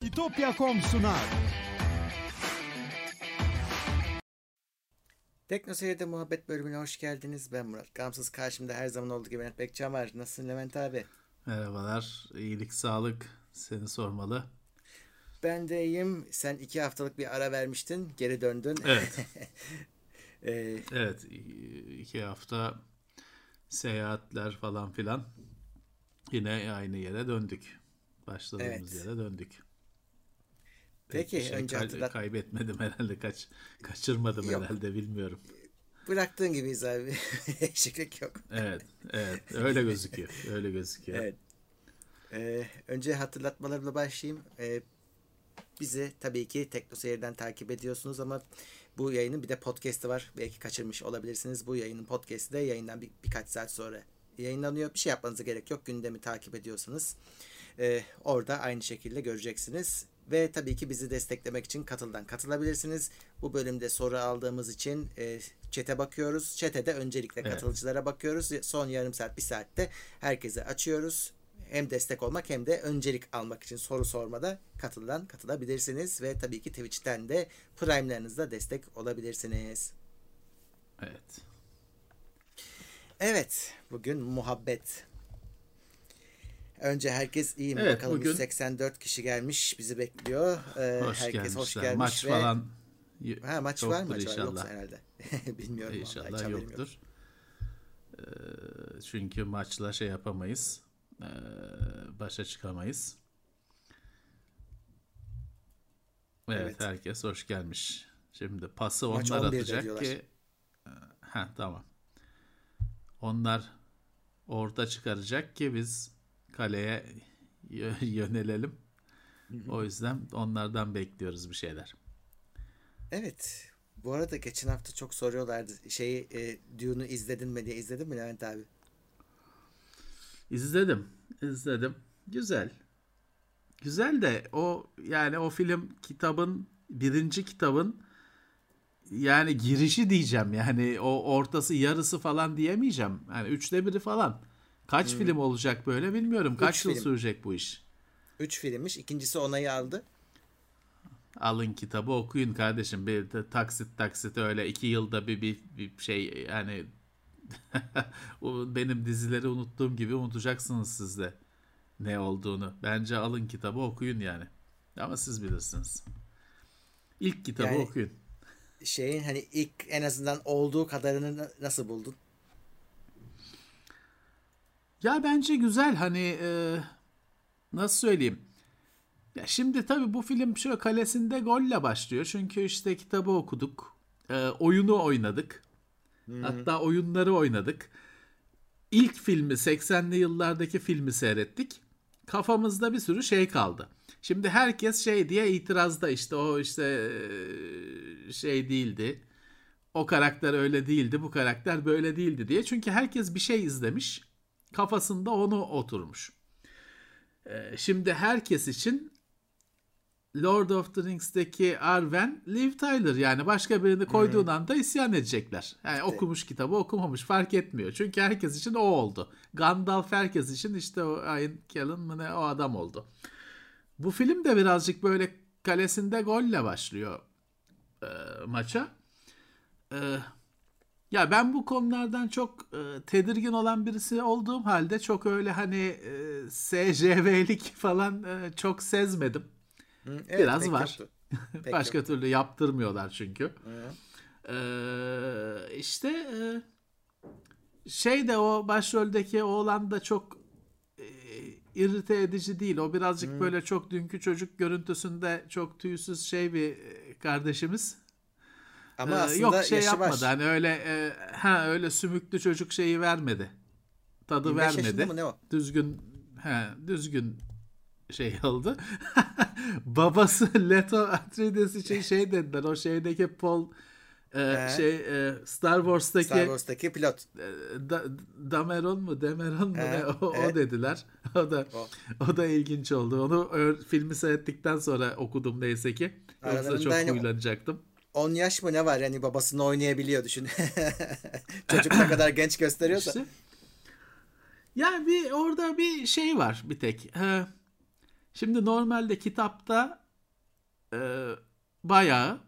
Bitopya.com sunar. Tekno Seyir'de muhabbet bölümüne hoş geldiniz. Ben Murat. Gamsız, karşımda her zaman olduğu gibi Levent Bekcan var. Nasılsın Levent abi? Merhabalar. İyilik, sağlık. Seni sormalı. Ben de iyiyim. Sen 2 haftalık bir ara vermiştin. Geri döndün. Evet. Evet. 2 hafta seyahatler falan filan. Yine aynı yere döndük. Başladığımız yere döndük. Peki önce kaybetmedim herhalde. Kaçırmadım yok, herhalde, bilmiyorum. Bıraktığın gibiyiz abi. Eşeklik yok. Evet. Öyle gözüküyor. Evet. Önce hatırlatmalarımla başlayayım. Bizi tabii ki Tekno Seyir'den takip ediyorsunuz ama bu yayının bir de podcast'ı var. Belki kaçırmış olabilirsiniz. Bu yayının podcast'ı da yayından birkaç saat sonra yayınlanıyor. Bir şey yapmanıza gerek yok. Gündemi takip ediyorsanız orada aynı şekilde göreceksiniz. Ve tabii ki bizi desteklemek için Katıl'dan katılabilirsiniz. Bu bölümde soru aldığımız için chat'e bakıyoruz. Chat'e de öncelikle katılıcılara bakıyoruz. Son yarım saat, bir saatte herkese açıyoruz. Hem destek olmak hem de öncelik almak için soru sormada Katıl'dan katılabilirsiniz. Ve tabii ki Twitch'ten de Prime'larınızla destek olabilirsiniz. Evet. Bugün muhabbet. Önce herkes iyi mi? Bakalım, bugün 184 kişi gelmiş. Bizi bekliyor. Herkes hoş gelmiş. Maç falan maç var mı acaba? Yoksa herhalde. Bilmiyorum. İnşallah yoktur. Çünkü maçla yapamayız. Başa çıkamayız. Evet, herkes hoş gelmiş. Şimdi pası maç onlar atacak ki tamam. Onlar orta çıkaracak ki biz kaleye yönelelim. O yüzden onlardan bekliyoruz bir şeyler. Evet. Bu arada geçen hafta çok soruyorlardı. Dune'u izledin mi diye. İzledin mi Levent abi? İzledim. Güzel. Güzel de o film birinci kitabın yani girişi diyeceğim. Yani o ortası, yarısı falan diyemeyeceğim. Yani 1/3 falan. Kaç film olacak böyle bilmiyorum. Kaç yıl sürecek bu iş? 3 filmmiş. İkincisi onayı aldı. Alın kitabı, okuyun kardeşim. Bir de taksit öyle 2 yılda bir şey yani. Benim dizileri unuttuğum gibi unutacaksınız siz de ne olduğunu. Bence alın kitabı, okuyun yani. Ama siz bilirsiniz. İlk kitabı okuyun. İlk en azından olduğu kadarını nasıl buldun? Ya bence güzel, nasıl söyleyeyim? Ya şimdi tabii bu film şöyle kalesinde golle başlıyor. Çünkü işte kitabı okuduk. Oyunu oynadık. Hatta oyunları oynadık. İlk filmi, 80'li yıllardaki filmi seyrettik. Kafamızda bir sürü şey kaldı. Şimdi herkes diye itirazda, değildi. O karakter öyle değildi, bu karakter böyle değildi diye. Çünkü herkes bir şey izlemiş. Kafasında onu oturmuş. Şimdi herkes için Lord of the Rings'teki Arwen, Liv Tyler, yani başka birini koyduğun anda isyan edecekler. Yani okumuş kitabı, okumamış fark etmiyor. Çünkü herkes için o oldu. Gandalf herkes için o Ian Kellen mı ne, o adam oldu. Bu film de birazcık böyle kalesinde golle başlıyor maça. Ya ben bu konulardan çok tedirgin olan birisi olduğum halde çok öyle SJV'lik falan çok sezmedim. Evet, biraz var. Başka yoktu. türlü yaptırmıyorlar çünkü. O başroldeki oğlan da çok irrite edici değil. O birazcık böyle çok dünkü çocuk görüntüsünde çok tüysüz bir kardeşimiz. Ama aslında yaşı yapmadı. var. Öyle sümüklü çocuk vermedi. Tadı vermedi. Mı ne o? Düzgün oldu. Babası Leto Atreides için dediler. O Paul Star Wars'taki pilot. Demeron mu ne? O dediler. O da ilginç oldu. Onu filmi seyrettikten sonra okudum neyse ki. Yoksa çok huylanacaktım. 10 yaş mı ne var yani, babasını oynayabiliyor, düşün. Çocuk ne kadar genç gösteriyorsa. Yani orada bir var bir tek. Şimdi normalde kitapta bayağı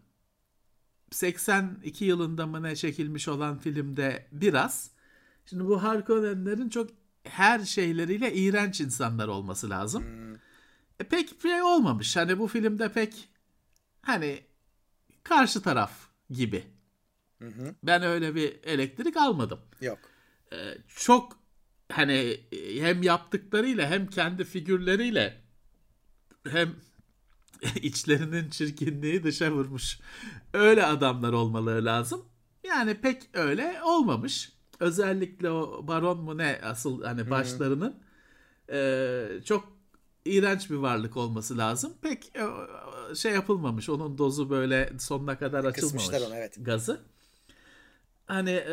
82 yılında mı ne çekilmiş olan filmde biraz. Şimdi bu Harkonnenlerin çok her şeyleriyle iğrenç insanlar olması lazım. Pek şey olmamış. Hani bu filmde pek hani karşı taraf gibi. Ben öyle bir elektrik almadım. Yok. Çok hani hem yaptıklarıyla hem kendi figürleriyle hem içlerinin çirkinliği dışa vurmuş. Öyle adamlar olmaları lazım. Yani pek öyle olmamış. Özellikle o baron mu ne asıl hani başlarının çok iğrenç bir varlık olması lazım. Pek şey yapılmamış. Onun dozu böyle sonuna kadar açılmamış. Kısmışlar onu, evet. Gazı. Hani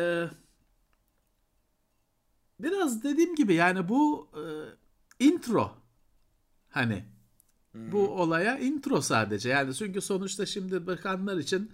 biraz dediğim gibi yani bu intro. Hani bu olaya intro sadece. Yani çünkü sonuçta şimdi bakanlar için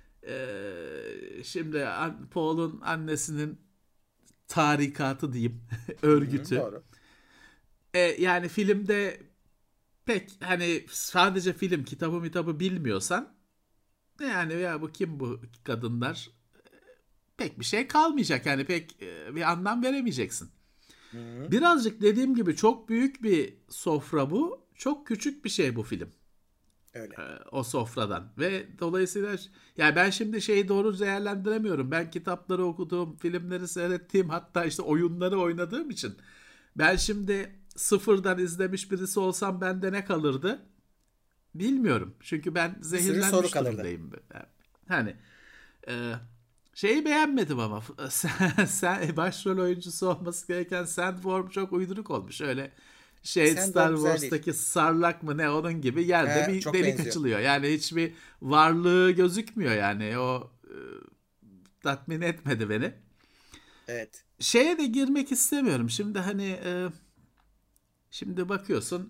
şimdi Paul'un annesinin tarikatı diyeyim, örgütü. Doğru. Yani filmde pek hani sadece film kitabı bilmiyorsan yani ya bu kim bu kadınlar pek bir şey kalmayacak. Yani pek bir anlam veremeyeceksin. Birazcık dediğim gibi çok büyük bir sofra bu. Çok küçük bir şey bu film. Öyle. O sofradan. Ve dolayısıyla yani ben şimdi şeyi doğru değerlendiremiyorum. Ben kitapları okuduğum, filmleri seyrettiğim, hatta işte oyunları oynadığım için ben şimdi sıfırdan izlemiş birisi olsam bende ne kalırdı? Bilmiyorum. Çünkü ben zehirlenmiş durumdayım. Hani şeyi beğenmedim ama sen başrol oyuncusu olması gereken Sandworm çok uyduruk olmuş. Öyle Star Wars'taki Sarlak mı ne onun gibi yerde bir delik benziyor. Açılıyor. Yani hiçbir varlığı gözükmüyor yani. O tatmin etmedi beni. Evet. Şeye de girmek istemiyorum. Şimdi hani şimdi bakıyorsun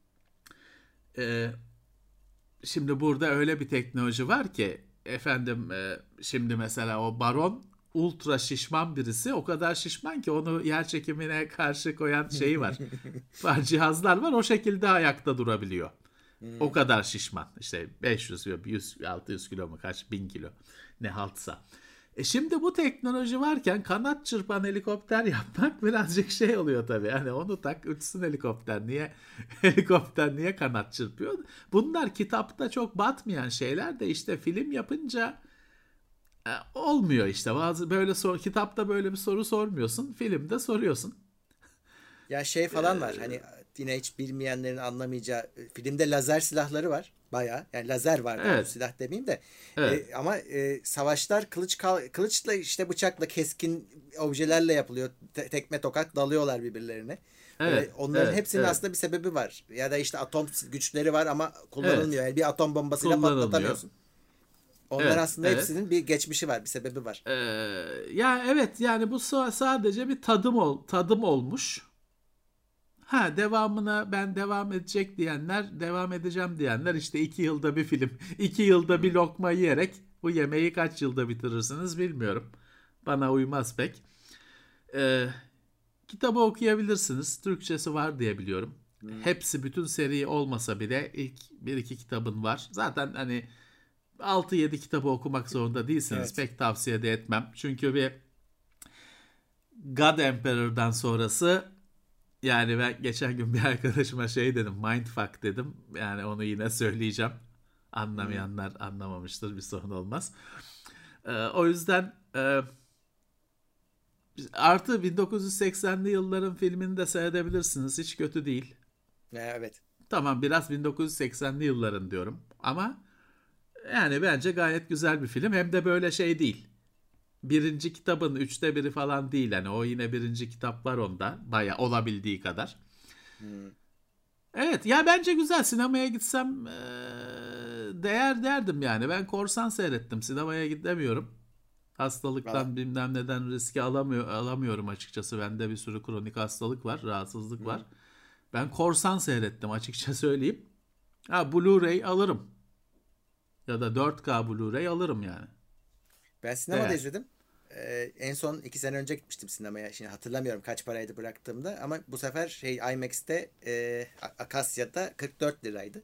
şimdi burada öyle bir teknoloji var ki efendim şimdi mesela o baron ultra şişman birisi, o kadar şişman ki onu yer çekimine karşı koyan şeyi var. Cihazlar var, o şekilde ayakta durabiliyor. O kadar şişman. İşte 500 kilo, 100, 600 kilo mu kaç, 1000 kilo ne haltsa. Şimdi bu teknoloji varken kanat çırpan helikopter yapmak birazcık şey oluyor tabii. Hani onu tak uçsun helikopter. Helikopter niye kanat çırpıyor? Bunlar kitapta çok batmayan şeyler de işte film yapınca olmuyor işte. Bazı böyle kitapta böyle bir soru sormuyorsun, filmde soruyorsun. Ya şey falan var. Hani yine hiç bilmeyenlerin anlamayacağı, filmde lazer silahları var. Bayağı. Yani lazer var. Evet. Silah demeyeyim de. Evet. Ama savaşlar kılıçla işte bıçakla, keskin objelerle yapılıyor. Tekme tokat dalıyorlar birbirlerine. Evet. Onların hepsinin aslında bir sebebi var. Ya da işte atom güçleri var ama kullanılmıyor. Yani bir atom bombasıyla patlatamıyorsun. Onlar aslında hepsinin bir geçmişi var, bir sebebi var. Ya evet, yani bu sadece bir tadım olmuş. Devamına ben devam edecek diyenler, devam edeceğim diyenler işte 2 yılda bir film, 2 yılda bir lokma yiyerek bu yemeği kaç yılda bitirirsiniz bilmiyorum. Bana uymaz pek. Kitabı okuyabilirsiniz. Türkçesi var diye biliyorum. Hepsi, bütün seri olmasa bile ilk 1-2 kitabın var. Zaten hani 6-7 kitabı okumak zorunda değilsiniz. Evet. Pek tavsiye de etmem. Çünkü bir God Emperor'dan sonrası, yani ben geçen gün bir arkadaşıma şey dedim, mindfuck dedim. Yani onu yine söyleyeceğim. Anlamayanlar anlamamıştır, bir sorun olmaz. O yüzden artı 1980'li yılların filmini de seyredebilirsiniz. Hiç kötü değil. Evet. Tamam, biraz 1980'li yılların diyorum. Ama yani bence gayet güzel bir film. Hem de böyle şey değil. Birinci kitabın 1/3 falan değil. Yani o yine birinci kitap var onda. Bayağı olabildiği kadar. Evet ya, bence güzel. Sinemaya gitsem değer derdim yani. Ben korsan seyrettim. Sinemaya gidemiyorum. Hastalıktan bilmem neden riski alamıyorum açıkçası. Bende bir sürü kronik hastalık var. Rahatsızlık var. Ben korsan seyrettim açıkça söyleyeyim. Blu-ray alırım. Ya da 4K Blu-ray alırım yani. Ben sinemada izledim. En son 2 sene önce gitmiştim sinemaya. Şimdi hatırlamıyorum kaç paraydı bıraktığımda ama bu sefer IMAX'te Akasya'da 44 liraydı.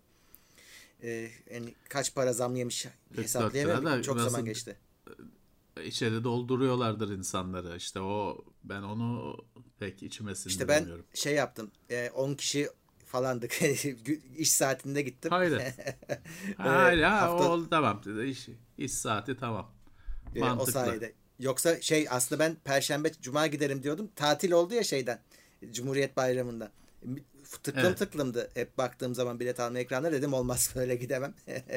Yani kaç para zam yemiş 44 lira hesaplayamıyorum. da Çok zaman nasıl geçti. içeri dolduruyorlardır insanları. İşte ben onu pek içime İşte ben sindiremiyorum. şey yaptım. 10 kişi falandık. İş saatinde gittim. Hayır. Hayır ha, Hafta tamam. İş saati tamam. o Mantıklı. sayede. Yoksa aslında ben Perşembe Cuma giderim diyordum. Tatil oldu ya Cumhuriyet Bayramı'ndan. Tıklım Evet. tıklımdı. Hep baktığım zaman bilet alma ekranları dedim olmaz böyle gidemem.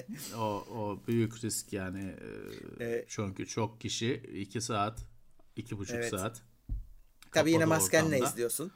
O büyük risk yani. Ee, Çünkü çok kişi 2 saat, 2,5 evet. saat Tabii yine kapalı maskenle ortamda. izliyorsun.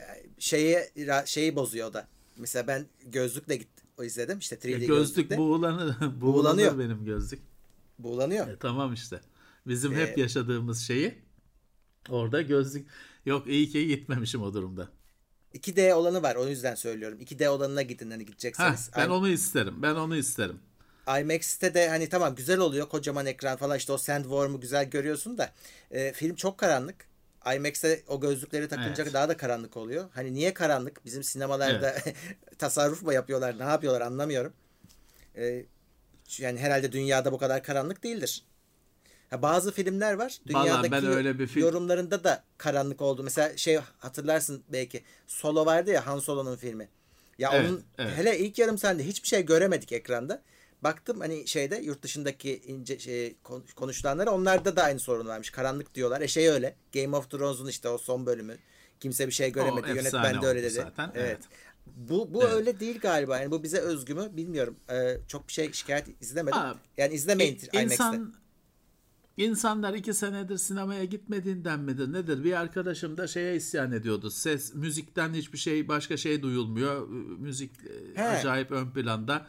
Şeyi bozuyor o da. Mesela ben gözlükle izledim. İşte 3D Gözlük gözlükle. Buğulanıyor. buğulanır benim gözlük. Buğulanıyor. Tamam işte. Bizim hep Ee, yaşadığımız şeyi orada gözlük yok, iyi ki gitmemişim o durumda. 2D olanı var. O yüzden söylüyorum. 2D olanına gidin hani gidecekseniz. Ben onu isterim. Ben onu isterim. IMAX'te de hani tamam güzel oluyor. Kocaman ekran falan işte o sandworm'u güzel görüyorsun da film çok karanlık. IMAX'te o gözlükleri takınca Evet. daha da karanlık oluyor. Hani niye karanlık? Bizim sinemalarda Evet. tasarruf mu yapıyorlar? Ne yapıyorlar anlamıyorum. E, Yani herhalde dünyada bu kadar karanlık değildir. Bazı filmler var. Vallahi ben Dünyadaki öyle bir film. yorumlarında da karanlık oldu. Mesela hatırlarsın belki. Solo vardı ya Han Solo'nun filmi. Ya Evet. onun Evet. hele ilk yarım sahnede hiçbir şey göremedik ekranda. Baktım hani yurt dışındaki konuşulanlara onlarda da aynı sorun varmış. Karanlık diyorlar. Öyle. Game of Thrones'un işte o son bölümü. Kimse bir şey O göremedi. efsane Yönetmen de öyle oldu dedi. zaten. Evet. Evet. Bu Evet. öyle değil galiba. Yani bu bize özgü mü bilmiyorum. Çok bir şey şikayet izlemedim. Ha, Yani izlemeyin IMAX'te. insanlar 2 senedir sinemaya gitmediğinden midir nedir? Bir arkadaşım da şeye isyan ediyordu. Müzikten hiçbir şey, başka şey duyulmuyor. Müzik He. acayip ön planda.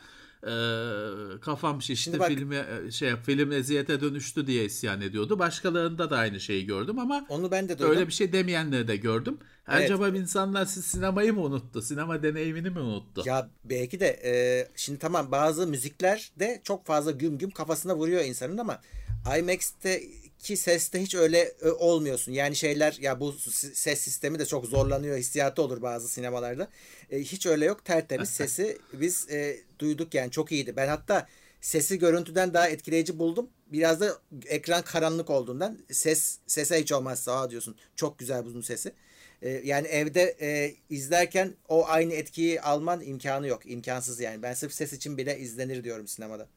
Kafam Şimdi şişti, bak film eziyete dönüştü diye isyan ediyordu. Başkalarında da aynı şeyi gördüm ama onu ben de öyle duydum. bir şey demeyenleri de gördüm. Evet. Acaba insanlar sinemayı mı unuttu? Sinema deneyimini mi unuttu? Ya belki de şimdi tamam bazı müzikler de çok fazla güm güm kafasına vuruyor insanın ama IMAX'teki seste hiç öyle olmuyorsun. Yani ya bu ses sistemi de çok zorlanıyor hissiyatı olur bazı sinemalarda. Hiç öyle yok. Tertemiz sesi biz duyduk yani çok iyiydi. Ben hatta sesi görüntüden daha etkileyici buldum. Biraz da ekran karanlık olduğundan sese hiç olmazsa diyorsun. Çok güzel bunun sesi. Yani evde izlerken o aynı etkiyi alman imkanı yok. İmkansız yani. Ben sırf ses için bile izlenir diyorum sinemada.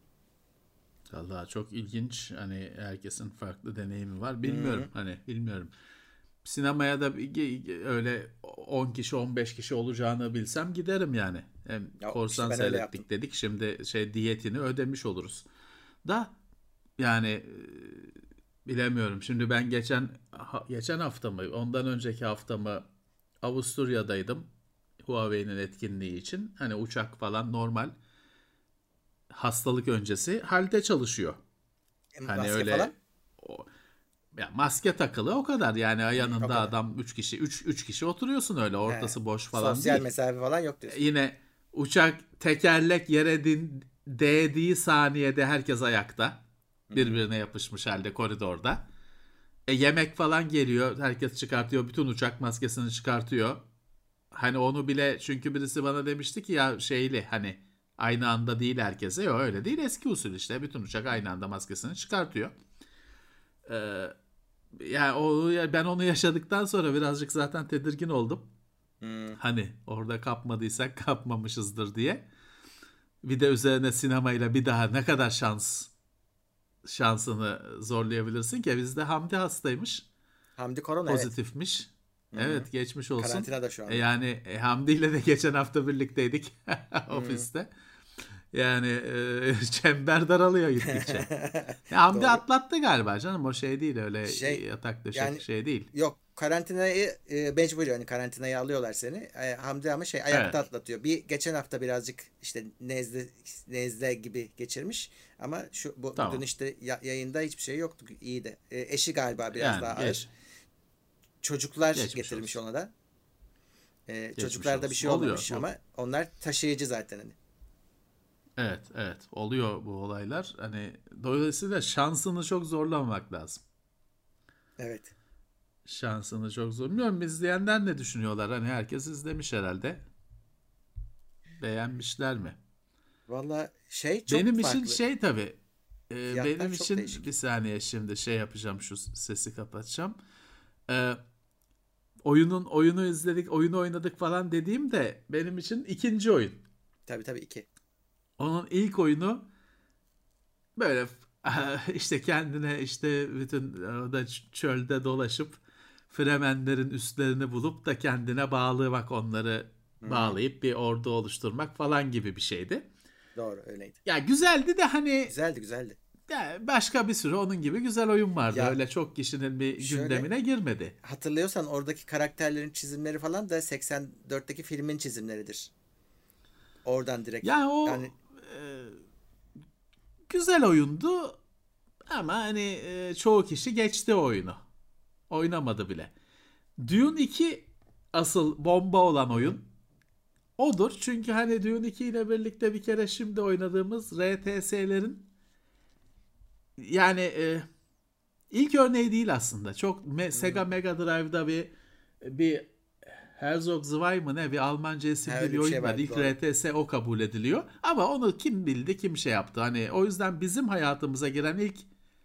Vallahi çok ilginç. Hani herkesin farklı deneyimi var. Hı-hı. Bilmiyorum. Hani bilmiyorum. Sinemaya da öyle 10 kişi 15 kişi olacağını bilsem giderim yani. Hem Ya işte korsan ben öyle yaptım. seyrettik dedik. Şimdi diyetini ödemiş oluruz. Da yani bilemiyorum. Şimdi ben geçen hafta mı, ondan önceki hafta mı Avusturya'daydım. Huawei'nin etkinliği için. Hani uçak falan normal hastalık öncesi halde çalışıyor. Hani Maske öyle falan? o, ya maske takılı o kadar yani O yanında kadar. adam 3 kişi 3 kişi oturuyorsun öyle He. ortası boş falan Sosyal değil. mesafe falan yok diyorsun. Yine uçak tekerlek yere değdiği saniyede herkes ayakta. Hı-hı. Birbirine yapışmış halde koridorda. Yemek falan geliyor. Herkes çıkartıyor. Bütün uçak maskesini çıkartıyor. Hani onu bile çünkü birisi bana demişti ki ya hani aynı anda değil herkese. Yok öyle değil, eski usul işte. Bütün uçak aynı anda maskesini çıkartıyor. Ee, ben onu yaşadıktan sonra birazcık zaten tedirgin oldum. Hı. Hani orada kapmadıysak kapmamışızdır diye. Bir de üzerine sinemayla bir daha ne kadar şansını zorlayabilirsin ki? Bizde Hamdi hastaymış. Hamdi Korona evet. Pozitifmiş. Hı-hı. Evet, geçmiş olsun. Karantinada şu anda. Yani Hamdi ile de geçen hafta birlikteydik Hı. ofiste. Yani çember daralıyor gittikçe. Hamdi Doğru. atlattı galiba canım, o şey değil öyle Şey yatak döşek yani şey değil. yok karantinayı mecbur yani karantinaya alıyorlar seni. Hamdi ama ayakta Evet. atlatıyor. Geçen hafta birazcık işte nezle gibi geçirmiş ama dün Tamam. işte yayında hiçbir şey yoktu. İyiydi. Eşi galiba biraz Yani daha ağır. Çocuklar geçmiş getirmiş olsun. ona da. Geçmiş Çocuklarda bir olsun. şey Oluyor olmamış bu. ama onlar taşıyıcı zaten hani. Evet, evet. Oluyor bu olaylar. Hani dolayısıyla şansını çok zorlamamak lazım. Evet. Şansını çok zor. Bilmiyorum, izleyenler ne düşünüyorlar? Hani herkes izlemiş herhalde. Beğenmişler mi? Valla şey çok Benim için farklı. şey tabii. Fiyatlar Benim çok için bir değişik. saniye, şimdi şey yapacağım, şu sesi kapatacağım. Ee, oyunu izledik, oyunu oynadık falan dediğimde benim için ikinci oyun. Tabii 2. Onun ilk oyunu böyle işte kendine işte bütün da çölde dolaşıp Fremenlerin üstlerini bulup da kendine bağlamak, onları Hı hı. bağlayıp bir ordu oluşturmak falan gibi bir şeydi. Doğru öyleydi. Ya güzeldi de hani, Güzeldi. ya başka bir sürü onun gibi güzel oyun vardı. Ya Öyle çok kişinin bir şöyle, gündemine girmedi. hatırlıyorsan oradaki karakterlerin çizimleri falan da 84'teki filmin çizimleridir. Oradan direkt Ya o yani güzel oyundu ama hani çoğu kişi geçti o oyunu. Oynamadı bile. Dune 2 asıl bomba olan hı hı. oyun odur. Çünkü hani Dune 2 ile birlikte bir kere şimdi oynadığımız RTS'lerin, yani ilk örneği değil aslında. Çok Sega Hı. Mega Drive'da bir Herzog Zwei mı ne, bir Almanca Ha, isimli bir öyle bir şey oyun var. vardı İlk doğru. RTS o kabul ediliyor. Ama onu kim bildi, kim şey yaptı. Hani o yüzden bizim hayatımıza giren ilk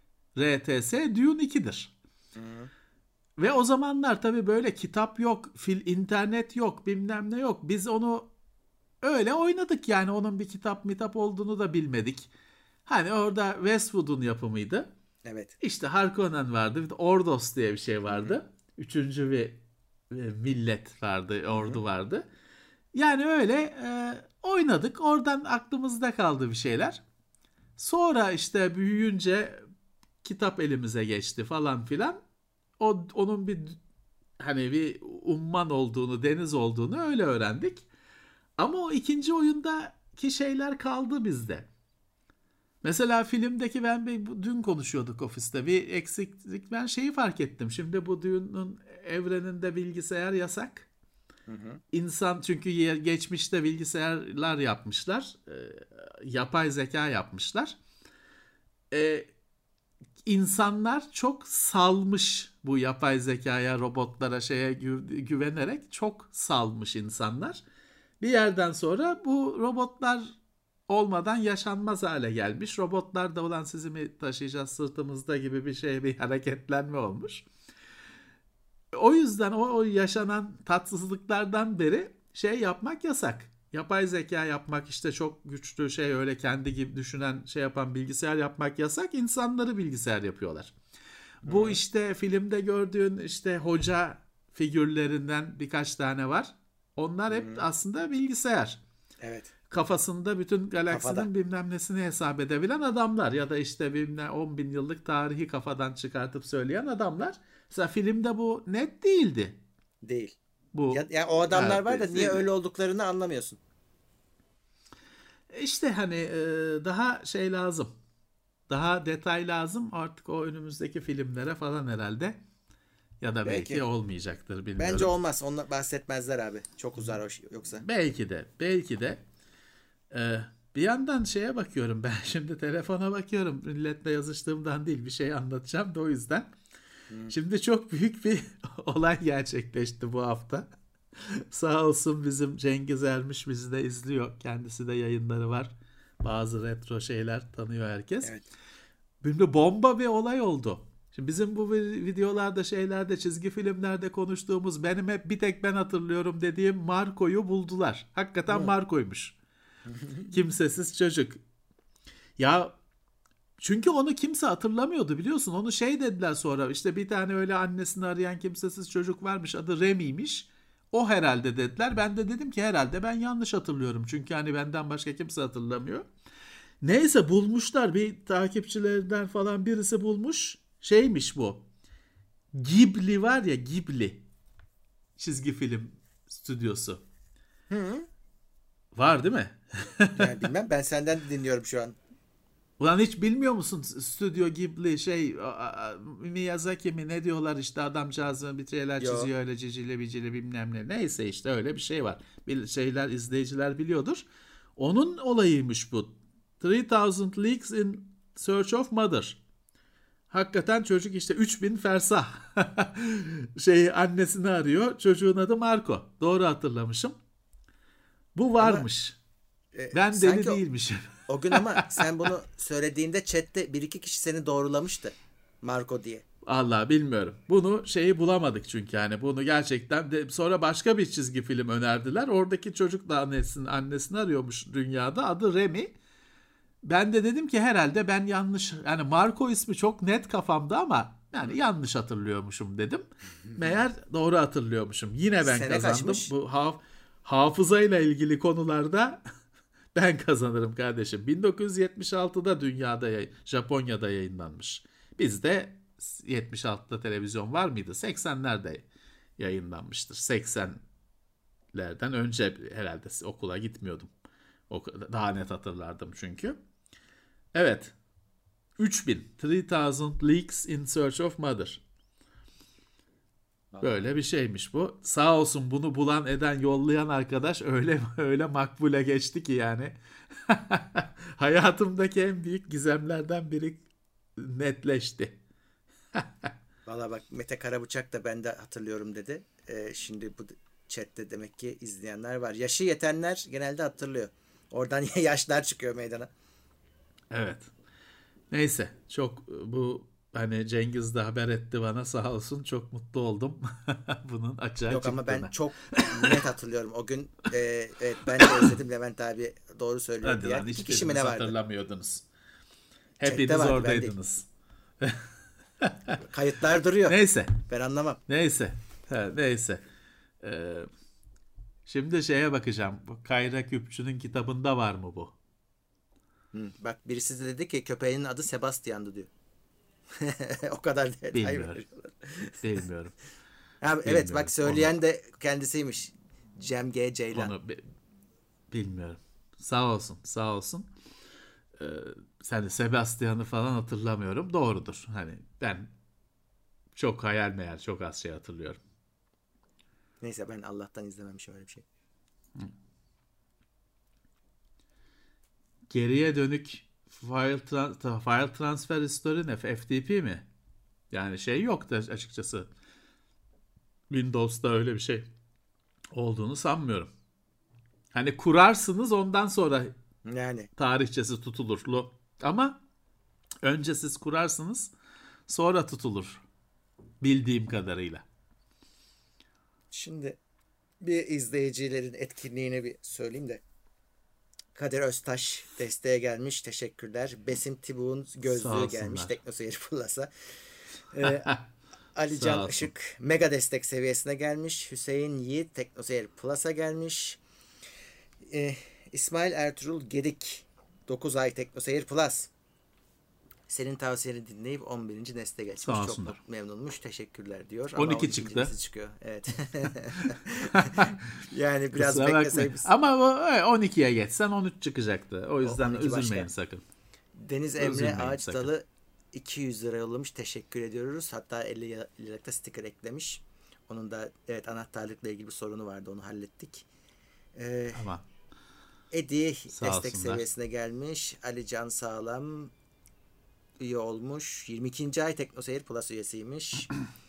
RTS Dune 2'dir. Hı hı. Ve o zamanlar tabii böyle kitap yok, internet yok, bilmem ne yok. Biz onu öyle oynadık, yani onun bir kitap olduğunu da bilmedik. Hani orada Westwood'un yapımıydı. Evet. İşte Harkonnen vardı, bir de Ordos diye bir şey Hı hı. vardı. Üçüncü bir millet vardı, Hı hı. ordu vardı. Yani öyle oynadık. Oradan aklımızda kaldı bir şeyler. Sonra işte büyüyünce kitap elimize geçti falan filan. Onun bir, hani bir umman olduğunu, deniz olduğunu öyle öğrendik. Ama o ikinci oyundaki şeyler kaldı bizde. Mesela filmdeki, dün konuşuyorduk ofiste, bir eksiklik, ben şeyi fark ettim. Şimdi bu Dune'un evreninde bilgisayar yasak. Hı hı. İnsan, çünkü geçmişte bilgisayarlar yapmışlar. Yapay zeka yapmışlar. E, insanlar çok salmış bu yapay zekaya, robotlara, şeye güvenerek çok salmış insanlar. Bir yerden sonra bu robotlar olmadan yaşanmaz hale gelmiş. Robotlar da ulan sizi mi taşıyacağız sırtımızda gibi bir şey, bir hareketlenme olmuş. O yüzden o yaşanan tatsızlıklardan beri şey yapmak yasak. Yapay zeka yapmak, işte çok güçlü şey, öyle kendi gibi düşünen şey yapan bilgisayar yapmak yasak. İnsanları bilgisayar yapıyorlar. Hı Bu hı. işte filmde gördüğün işte hoca figürlerinden birkaç tane var. Onlar Hı hep hı. aslında bilgisayar. Evet. Kafasında bütün Kafada. galaksinin bilmem nesini hesap edebilen adamlar, ya da işte bilmem 10 bin yıllık tarihi kafadan çıkartıp söyleyen adamlar. Mesela filmde bu net değildi. Değil. Ya, Bu ya o adamlar var da niye film. öyle olduklarını anlamıyorsun. İşte hani daha şey lazım. Daha detay lazım. Artık o önümüzdeki filmlere falan herhalde. Ya da belki Belki. olmayacaktır, Bence bilmiyorum. olmaz. Onunla bahsetmezler abi. Çok uzar o şey, yoksa. Belki de. Ee, bir yandan şeye bakıyorum ben, şimdi telefona bakıyorum. Milletle yazıştığımdan değil, bir şey anlatacağım da o yüzden. Hı. Şimdi çok büyük bir olay gerçekleşti bu hafta. Sağ olsun bizim Cengiz Ermiş bizi de izliyor. Kendisi de yayınları var. Bazı retro şeyler tanıyor herkes. Evet. Şimdi bomba bir olay oldu. Şimdi bizim bu videolarda, şeylerde, çizgi filmlerde konuştuğumuz, benim hep bir tek ben hatırlıyorum dediğim Marco'yu buldular. Hakikaten Hı. Marco'ymuş. Kimsesiz çocuk. Ya çünkü onu kimse hatırlamıyordu, biliyorsun. Onu şey dediler sonra, işte bir tane öyle annesini arayan kimsesiz çocuk varmış, adı Remy'miş. O herhalde dediler. Ben de dedim ki herhalde ben yanlış hatırlıyorum. Çünkü hani benden başka kimse hatırlamıyor. Neyse, bulmuşlar, bir takipçilerinden falan birisi bulmuş. Şeymiş bu. Ghibli var ya, Ghibli çizgi film stüdyosu. Hı. Var değil mi? Yani bilmem, ben senden dinliyorum şu an. Ulan hiç bilmiyor musun? Stüdyo Ghibli şey, Miyazaki mi ne diyorlar, işte adamcağız bir şeyler Yo. çiziyor öyle, cicili bicili bilmem ne. Neyse, işte öyle bir şey var. Bir şeyler, izleyiciler biliyordur. Onun olayıymış bu. 3000 Leagues in Search of Mother. Hakikaten çocuk işte 3000 fersah annesini arıyor. Çocuğun adı Marco. Doğru hatırlamışım. Bu varmış. Ben deli değilmişim. O gün ama sen bunu söylediğinde chatte bir iki kişi seni doğrulamıştı. Marco diye. Allah bilmiyorum. Bunu bulamadık çünkü yani bunu gerçekten de sonra başka bir çizgi film önerdiler. Oradaki çocuk da annesini arıyormuş dünyada. Adı Remy. Ben de dedim ki herhalde ben yanlış, yani Marco ismi çok net kafamda ama yani yanlış hatırlıyormuşum dedim. Meğer doğru hatırlıyormuşum. Yine ben Sene kazandım. kaçmış? Bu hafızayla ilgili konularda ben kazanırım kardeşim. 1976'da Japonya'da yayınlanmış. Bizde 76'da televizyon var mıydı? 80'lerde yayınlanmıştır. 80'lerden önce herhalde okula gitmiyordum. Daha net hatırlardım çünkü. Evet. 3000 Leagues in Search of Mother. Böyle bir şeymiş bu. Sağ olsun bunu bulan eden yollayan arkadaş öyle makbule geçti ki yani. Hayatımdaki en büyük gizemlerden biri netleşti. Valla bak, Mete Karabıçak da ben de hatırlıyorum dedi. Şimdi bu chatte demek ki izleyenler var. Yaşı yetenler genelde hatırlıyor. Oradan yaşlar çıkıyor meydana. Evet. Neyse çok bu hani Cengiz de haber etti bana, sağ olsun, çok mutlu oldum bunun açığa Yok çıktığına. ama ben çok net hatırlıyorum. O gün evet, ben de özledim Levent abi doğru söylüyor Hadi diye. lan, İki hiç kişi mi ne vardı? hatırlamıyordunuz. Chatte Hepiniz vardı, oradaydınız. Kayıtlar duruyor. Neyse. Ben anlamam. Neyse. Neyse. Şimdi bakacağım. Bu Kayra Küpçü'nün kitabında var mı bu? Bak birisi de dedi ki köpeğinin adı Sebastian'dı diyor. O kadar detay Bilmiyorum. veriyorlar. Bilmiyorum. Evet bak söyleyen de kendisiymiş. Cem G. Ceylan. Onu bilmiyorum. Sağ olsun. Sağ olsun. Sen de Sebastian'ı falan hatırlamıyorum. Doğrudur. Hani ben çok hayal meyal çok az şey hatırlıyorum. Neyse ben Allah'tan izlememişim öyle bir şey. Geriye dönük file transfer history ne? FTP mi? Yani yok da açıkçası. Windows'da öyle bir şey olduğunu sanmıyorum. Hani kurarsınız, ondan sonra Yani tarihçesi tutulur. Ama önce siz kurarsınız, sonra tutulur. Bildiğim kadarıyla. şimdi bir izleyicilerin etkinliğini bir söyleyeyim de. Kadir Öztaş desteğe gelmiş. Teşekkürler. Besim Tibu'nun gözlüğü gelmiş TeknoSeyir Plus'a. Alican Işık mega destek seviyesine gelmiş. Hüseyin Yiğit TeknoSeyir Plus'a gelmiş. İsmail Ertuğrul Gedik 9 ay TeknoSeyir Plus. Senin tavsiyeni dinleyip 11. nesle geçmiş. Çok memnunmuş. Teşekkürler diyor. 12 çıktı. Çıkıyor. Evet. Yani biraz bekleseydik. Ama 12'ye geçsen 13 çıkacaktı. O yüzden üzülmeyin sakın. Deniz Emre Ağaçdalı 200 lira yollamış. Teşekkür ediyoruz. Hatta 50 liralık da sticker eklemiş. Onun da evet anahtarlıkla ilgili bir sorunu vardı. Onu hallettik. Tamam. Edi destek seviyesine gelmiş. Ali Can Sağlam üye olmuş. 22. ay TeknoSeyir Plus üyesiymiş.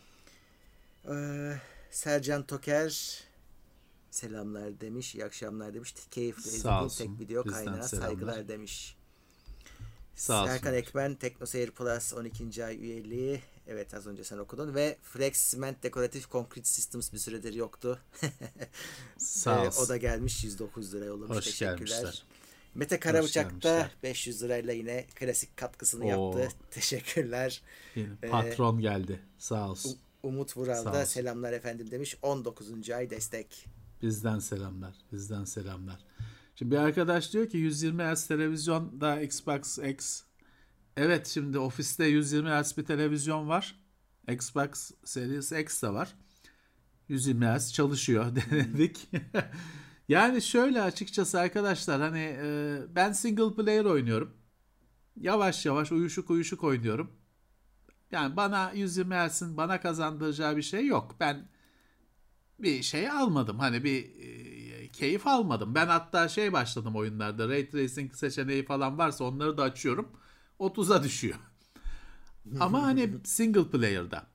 Sercan Toker selamlar demiş. İyi akşamlar demiş. Keyifle izlediğim tek video kaynağı saygılar demiş. Serkan Ekmen TeknoSeyir Plus 12. ay üyeliği. Evet az önce sen okudun. Ve Flex Cement Decorative Concrete Systems bir süredir yoktu. Sağ olsun. O da gelmiş 109 lira yollamış. Hoş teşekkürler. Gelmişler. Mete Karabıçak da 500 lirayla yine klasik katkısını yaptı. Teşekkürler. Patron geldi. Sağ olsun. Umut Vural da selamlar efendim demiş. 19. ay destek. Bizden selamlar. Bizden selamlar. Şimdi bir arkadaş diyor ki 120 Hz televizyonda Xbox X. Evet, şimdi ofiste 120 Hz bir televizyon var. Xbox Series X de var. 120 Hz çalışıyor denedik. Yani şöyle açıkçası arkadaşlar hani ben single player oynuyorum. Yavaş yavaş uyuşuk oynuyorum. Yani bana 120 Hz'in bana kazandıracağı bir şey yok. Ben bir şey almadım. Hani bir keyif almadım. Ben hatta başladım oyunlarda. Ray Tracing seçeneği falan varsa onları da açıyorum. 30'a düşüyor. Ama hani single player'da.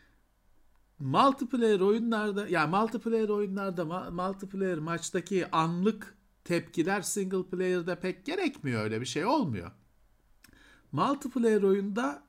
Multiplayer oyunlarda, yani multiplayer maçtaki anlık tepkiler single player'da pek gerekmiyor, öyle bir şey olmuyor. Multiplayer oyunda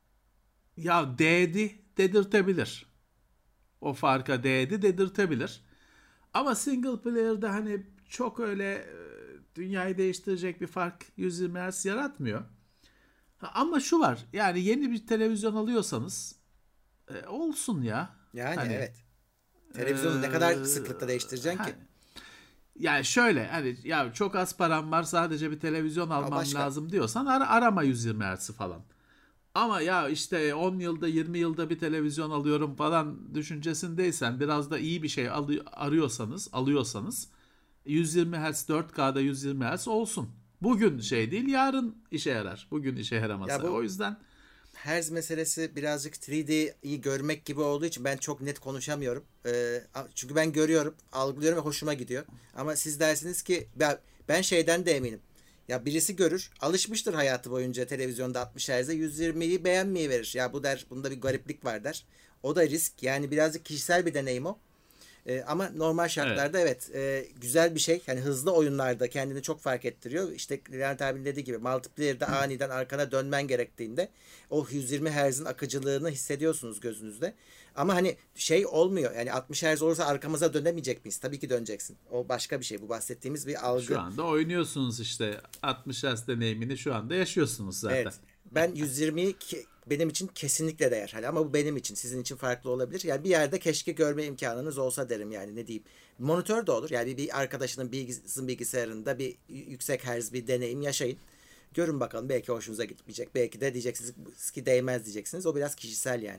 ya değdi dedirtebilir. O farka değdi dedirtebilir. Ama single player'da hani çok öyle dünyayı değiştirecek bir fark 120 Hz yaratmıyor. Ama şu var, yani yeni bir televizyon alıyorsanız olsun ya. Yani Hani evet. Televizyonu ne kadar sıklıkla değiştireceksin ki? yani şöyle, hani ya çok az param var, sadece bir televizyon almam Başka. lazım diyorsan arama 120 Hz falan. Ama ya işte 10 yılda 20 yılda bir televizyon alıyorum falan düşüncesindeysen, biraz da iyi bir şey alıyorsanız 120 Hz, 4K'da 120 Hz olsun. Bugün şey değil, yarın işe yarar. Bugün işe Ya yaramasa. bu O yüzden Hertz meselesi birazcık 3D'yi görmek gibi olduğu için ben çok net konuşamıyorum. Çünkü ben görüyorum, algılıyorum ve hoşuma gidiyor. Ama siz dersiniz ki ben şeyden de eminim. Ya birisi görür, alışmıştır hayatı boyunca televizyonda 60 Hz'e 120'yi beğenmeyi verir. Ya bu der, bunda bir gariplik var der. O da risk. Yani birazcık kişisel bir deneyim o. Ama normal evet. şartlarda evet, güzel bir şey. Yani hızlı oyunlarda kendini çok fark ettiriyor. İşte Levent abinin dediği gibi multiplayer'da aniden arkana dönmen gerektiğinde o 120 Hz'in akıcılığını hissediyorsunuz gözünüzde. Ama hani şey olmuyor. Yani 60 Hz olursa arkamıza dönemeyecek miyiz? Tabii ki döneceksin. O başka bir şey. Bu bahsettiğimiz bir Şu algı. anda oynuyorsunuz işte, 60 Hz deneyimini şu anda yaşıyorsunuz zaten. Evet. Ben 120'yi benim için kesinlikle değer. Hani ama bu benim için, sizin için farklı olabilir. Yani bir yerde keşke görme imkanınız olsa derim, yani ne diyeyim. Monitör de olur. Yani bir arkadaşının bilgisayarında bir yüksek herz bir deneyim yaşayın. Görün bakalım, belki hoşunuza gitmeyecek. Belki de diyeceksiniz ki değmez diyeceksiniz. O biraz kişisel yani.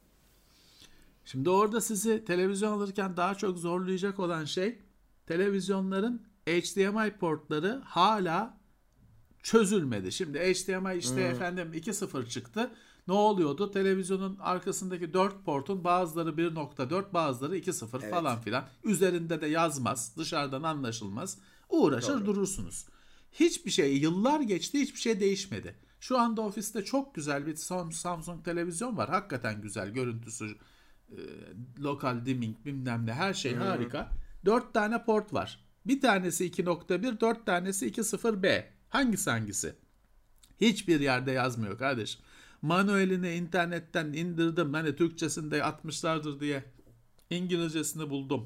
Şimdi orada sizi televizyon alırken daha çok zorlayacak olan şey, televizyonların HDMI portları hala çözülmedi. Şimdi HDMI işte efendim 2.0 çıktı. Ne oluyordu? Televizyonun arkasındaki 4 portun bazıları 1.4, bazıları 2.0 Evet. falan filan. Üzerinde de yazmaz, dışarıdan anlaşılmaz. Uğraşır Doğru. durursunuz. Hiçbir şey, yıllar geçti, hiçbir şey değişmedi. Şu anda ofiste çok güzel bir Samsung televizyon var. Hakikaten güzel görüntüsü, e, lokal dimming bilmem ne, her şey harika. 4 tane port var. Bir tanesi 2.1, 4 tanesi 2.0B. Hangisi? Hiçbir yerde yazmıyor kardeşim. Manuelini internetten indirdim. Hani Türkçesinde atmışlardır diye İngilizcesini buldum.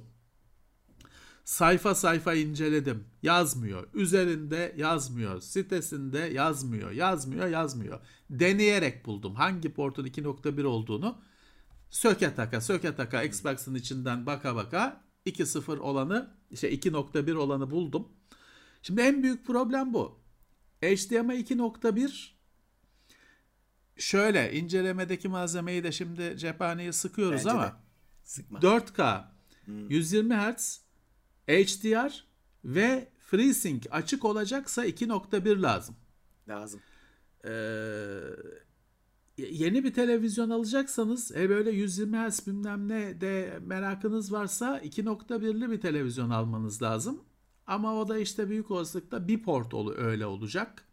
Sayfa sayfa inceledim. Yazmıyor. Üzerinde yazmıyor. Sitesinde yazmıyor. Deneyerek buldum hangi portun 2.1 olduğunu. Söke taka Xbox'ın içinden baka 2.0 olanı, 2.1 olanı buldum. Şimdi en büyük problem bu. HDMI 2.1, şöyle incelemedeki malzemeyi de şimdi cephaneye sıkıyoruz Bence de. ama Sıkma. 4K, 120 Hz, HDR ve FreeSync açık olacaksa 2.1 lazım. Lazım. Ee, Yeni bir televizyon alacaksanız, böyle 120 Hz bilmem ne de merakınız varsa 2.1'li bir televizyon almanız lazım. Ama o da işte büyük olasılıkla bir port öyle olacak.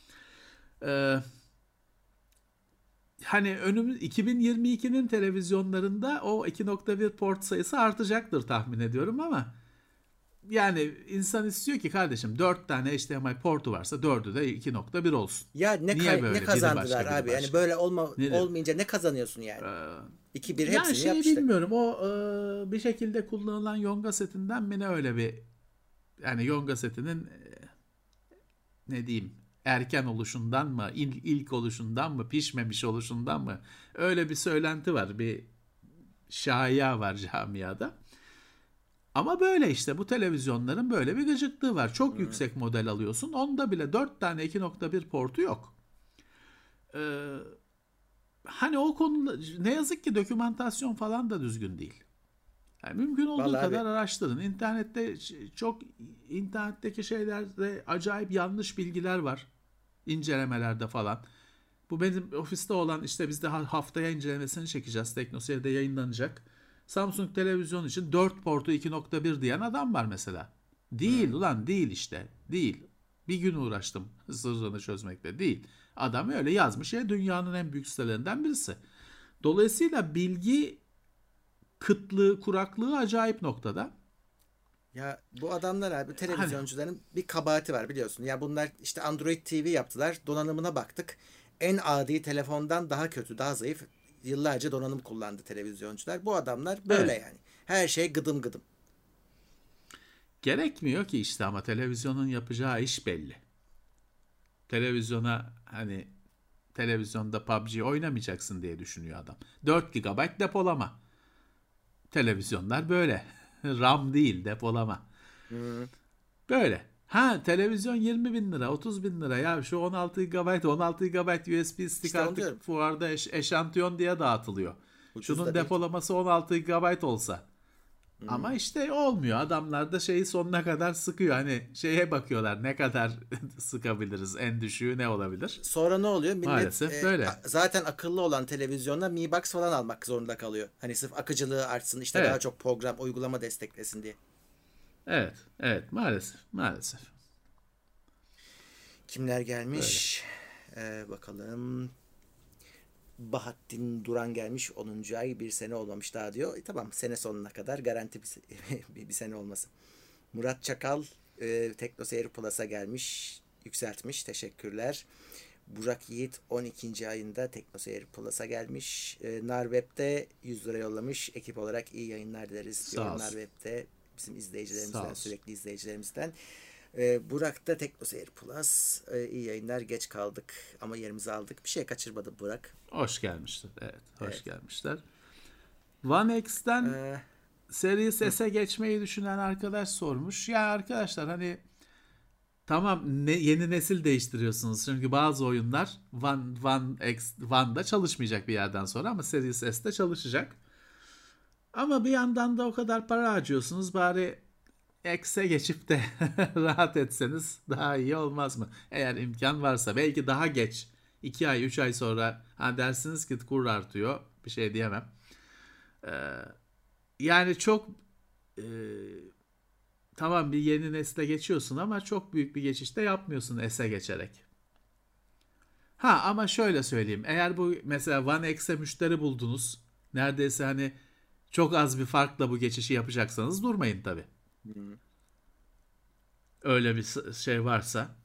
Hani önümüz 2022'nin televizyonlarında o 2.1 port sayısı artacaktır tahmin ediyorum, ama yani insan istiyor ki kardeşim 4 tane HDMI portu varsa 4'ü de 2.1 olsun. Ya Niye ne böyle? Biri kazandılar başka, biri abi? Yani başka. böyle Nedir? olmayınca ne kazanıyorsun yani? 2-1 Yani hepsini yap şeyi işte. bilmiyorum. O bir şekilde kullanılan yonga setinden mi ne, öyle bir, yani yonga setinin ne diyeyim, erken oluşundan mı, ilk oluşundan mı, pişmemiş oluşundan mı, öyle bir söylenti var, bir şaya var camiada. Ama böyle işte, bu televizyonların böyle bir gıcıklığı var. Çok yüksek model alıyorsun, onda bile 4 tane 2.1 portu yok. Ee, Hani o konuda ne yazık ki dokümantasyon falan da düzgün değil. Yani mümkün olduğu Vallahi kadar abi, araştırın. İnternetteki şeylerde acayip yanlış bilgiler var. İncelemelerde falan. Bu benim ofiste olan, işte biz de haftaya incelemesini çekeceğiz. TeknoSeyir'de yayınlanacak. Samsung televizyon için 4 portu 2.1 diyen adam var mesela. Değil ulan, değil işte. Değil. Bir gün uğraştım sırrını çözmekle değil. Adam öyle yazmış ya, dünyanın en büyük sitelerinden birisi. Dolayısıyla bilgi kıtlığı, kuraklığı acayip noktada. Ya bu adamlar abi, Hani televizyoncuların bir kabahati var biliyorsun. Ya bunlar işte Android TV yaptılar. Donanımına baktık. En adi telefondan daha kötü, daha zayıf. Yıllarca donanım kullandı televizyoncular. Bu adamlar böyle evet, yani. Her şey gıdım gıdım. gerekmiyor ki işte, ama televizyonun yapacağı iş belli. Televizyona hani televizyonda PUBG oynamayacaksın diye düşünüyor adam. 4 GB depolama. Televizyonlar böyle. RAM değil, depolama. Hı. Böyle. Ha, televizyon 20 bin lira, 30 bin lira. Ya şu 16 GB, 16 GB USB stick İşte onu artık diyorum. fuarda eşantiyon diye dağıtılıyor. Ucuz Şunun da değil. depolaması 16 GB olsa. Ama Hı. işte olmuyor. Adamlar da şeyi sonuna kadar sıkıyor. Hani şeye bakıyorlar, ne kadar sıkabiliriz, en düşüğü ne olabilir? Sonra ne oluyor? Millet Maalesef böyle. zaten akıllı olan televizyonda Mi Box falan almak zorunda kalıyor. Hani sırf akıcılığı artsın, işte daha Evet, çok program, uygulama desteklesin diye. evet, evet, maalesef, maalesef. Kimler Böyle. gelmiş? Bakalım. Bahattin Duran gelmiş, 10. ay, bir sene olmamış daha diyor. Tamam, sene sonuna kadar garanti bir sene olması. Murat Çakal TeknoSeyir Plus'a gelmiş, yükseltmiş, teşekkürler. Burak Yiğit 12. ayında TeknoSeyir Plus'a gelmiş. Narweb'de 100 lira yollamış. Ekip olarak iyi yayınlar dileriz Sağ diyor olsun. Narweb'de. Bizim Sağ izleyicilerimizden, olsun. sürekli izleyicilerimizden. Burak da TeknoSeyir Plus. İyi yayınlar, geç kaldık ama yerimizi aldık. Bir şey kaçırmadı Burak. Hoş gelmişler. Evet, hoş Evet. gelmişler. One X'ten Ee, Series hı, S'e geçmeyi düşünen arkadaş sormuş. Ya arkadaşlar, hani tamam, yeni nesil değiştiriyorsunuz. Çünkü bazı oyunlar One X, One'da çalışmayacak bir yerden sonra, ama Series S'te çalışacak. Ama bir yandan da o kadar para harcıyorsunuz. Bari X'e geçip de rahat etseniz daha iyi olmaz mı? Eğer imkan varsa belki daha geç, 2 ay 3 ay sonra dersiniz ki kur artıyor. Bir şey diyemem. Ee, Yani çok e, tamam, bir yeni nesle geçiyorsun ama çok büyük bir geçiş de yapmıyorsun S'e geçerek. Ha, ama şöyle söyleyeyim. Eğer bu mesela One X'e müşteri buldunuz, neredeyse hani çok az bir farkla bu geçişi yapacaksanız durmayın tabii. hı. Öyle bir şey varsa.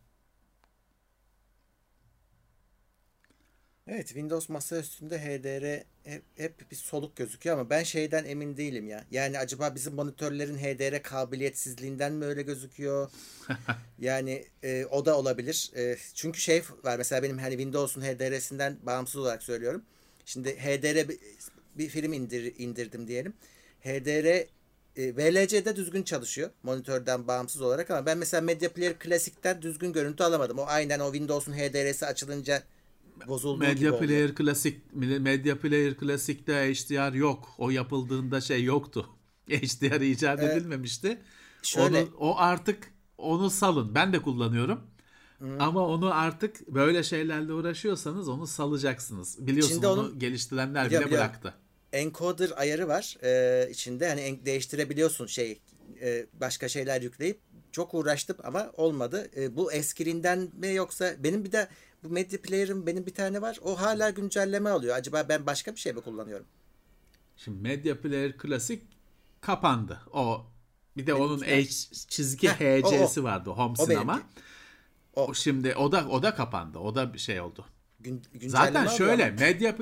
Evet, Windows masa üstünde HDR hep bir soluk gözüküyor ama ben şeyden emin değilim ya. Yani acaba bizim monitörlerin HDR kabiliyetsizliğinden mi öyle gözüküyor? Yani o da olabilir. Çünkü şey var mesela, benim hani Windows'un HDR'sinden bağımsız olarak söylüyorum. Şimdi HDR bir film indirdim diyelim. HDR VLC'de düzgün çalışıyor monitörden bağımsız olarak ama ben mesela Media Player Classic'ten düzgün görüntü alamadım. O aynen o Windows'un HDR'si açılınca bozulduğu gibi oluyor. Media Player Classic'te HDR yok. O yapıldığında şey yoktu. HDR icat Ee, edilmemişti. Şöyle, O artık, onu salın. Ben de kullanıyorum. hı, Ama onu artık böyle şeylerle uğraşıyorsanız onu salacaksınız. Biliyorsun, içinde onu onun, geliştirenler biliyorum bile biliyorum, bıraktı. encoder ayarı var içinde. Hani değiştirebiliyorsun başka şeyler yükleyip. Çok uğraştım ama olmadı. Bu eskinden mi, yoksa benim bir de bu Media Player'ım, benim bir tane var. O hala güncelleme alıyor. Acaba ben başka bir şey mi kullanıyorum? Şimdi Media Player Classic kapandı. O, bir de onun Benimkiler. çizgi Heh, o. HC'si vardı, Home O benimki. Cinema. O O. şimdi o da kapandı. O da bir şey oldu. Zaten Güncelleme alıyor şöyle ama.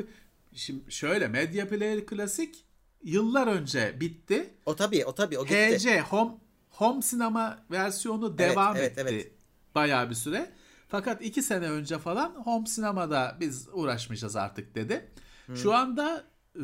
Media Player Classic yıllar önce bitti. O tabii, o tabii, o gitti. HC Home Cinema versiyonu Evet, devam evet, evet. etti bayağı bir süre. Fakat 2 sene önce falan Home Cinema'da biz uğraşmayacağız artık dedi. Hı, Şu anda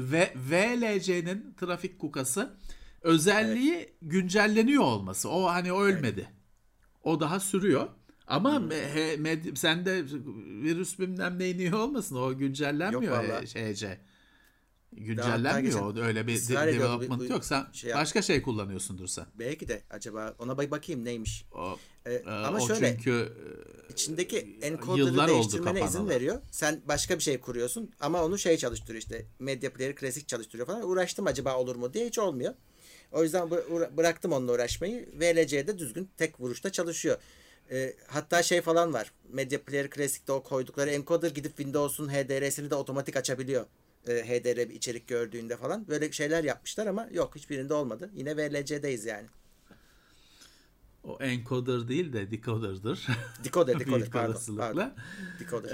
VLC'nin trafik kukası evet, özelliği güncelleniyor olması. O hani evet. ölmedi. O daha sürüyor. Ama Hı. sende virüs bilmem ne iniyor olmasın. O Yok güncellenmiyor valla. HC. Daha hatta Güncellenmiyor. geçen Öyle bir ısrar ediyordu development yok. Sen şey yap. başka şey kullanıyorsundur sen. Belki de acaba ona bakayım neymiş. O, Ama o şöyle, çünkü içindeki encoder'ı yıllar oldu değiştirmene izin kapanalı. veriyor. Sen başka bir şey kuruyorsun ama onu şey çalıştırıyor, işte Media Player Classic çalıştırıyor falan. Uğraştım acaba olur mu diye, hiç olmuyor. O yüzden bıraktım onunla uğraşmayı. VLC'de düzgün tek vuruşta çalışıyor. Hatta şey falan var. Media Player Classic'te o koydukları encoder gidip Windows'un HDR'sini de otomatik açabiliyor. HDR bir içerik gördüğünde falan. Böyle şeyler yapmışlar ama yok, hiçbirinde olmadı. Yine VLC'deyiz yani. O encoder değil de decoder'dır. Decoder Büyük pardon. olasılıkla. Decoder.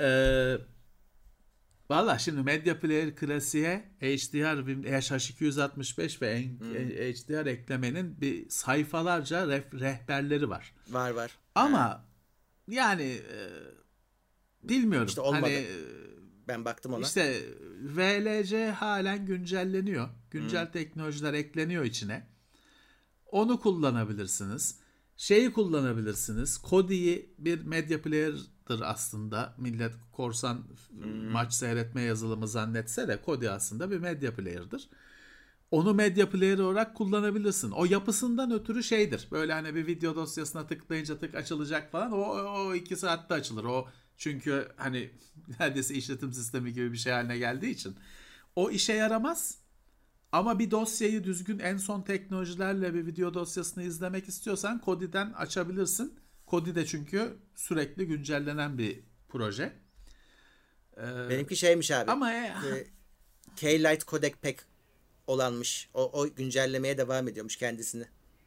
Valla şimdi Media Player klasiğe HDR, H265 ve HDR eklemenin bir sayfalarca rehberleri var. Var. Ama yani bilmiyorum. İşte olmadı. Hani ben baktım ona. İşte VLC halen güncelleniyor. Güncel teknolojiler ekleniyor içine. Onu kullanabilirsiniz. Şeyi kullanabilirsiniz. Kodi'yi bir medya player'dır aslında. Millet korsan maç seyretme yazılımı zannetse de Kodi aslında bir medya player'dır. Onu medya player olarak kullanabilirsin. O yapısından ötürü şeydir. Böyle hani bir video dosyasına tıklayınca tık açılacak falan. O 2 saatte açılır. O çünkü hani neredeyse işletim sistemi gibi bir şey haline geldiği için. O işe yaramaz. Ama bir dosyayı düzgün en son teknolojilerle bir video dosyasını izlemek istiyorsan Kodi'den açabilirsin. Kodi de çünkü sürekli güncellenen bir proje. Benimki şeymiş abi. Ama K-Lite Codec Pack olanmış. O güncellemeye devam ediyormuş kendisini.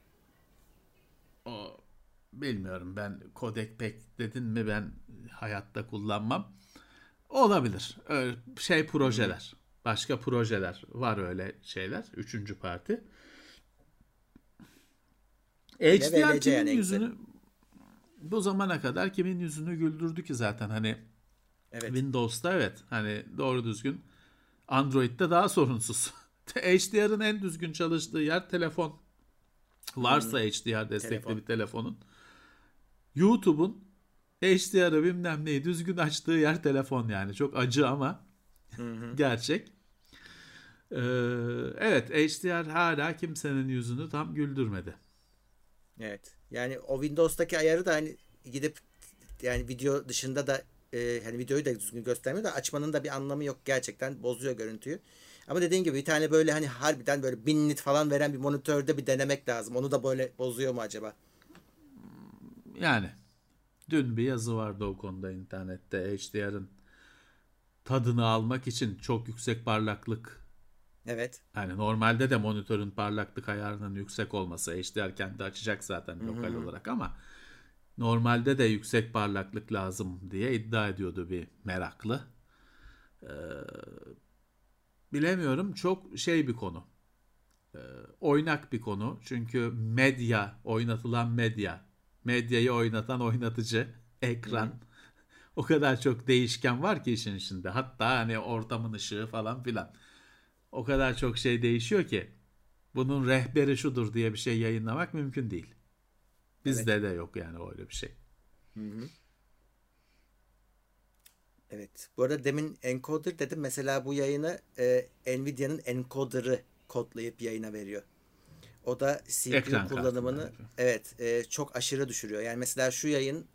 O bilmiyorum, ben Codec Pack dedin mi ben hayatta kullanmam. Olabilir. Öyle projeler. Başka projeler var öyle şeyler. Üçüncü parti. HDR kimin yani yüzünü bu zamana kadar kimin yüzünü güldürdü ki zaten hani Windows'ta evet hani doğru düzgün, Android'de daha sorunsuz. HDR'ın en düzgün çalıştığı yer telefon. Varsa HDR destekli bir telefonun. YouTube'un HDR'ı bilmem neyi düzgün açtığı yer telefon yani. Çok acı ama gerçek. Evet, HDR hala kimsenin yüzünü tam güldürmedi. Evet. Yani o Windows'taki ayarı da hani gidip yani video dışında da hani videoyu da düzgün göstermiyor da açmanın da bir anlamı yok. Gerçekten bozuyor görüntüyü. Ama dediğin gibi bir tane böyle hani harbiden böyle 1000 nit falan veren bir monitörde bir denemek lazım. Onu da böyle bozuyor mu acaba? Yani dün bir yazı vardı o konuda internette. HDR'ın tadını almak için çok yüksek parlaklık. Evet. Yani normalde de monitörün parlaklık ayarının yüksek olması, HDR kendi açacak zaten lokal olarak ama normalde de yüksek parlaklık lazım diye iddia ediyordu bir meraklı. Bilemiyorum, çok şey bir konu. Oynak bir konu. Çünkü oynatılan medyayı oynatan oynatıcı, ekran. O kadar çok değişken var ki işin içinde. Hatta hani ortamın ışığı falan filan. O kadar çok şey değişiyor ki bunun rehberi şudur diye bir şey yayınlamak mümkün değil. Bizde de yok yani öyle bir şey. Evet. Bu arada demin encoder dedim. Mesela bu yayını Nvidia'nın encoder'ı kodlayıp yayına veriyor. O da CPU Ekran kullanımını çok aşırı düşürüyor. Yani mesela şu yayın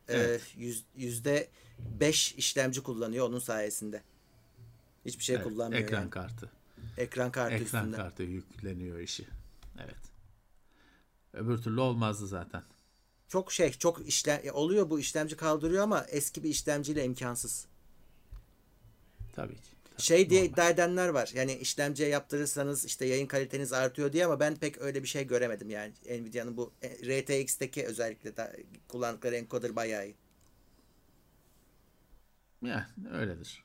%5 işlemci kullanıyor onun sayesinde. Hiçbir şey kullanmıyor ekran yani. kartı. Ekran kartı üstünde. Ekran kartı yükleniyor işi. Evet. Öbür türlü olmazdı zaten. Çok oluyor, bu işlemci kaldırıyor ama eski bir işlemciyle imkansız. Tabii ki. Diye iddia edenler var. Yani işlemciye yaptırırsanız işte yayın kaliteniz artıyor diye ama ben pek öyle bir şey göremedim yani. Nvidia'nın bu RTX'teki özellikle kullandıkları encoder bayağı iyi. Yani öyledir.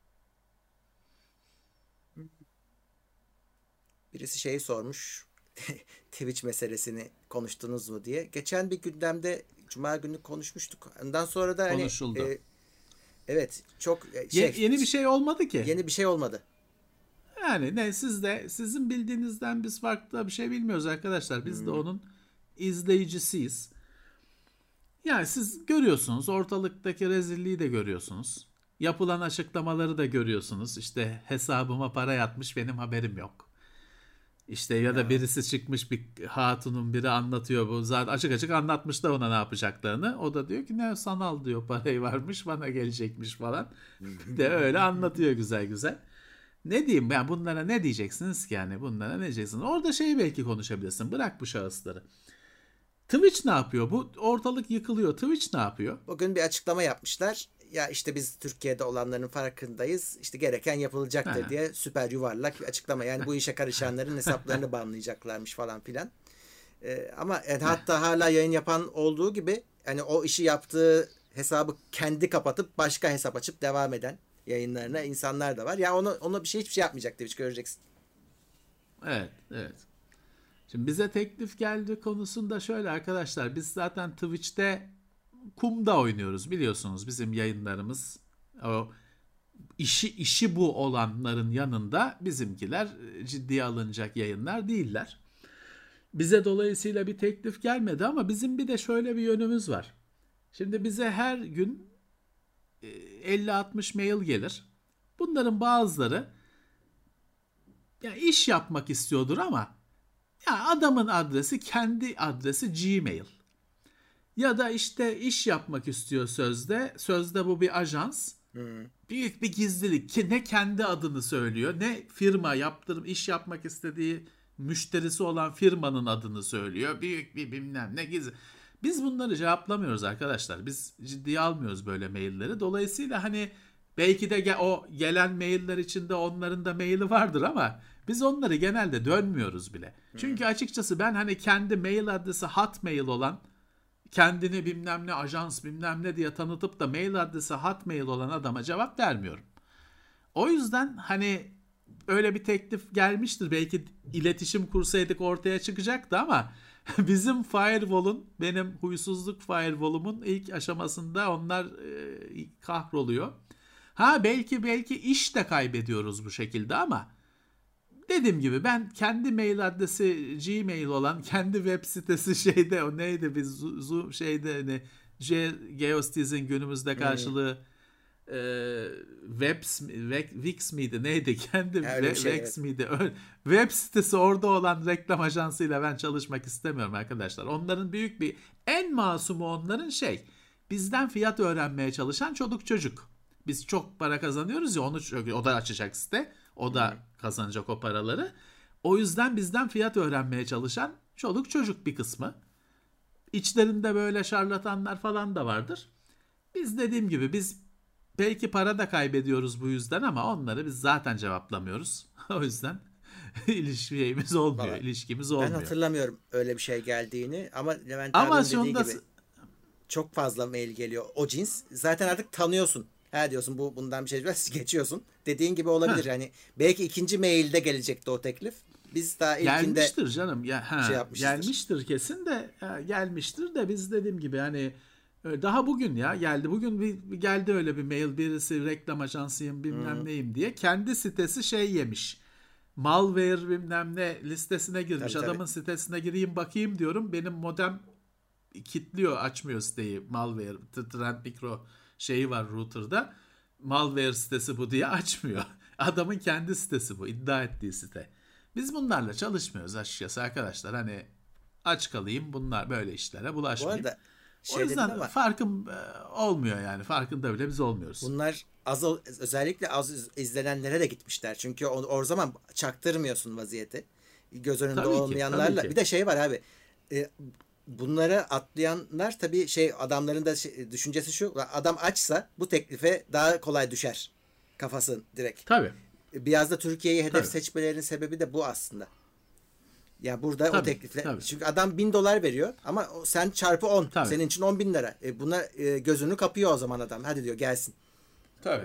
Birisi şeyi sormuş. Twitch meselesini konuştunuz mu diye. Geçen bir gündemde Cuma günü konuşmuştuk. Ondan sonra da konuşuldu. Evet, çok yeni bir şey olmadı ki. Yeni bir şey olmadı. Yani sizin bildiğinizden biz farklı bir şey bilmiyoruz arkadaşlar. Biz de onun izleyicisiyiz. Yani siz görüyorsunuz, ortalıktaki rezilliği de görüyorsunuz. Yapılan açıklamaları da görüyorsunuz. İşte hesabıma para yatmış, benim haberim yok. İşte ya da birisi çıkmış, bir hatunun biri anlatıyor, bu zaten açık açık anlatmış da ona ne yapacaklarını. O da diyor ki ne sanal diyor, parayı varmış bana gelecekmiş falan. De öyle anlatıyor güzel güzel. Ne diyeyim yani, bunlara ne diyeceksiniz ki yani, bunlara ne diyeceksiniz? Orada belki konuşabilirsin, bırak bu şahısları. Twitch ne yapıyor? Bu ortalık yıkılıyor. Twitch ne yapıyor? Bugün bir açıklama yapmışlar. Ya işte biz Türkiye'de olanların farkındayız. İşte gereken yapılacaktır diye süper yuvarlak bir açıklama. Yani bu işe karışanların hesaplarını banlayacaklarmış falan filan. Ama yani hatta hala yayın yapan olduğu gibi hani o işi yaptığı hesabı kendi kapatıp başka hesap açıp devam eden yayınlarına insanlar da var. Ya ona hiçbir şey yapmayacak Twitch, göreceksin. Evet, evet. Şimdi bize teklif geldi konusunda şöyle arkadaşlar, biz zaten Twitch'te kumda oynuyoruz biliyorsunuz, bizim yayınlarımız o işi bu olanların yanında bizimkiler ciddiye alınacak yayınlar değiller. Bize dolayısıyla bir teklif gelmedi ama bizim bir de şöyle bir yönümüz var. Şimdi bize her gün 50-60 mail gelir. Bunların bazıları ya iş yapmak istiyordur ama ya adamın adresi kendi adresi Gmail. Ya da işte iş yapmak istiyor sözde. Sözde bu bir ajans. Büyük bir gizlilik ki ne kendi adını söylüyor ne firma iş yapmak istediği müşterisi olan firmanın adını söylüyor. Büyük bir bilmem ne gizli. Biz bunları cevaplamıyoruz arkadaşlar. Biz ciddiye almıyoruz böyle mailleri. Dolayısıyla hani belki de o gelen mailler içinde onların da maili vardır ama biz onları genelde dönmüyoruz bile. Çünkü açıkçası ben hani kendi mail adresi Hotmail olan, kendini bilmem ne ajans bilmem ne diye tanıtıp da mail adresi Hotmail olan adama cevap vermiyorum. O yüzden hani öyle bir teklif gelmiştir. Belki iletişim kursaydık ortaya çıkacaktı ama bizim benim huysuzluk firewall'umun ilk aşamasında onlar kahroluyor. Belki iş de kaybediyoruz bu şekilde ama dediğim gibi ben kendi mail adresi Gmail olan kendi web sitesi o neydi biz Zoom ne Geostiz'in günümüzde karşılığı Wix miydi neydi kendi Wex miydi web sitesi, orada olan reklam ajansıyla ben çalışmak istemiyorum arkadaşlar. Onların en masumu onların bizden fiyat öğrenmeye çalışan çoluk çocuk. Biz çok para kazanıyoruz ya, o da açacak site, o da kazanacak o paraları. O yüzden bizden fiyat öğrenmeye çalışan çoluk çocuk bir kısmı. İçlerinde böyle şarlatanlar falan da vardır. Biz dediğim gibi belki para da kaybediyoruz bu yüzden ama onları biz zaten cevaplamıyoruz. O yüzden ilişkimiz olmuyor. İlişkimiz olmuyor. Ben hatırlamıyorum öyle bir şey geldiğini ama Levent abinin dediği gibi çok fazla mail geliyor o cins. Zaten artık tanıyorsun. Diyorsun bundan bir şey geçiyorsun. Dediğin gibi olabilir. Yani belki ikinci mailde gelecekti o teklif. Biz daha ilkinde gelmiştir canım. Gelmiştir kesin de gelmiştir de biz dediğim gibi hani daha bugün geldi. Bugün geldi öyle bir mail, birisi reklam ajansıyım bilmem neyim diye. Kendi sitesi yemiş. Malware bilmem ne listesine girmiş. Tabii. Adamın sitesine gireyim bakayım diyorum. Benim modem kilitliyor, açmıyor siteyi. Malware, Trend Micro var router'da. Malware sitesi bu diye açmıyor. Adamın kendi sitesi bu. İddia ettiği site. Biz bunlarla çalışmıyoruz açıkçası arkadaşlar. Hani aç kalayım, bunlar böyle işlere bulaşmayayım. Bu arada o yüzden farkım olmuyor yani. Farkında bile biz olmuyoruz. Bunlar özellikle az izlenenlere de gitmişler. Çünkü o zaman çaktırmıyorsun vaziyeti. Göz önünde olmayanlarla. Bir de var abi. Bunları atlayanlar tabii adamların da düşüncesi şu. Adam açsa bu teklife daha kolay düşer. Kafası direkt. Tabii. Biraz da Türkiye'yi hedef seçmelerinin sebebi de bu aslında. Ya burada o teklifle. Çünkü adam $1000 veriyor ama sen çarpı 10. Tabii. Senin için 10.000 lira. Buna gözünü kapıyor o zaman adam. Hadi diyor gelsin. Tabii.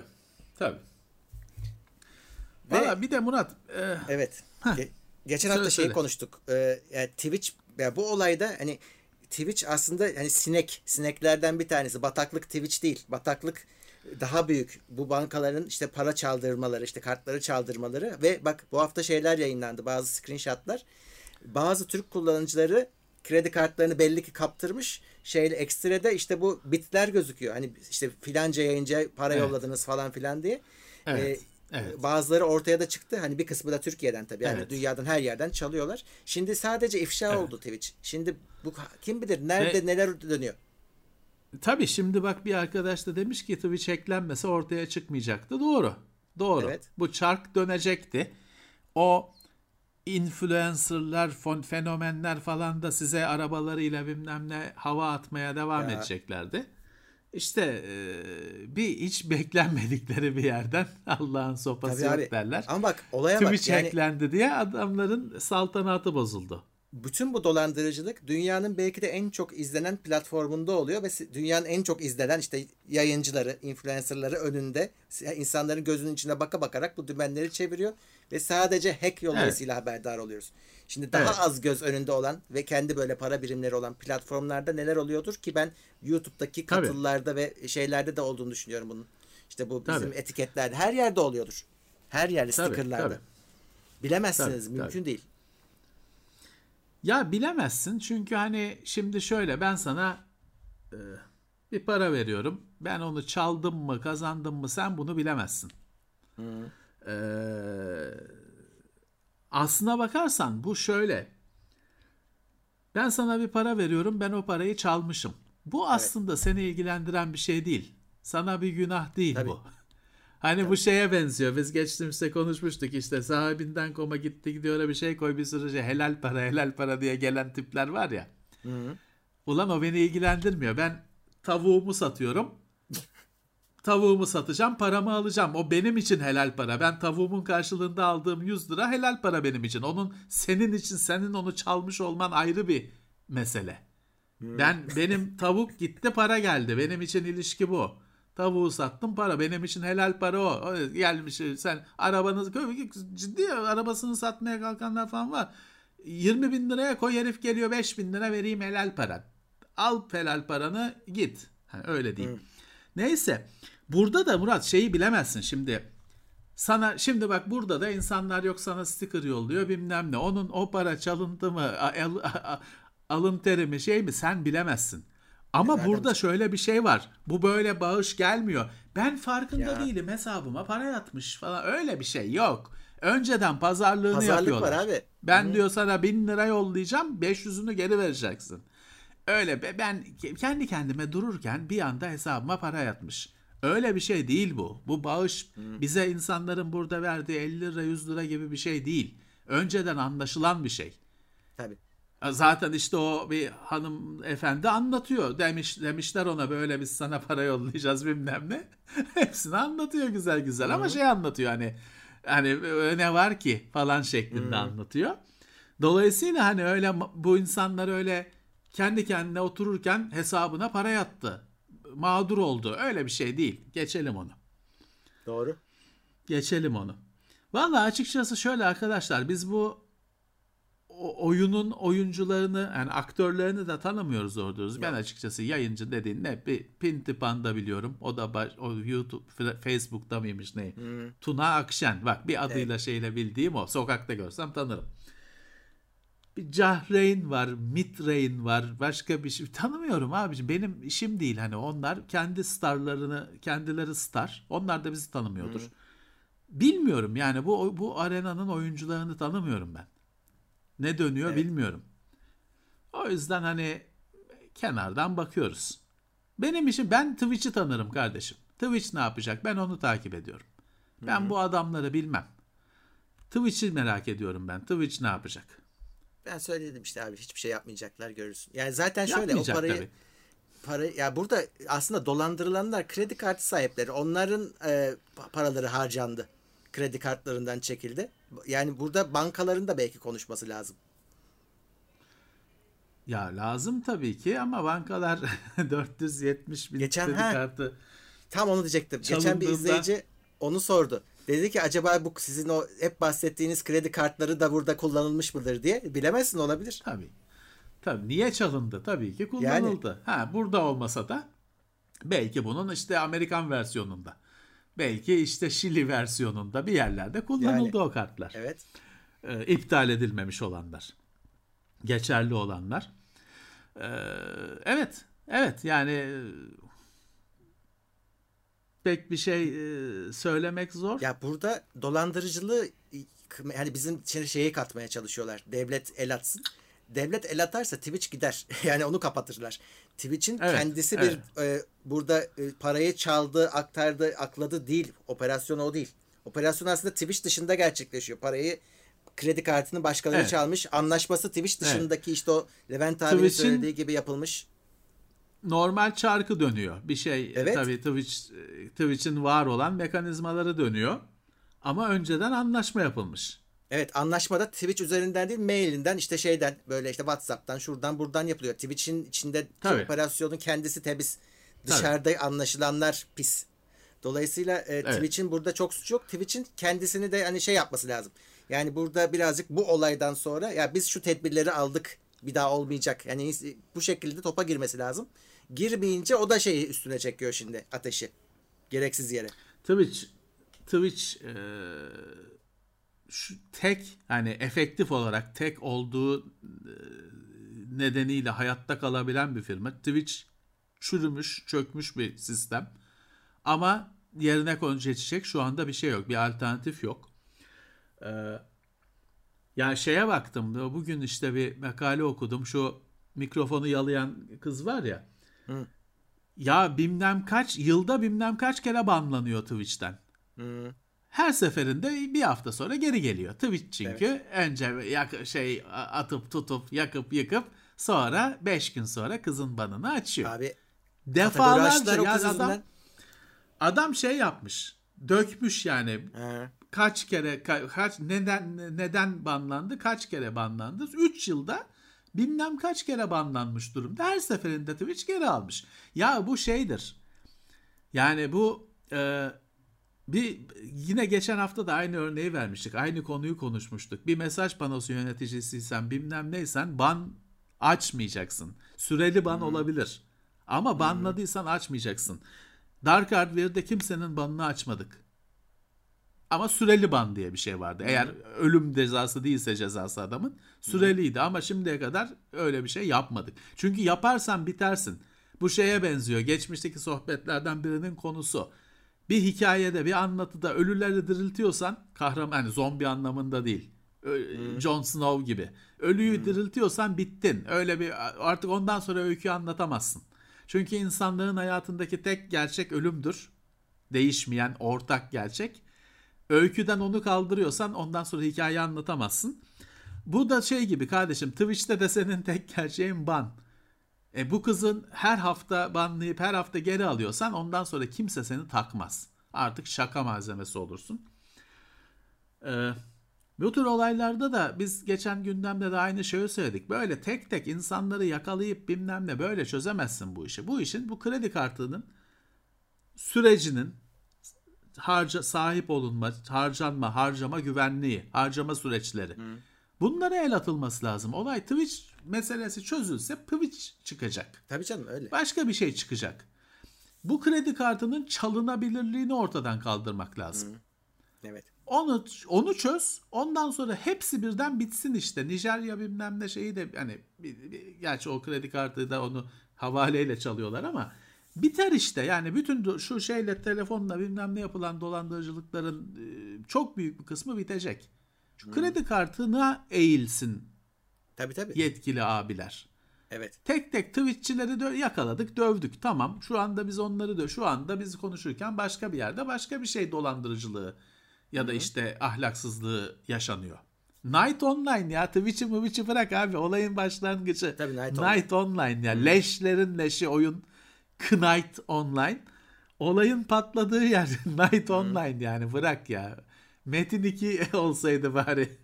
Valla bir de Murat. Evet. Geçen hafta konuştuk. Yani Twitch bu olayda hani Twitch aslında hani sineklerden bir tanesi. Bataklık Twitch değil. Bataklık daha büyük. Bu bankaların para çaldırmaları, kartları çaldırmaları ve bak bu hafta yayınlandı. Bazı screenshotlar. Bazı Türk kullanıcıları kredi kartlarını belli ki kaptırmış. Ekstrede bu bitler gözüküyor. Hani filanca yayınca para yolladınız falan filan diye. Evet. Bazıları ortaya da çıktı. Hani bir kısmı da Türkiye'den tabii. Yani dünyadan her yerden çalıyorlar. Şimdi sadece ifşa oldu Twitch. Şimdi bu kim bilir nerede neler dönüyor. Tabii şimdi bak bir arkadaş da demiş ki Twitch hacklenmese ortaya çıkmayacaktı. Doğru. Evet. Bu çark dönecekti. O influencerlar, fenomenler falan da size arabalarıyla bilmem ne hava atmaya devam Ya edeceklerdi. İşte bir hiç beklenmedikleri bir yerden Allah'ın sopası tabii yok abi. derler. Ama bak olaya bak. Twitch Yani hacklendi diye adamların saltanatı bozuldu. bütün bu dolandırıcılık dünyanın belki de en çok izlenen platformunda oluyor ve dünyanın en çok izlenen işte yayıncıları, influencerları önünde insanların gözünün içine bakarak bu dümenleri çeviriyor ve sadece hack Evet, dolayısıyla haberdar oluyoruz. Şimdi daha evet, az göz önünde olan ve kendi böyle para birimleri olan platformlarda neler oluyordur ki ben YouTube'daki tabii, katıllarda ve şeylerde de olduğunu düşünüyorum bunun. İşte bu tabii, bizim etiketlerde her yerde oluyordur. Her yerde tabii, tabii, stickerlarda. tabii, Bilemezsiniz, tabii. mümkün değil. Ya bilemezsin çünkü hani şimdi şöyle ben sana e, bir para veriyorum. Ben onu çaldım mı, kazandım mı sen bunu bilemezsin. Hı, Ee, aslına bakarsan bu şöyle. Ben sana bir para veriyorum, ben o parayı çalmışım. Bu evet. aslında seni ilgilendiren bir şey değil. Sana bir günah değil Tabii. bu. Hani bu Tabii. şeye benziyor. Biz geçtiğimizde konuşmuştuk işte sahibinden koma gitti gidiyor bir şey koy bir sürü şey helal para helal para diye gelen tipler var ya. Hı. Ulan o beni ilgilendirmiyor. Ben tavuğumu satıyorum. Tavuğumu satacağım, paramı alacağım. O benim için helal para. Ben tavuğumun karşılığında aldığım 100 lira helal para benim için. Onun senin için senin onu çalmış olman ayrı bir mesele. Hı. Benim tavuk gitti para geldi. Benim için ilişki bu. Tavuğu sattım para. Benim için helal para o. Gelmiş sen arabanızı ciddi arabasını satmaya kalkanlar falan var. 20 bin liraya koy herif geliyor 5 bin lira vereyim helal para. Al helal paranı git. Ha, öyle diyeyim. Hı. Neyse. Burada da Murat şeyi bilemezsin şimdi. Sana şimdi bak burada da insanlar yok sana sticker yolluyor bilmem ne. Onun o para çalıntı mı alın teri mi şey mi sen bilemezsin. Ama Nereden burada bilecek? şöyle bir şey var. Bu böyle bağış gelmiyor. Ben farkında Ya değilim hesabıma para yatmış falan öyle bir şey yok. Önceden pazarlığını pazarlık var yapıyorlar. abi. Ben Hı. diyor sana 1.000 lira yollayacağım 500'ünü geri vereceksin. Öyle ben kendi kendime dururken bir anda hesabıma para yatmış. Öyle bir şey değil bu. Bu bağış Hı. bize insanların burada verdiği 50 lira 100 lira gibi bir şey değil. Önceden anlaşılan bir şey. Tabii. Zaten işte o bir hanım efendi anlatıyor. Demişler ona böyle biz sana para yollayacağız bilmem ne. Hepsini anlatıyor güzel güzel ama Hı. şey anlatıyor hani ne var ki falan şeklinde Hı. anlatıyor. Dolayısıyla hani öyle bu insanlar öyle kendi kendine otururken hesabına para yattı. Mağdur oldu. Öyle bir şey değil. Geçelim onu. Doğru. Geçelim onu. Vallahi açıkçası şöyle arkadaşlar biz bu oyunun oyuncularını yani aktörlerini de tanımıyoruz doğru düz. Ben Yok. açıkçası yayıncı dediğin ne bir Pinti Panda biliyorum. O da o YouTube Facebook'ta mıymış ne? Hı. Tuna Akşen. Bak bir Evet. adıyla şeyle bildiğim o. Sokakta görsem tanırım. Bir Cahreyn var, Mitreyn var. Başka bir şey tanımıyorum abiciğim. Benim işim değil hani onlar kendi starlarını kendileri star. Onlar da bizi tanımıyordur. Hı. Bilmiyorum yani bu arenanın oyuncularını tanımıyorum ben. Ne dönüyor Evet. bilmiyorum. O yüzden hani kenardan bakıyoruz. Benim işim ben Twitch'i tanırım kardeşim. Twitch ne yapacak? Ben onu takip ediyorum. Hı Ben hı. bu adamları bilmem. Twitch'i merak ediyorum ben. Twitch ne yapacak? Ben söyledim işte abi hiçbir şey yapmayacaklar görürsün. Yani zaten şöyle o Yapmayacak parayı tabii. ya burada aslında dolandırılanlar kredi kartı sahipleri. Onların paraları harcandı. Kredi kartlarından çekildi. Yani burada bankaların da belki konuşması lazım. Ya lazım tabii ki ama bankalar 470 bin Geçen kredi kartı tam onu diyecektim. Geçen bir çalındığında izleyici onu sordu. Dedi ki acaba bu sizin o hep bahsettiğiniz kredi kartları da burada kullanılmış mıdır diye. Bilemezsin olabilir. tabii. Tabii niye çalındı? Tabii ki Yani kullanıldı. Ha burada olmasa da belki bunun işte Amerikan versiyonunda. Belki işte Şili versiyonunda bir yerlerde yani kullanıldı o kartlar. evet. İptal edilmemiş olanlar. Geçerli olanlar. Ee, evet. Evet yani pek bir şey söylemek zor. Ya burada dolandırıcılığı yani bizim şeye katmaya çalışıyorlar. Devlet el atsın. Devlet el atarsa Twitch gider. Yani onu kapatırlar. Twitch'in Evet. kendisi bir Evet. burada parayı çaldı, aktardı, akladı değil. Operasyon o değil. Operasyon aslında Twitch dışında gerçekleşiyor. Parayı kredi kartını başkaları Evet. çalmış. Anlaşması Twitch dışındaki işte o Levent abinin Twitch'in söylediği gibi yapılmış. normal çarkı dönüyor. Bir şey Evet. tabii Twitch'in var olan mekanizmaları dönüyor. Ama önceden anlaşma yapılmış. Evet, anlaşmada Twitch üzerinden değil, mailinden, işte şeyden, böyle işte WhatsApp'tan, şuradan buradan yapılıyor. Twitch'in içindeki Tabii. operasyonun kendisi temiz. Tabii. Dışarıda anlaşılanlar pis. Dolayısıyla Evet. Twitch'in burada çok suçu yok. Twitch'in kendisini de hani şey yapması lazım. Yani burada birazcık bu olaydan sonra ya biz şu tedbirleri aldık, bir daha olmayacak. Yani bu şekilde topa girmesi lazım. Girmeyince o da şeyi üstüne çekiyor şimdi, ateşi. Gereksiz yere. Twitch şu tek, hani efektif olarak tek olduğu nedeniyle hayatta kalabilen bir firma. Twitch çürümüş, çökmüş bir sistem. Ama yerine konacak şu anda bir şey yok. Bir alternatif yok. Yani şeye baktım. Bugün işte bir makale okudum. Şu mikrofonu yalayan kız var ya. Hı. Ya yılda bilmem kaç kere banlanıyor Twitch'ten. Hı. Her seferinde bir hafta sonra geri geliyor. Twitch çünkü önce atıp tutup yakıp yıkıp sonra 5 gün sonra kızın banını açıyor. Abi Defalarca o ya kız yüzünden. adam şey yapmış. Dökmüş yani. He. Kaç kere neden banlandı? Kaç kere banlandı? 3 yılda bilmem kaç kere banlanmış durumda. Her seferinde Twitch geri almış. Ya bu şeydir. Yani bu yine geçen hafta da aynı örneği vermiştik. Aynı konuyu konuşmuştuk. Bir mesaj panosu yöneticisiysen bilmem neysen ban açmayacaksın. Süreli ban olabilir. Ama banladıysan açmayacaksın. Dark Hardware'de kimsenin banını açmadık. Ama süreli ban diye bir şey vardı. Eğer ölüm cezası değilse cezası adamın süreliydi. Ama şimdiye kadar öyle bir şey yapmadık. Çünkü yaparsan bitersin. Bu şeye benziyor. Geçmişteki sohbetlerden birinin konusu. Bir hikayede, bir anlatıda ölüleri diriltiyorsan, kahraman, yani zombi anlamında değil. Jon Snow gibi. Ölüyü diriltiyorsan bittin. Öyle bir artık ondan sonra öykü anlatamazsın. Çünkü insanlığın hayatındaki tek gerçek ölümdür. Değişmeyen ortak gerçek. Öyküden onu kaldırıyorsan ondan sonra hikaye anlatamazsın. Bu da şey gibi kardeşim, Twitch'te de senin tek gerçeğin ban. Bu kızın her hafta banlayıp her hafta geri alıyorsan ondan sonra kimse seni takmaz. Artık şaka malzemesi olursun. Bu tür olaylarda da biz geçen gündemde de aynı şeyi söyledik. Böyle tek tek insanları yakalayıp bilmem ne böyle çözemezsin bu işi. Bu işin, bu kredi kartının sürecinin sahip olunma, harcama güvenliği, harcama süreçleri. Bunlara el atılması lazım. Olay Twitch meselesi çözülse Twitch çıkacak. Tabii canım, öyle. Başka bir şey çıkacak. Bu kredi kartının çalınabilirliğini ortadan kaldırmak lazım. Evet. Onu çöz. Ondan sonra hepsi birden bitsin işte. Nijerya bilmem ne şeyi de hani gerçi o kredi kartı da onu havaleyle çalıyorlar ama biter işte. Yani bütün şu şeyle, telefonla bilmem ne yapılan dolandırıcılıkların çok büyük bir kısmı bitecek. Şu kredi kartına eğilsin Tabii. yetkili abiler. Evet. Tek tek Twitch'çileri yakaladık, dövdük. Tamam. Şu anda biz onları şu anda biz konuşurken başka bir yerde başka bir şey dolandırıcılığı ya da işte ahlaksızlığı yaşanıyor. Night Online ya, Twitch'i bırak abi, olayın başlangıcı. Tabii, Night Online ya, leşlerin leşi oyun Knight Online. Olayın patladığı yer Night Online yani, bırak ya. Metin 2 olsaydı bari.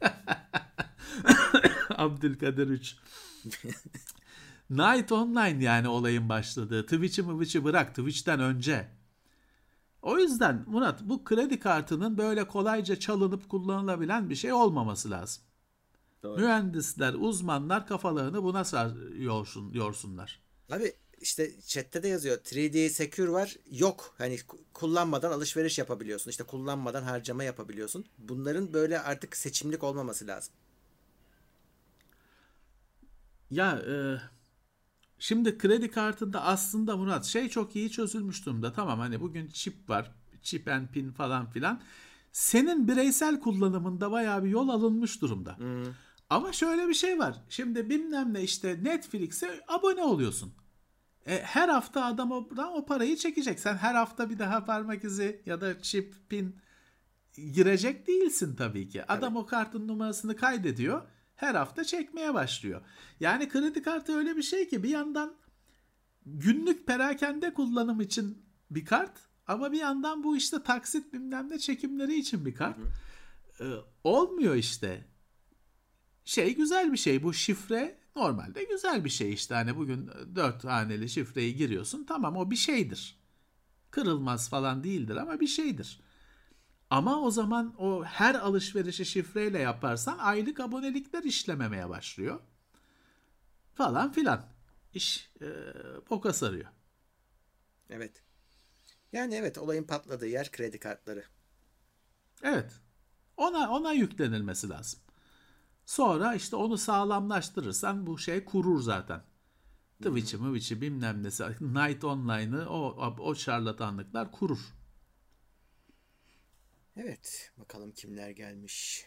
Abdülkadir 3. Night Online yani olayın başladığı. Twitch'i bırak, Twitch'ten önce. O yüzden Murat, bu kredi kartının böyle kolayca çalınıp kullanılabilen bir şey olmaması lazım. Doğru. Mühendisler, uzmanlar kafalarını buna yorsunlar. Abi işte chatte de yazıyor. 3D Secure var. Yok. Hani kullanmadan alışveriş yapabiliyorsun. İşte kullanmadan harcama yapabiliyorsun. Bunların böyle artık seçimlik olmaması lazım. Ya şimdi kredi kartında aslında Murat şey çok iyi çözülmüş durumda. Tamam, hani bugün çip var. Chip and pin falan filan. Senin bireysel kullanımında bayağı bir yol alınmış durumda. Ama şöyle bir şey var. Şimdi bilmem ne işte Netflix'e abone oluyorsun. Her hafta adam o parayı çekecek. Sen her hafta bir daha parmak izi ya da chip, pin girecek değilsin tabii ki. Adam o kartın numarasını kaydediyor. Her hafta çekmeye başlıyor. Yani kredi kartı öyle bir şey ki bir yandan günlük perakende kullanım için bir kart ama bir yandan bu işte taksit bilmem ne çekimleri için bir kart. Olmuyor işte. Güzel bir şey. Bu şifre normalde güzel bir şey işte. Hani bugün 4 haneli şifreyi giriyorsun. Tamam, o bir şeydir. Kırılmaz falan değildir ama bir şeydir. Ama o zaman o her alışverişi şifreyle yaparsan aylık abonelikler işlememeye başlıyor. Falan filan. İş boka sarıyor. Evet. Yani evet, olayın patladığı yer kredi kartları. Evet. Ona yüklenilmesi lazım. Sonra işte onu sağlamlaştırırsan bu şey kurur zaten. Twitch'i bilmem nesi, Night Online'ı o şarlatanlıklar kurur. Evet. Bakalım kimler gelmiş.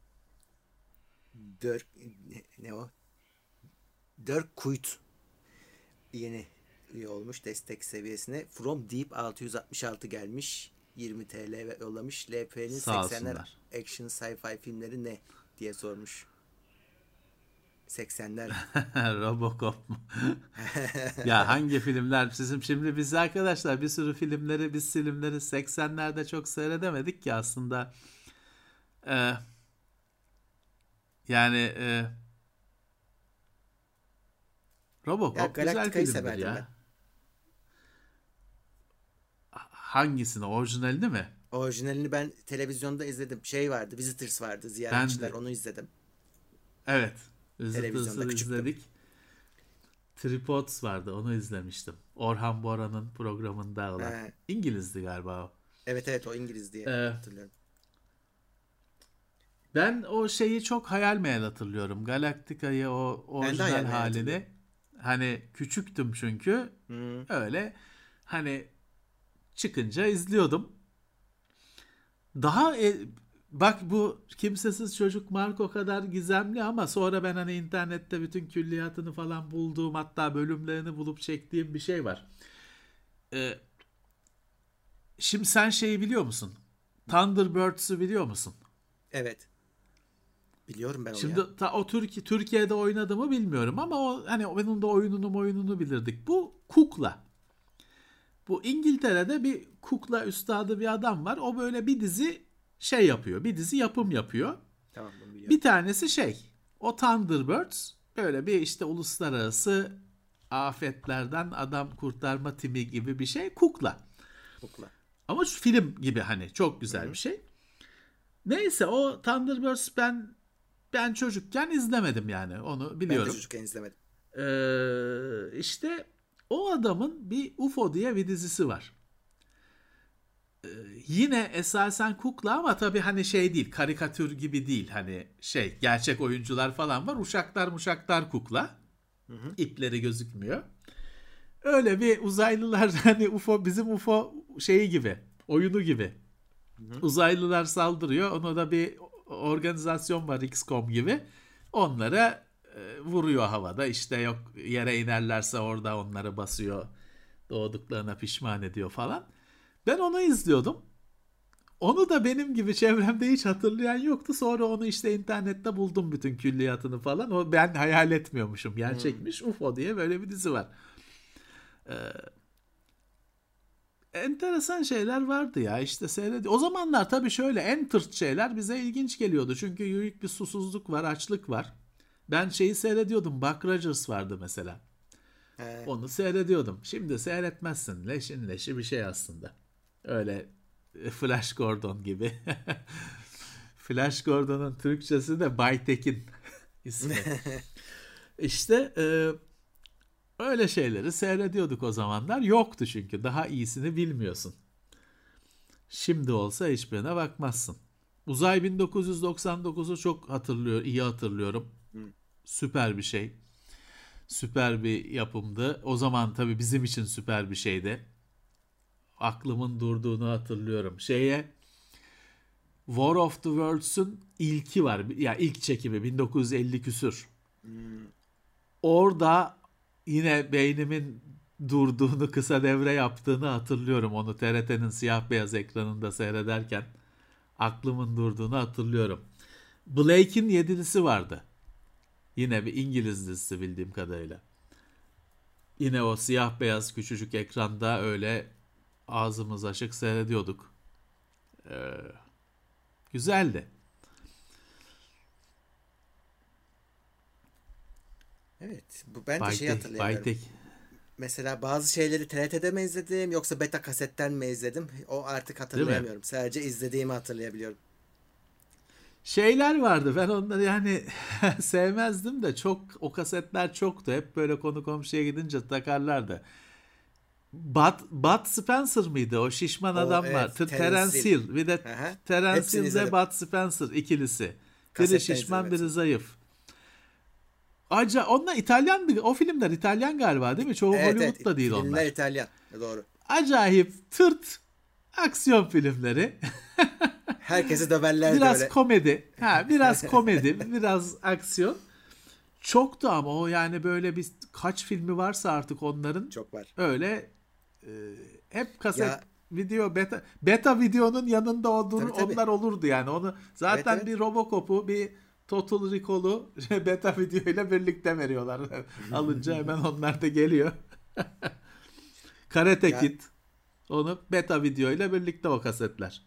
Dirk, ne o? Dirk Kuyt yeni üye olmuş destek seviyesine. From Deep 666 gelmiş. 20 TL ve yollamış. LP'nin Sağ 80'ler olsunlar. action sci-fi filmleri ne diye sormuş. 80'ler mi? Robocop mu? Ya hangi filmler? Şimdi biz arkadaşlar bir sürü filmleri 80'lerde çok seyredemedik ki aslında. Ee, yani Ya Robocop güzel Galactica'yı filmdir severdim ben. ya. Hangisini? Orijinalini mi? Orijinalini ben televizyonda izledim. Şey vardı, Visitors vardı, Ben ziyaretçiler, de. onu izledim. Evet. Televizyonda Visitors'ı küçüktüm. izledik. Tripods vardı. Onu izlemiştim. Orhan Boran'ın programında olan. Ha, İngilizdi galiba o. evet evet, o İngiliz diye Ee, hatırlıyorum. Ben o şeyi çok hayal meyal hatırlıyorum. Galactica'yı, o Ben de hayal orijinal meyal hatırlıyorum. halini. Hani küçüktüm çünkü. Hı, Öyle hani çıkınca izliyordum. Daha bak, bu Kimsesiz Çocuk Marco kadar gizemli ama sonra ben hani internette bütün külliyatını falan bulduğum, hatta bölümlerini bulup çektiğim bir şey var. Ee, Şimdi sen şeyi biliyor musun? Thunderbirds'ü biliyor musun? evet. Biliyorum ben onu ya. Şimdi o Türkiye'de oynadı mı bilmiyorum ama o hani onun da oyununu bilirdik. Bu kukla. Bu İngiltere'de bir kukla üstadı bir adam var. O böyle bir dizi şey yapıyor. Bir dizi yapım yapıyor. Tamam, bunu biliyorum. Bir tanesi o Thunderbirds böyle bir işte uluslararası afetlerden adam kurtarma timi gibi bir şey, kukla. Kukla. Ama şu film gibi hani çok Hı güzel hı. bir şey. Neyse, o Thunderbirds ben çocukken izlemedim, yani onu Ben de biliyorum. çocukken izlemedim. İşte o adamın bir UFO diye bir dizisi var. Yine esasen kukla ama tabii hani şey değil, karikatür gibi değil, hani gerçek oyuncular falan var, uşaklar kukla, Hı hı. ipleri gözükmüyor. Öyle bir uzaylılar hani bizim UFO şeyi gibi, oyunu gibi. Hı hı. Uzaylılar saldırıyor, ona da bir organizasyon var, XCOM gibi, onlara vuruyor havada, işte yok yere inerlerse orada onları basıyor, doğduklarına pişman ediyor falan. Ben onu izliyordum. Onu da benim gibi çevremde hiç hatırlayan yoktu. Sonra onu işte internette buldum, bütün külliyatını falan. O, ben hayal etmiyormuşum. Hı. Gerçekmiş. UFO diye böyle bir dizi var. Enteresan şeyler vardı ya, işte O zamanlar tabii şöyle en tırt şeyler bize ilginç geliyordu. Çünkü büyük bir susuzluk var, açlık var. Ben şeyi seyrediyordum. Buck Rogers vardı mesela. He. Onu seyrediyordum. Şimdi seyretmezsin. Leşin leşi bir şey aslında. Öyle Flash Gordon gibi. Flash Gordon'un Türkçesi de Baytekin ismi. İşte öyle şeyleri seyrediyorduk o zamanlar. Yoktu çünkü. Daha iyisini bilmiyorsun. Şimdi olsa hiçbirine bakmazsın. Uzay 1999'u çok iyi hatırlıyorum. Hı. Süper bir şey. Süper bir yapımdı. O zaman tabii bizim için süper bir şeydi. Aklımın durduğunu hatırlıyorum. War of the Worlds'ün ilki var. Ya ilk çekimi 1950 küsür. Hı. Orada yine beynimin durduğunu, kısa devre yaptığını hatırlıyorum. Onu TRT'nin siyah beyaz ekranında seyrederken. aklımın durduğunu hatırlıyorum. Blake'in Yedilisi vardı. Yine bir İngiliz dizisi bildiğim kadarıyla. Yine o siyah beyaz küçücük ekranda öyle ağzımız açık seyrediyorduk. Güzeldi. Evet. Ben de şeyi hatırlayamıyorum. Baytek. Mesela bazı şeyleri TRT'de mi izledim yoksa beta kasetten mi izledim? O artık hatırlayamıyorum. Sadece izlediğimi hatırlayabiliyorum. Şeyler vardı. Ben onları yani sevmezdim de çok o kasetler çoktu. Hep böyle konu komşuya gidince takarlardı. Bud Spencer mıydı? O şişman adam Evet, var. Terence Terence Hill. Hill. Bir de Aha. Terence Hepsini Hill ve izledim. Bud Spencer ikilisi. Biri Kasetten şişman, izledim biri zayıf. Onlar İtalyan, o filmler İtalyan galiba değil mi? Çoğu Evet, Hollywood'da değil filmler onlar. İtalyan. Doğru. Acayip tırt aksiyon filmleri. Herkesi döverlerdi Biraz öyle. komedi. Biraz komedi, biraz aksiyon. Çoktu ama o yani böyle bir kaç filmi varsa artık onların Çok var. öyle hep kaset Ya, video beta videonun yanında tabii. onlar olurdu yani. Onu zaten Evet. bir Robocop'u bir Total Recall'u beta video ile birlikte veriyorlar. Alınca hemen onlar da geliyor. Karate Ya, Kid onu beta video ile birlikte o kasetler.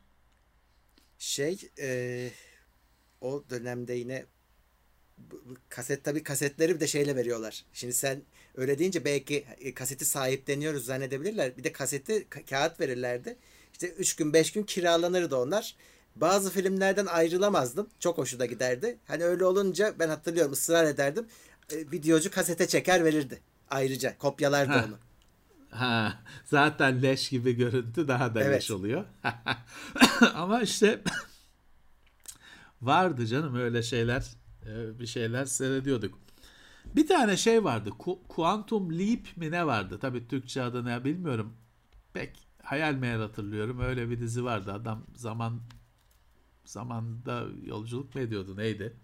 o dönemde yine tabii kasetleri bir de şeyle veriyorlar. Şimdi sen öyle deyince belki kaseti sahipleniyoruz zannedebilirler. Bir de kaseti kağıt verirlerdi. İşte 3 gün 5 gün kiralanırdı onlar. Bazı filmlerden ayrılamazdım. Çok hoşuna giderdi. Hani öyle olunca ben hatırlıyorum, ısrar ederdim. Videocu kasete çeker verirdi. Ayrıca kopyalardı onu. Zaten leş gibi görüntü daha da leş Evet. oluyor. Ama işte vardı canım öyle şeyler. Bir şeyler seyrediyorduk. Bir tane şey vardı. Quantum Leap mi ne vardı? Tabii Türkçe adı ne bilmiyorum. Pek hayal meyal hatırlıyorum. Öyle bir dizi vardı. Adam zamanda yolculuk mu ediyordu? Neydi?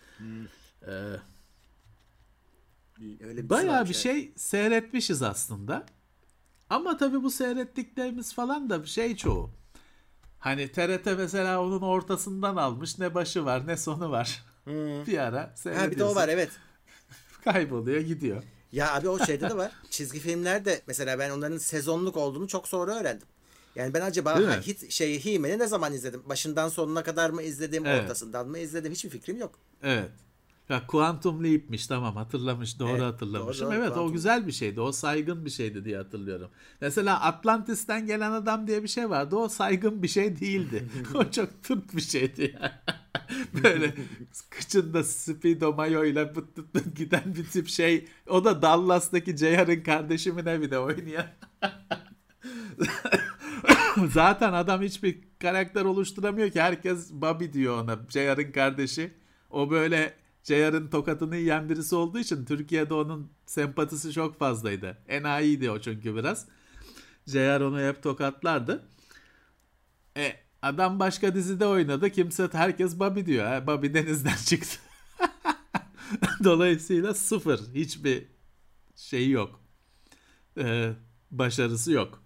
Öyle bir dizi Bayağı varmış, bir evet. şey seyretmişiz aslında. Ama tabii bu seyrettiklerimiz falan da şey çoğu. Hani TRT mesela onun ortasından almış. Ne başı var ne sonu var. Bir ara Ha, bir de o seyrediyorsun. var, evet. Kayboluyor gidiyor. Ya abi, o şeyde de var. Çizgi filmlerde mesela ben onların sezonluk olduğunu çok sonra öğrendim. Yani ben acaba Değil mi? He-Man'i ne zaman izledim? Başından sonuna kadar mı izledim, Evet. ortasından mı izledim? Hiçbir fikrim yok. Evet. Ya Quantum Leap'miş, tamam, hatırlamış, doğru Evet, hatırlamışım. doğru, Evet, o Quantum. güzel bir şeydi. O saygın bir şeydi diye hatırlıyorum. Mesela Atlantis'ten gelen adam diye bir şey vardı. O saygın bir şey değildi. O çok tırt bir şeydi yani. Böyle kıçında Speedo mayoyla bıt bıt bıt giden bir tip şey. O da Dallas'taki JR'ın kardeşimin evine oynayan. Zaten adam hiçbir karakter oluşturamıyor ki. Herkes Bobby diyor ona. JR'ın kardeşi. O böyle JR'ın tokatını yiyen birisi olduğu için Türkiye'de onun sempatisi çok fazlaydı. Enayiydi o çünkü biraz. JR onu hep tokatlardı. Adam başka dizide oynadı. Herkes Bobby diyor. Bobby denizden çıktı. Dolayısıyla sıfır. Hiçbir şeyi yok. Başarısı yok.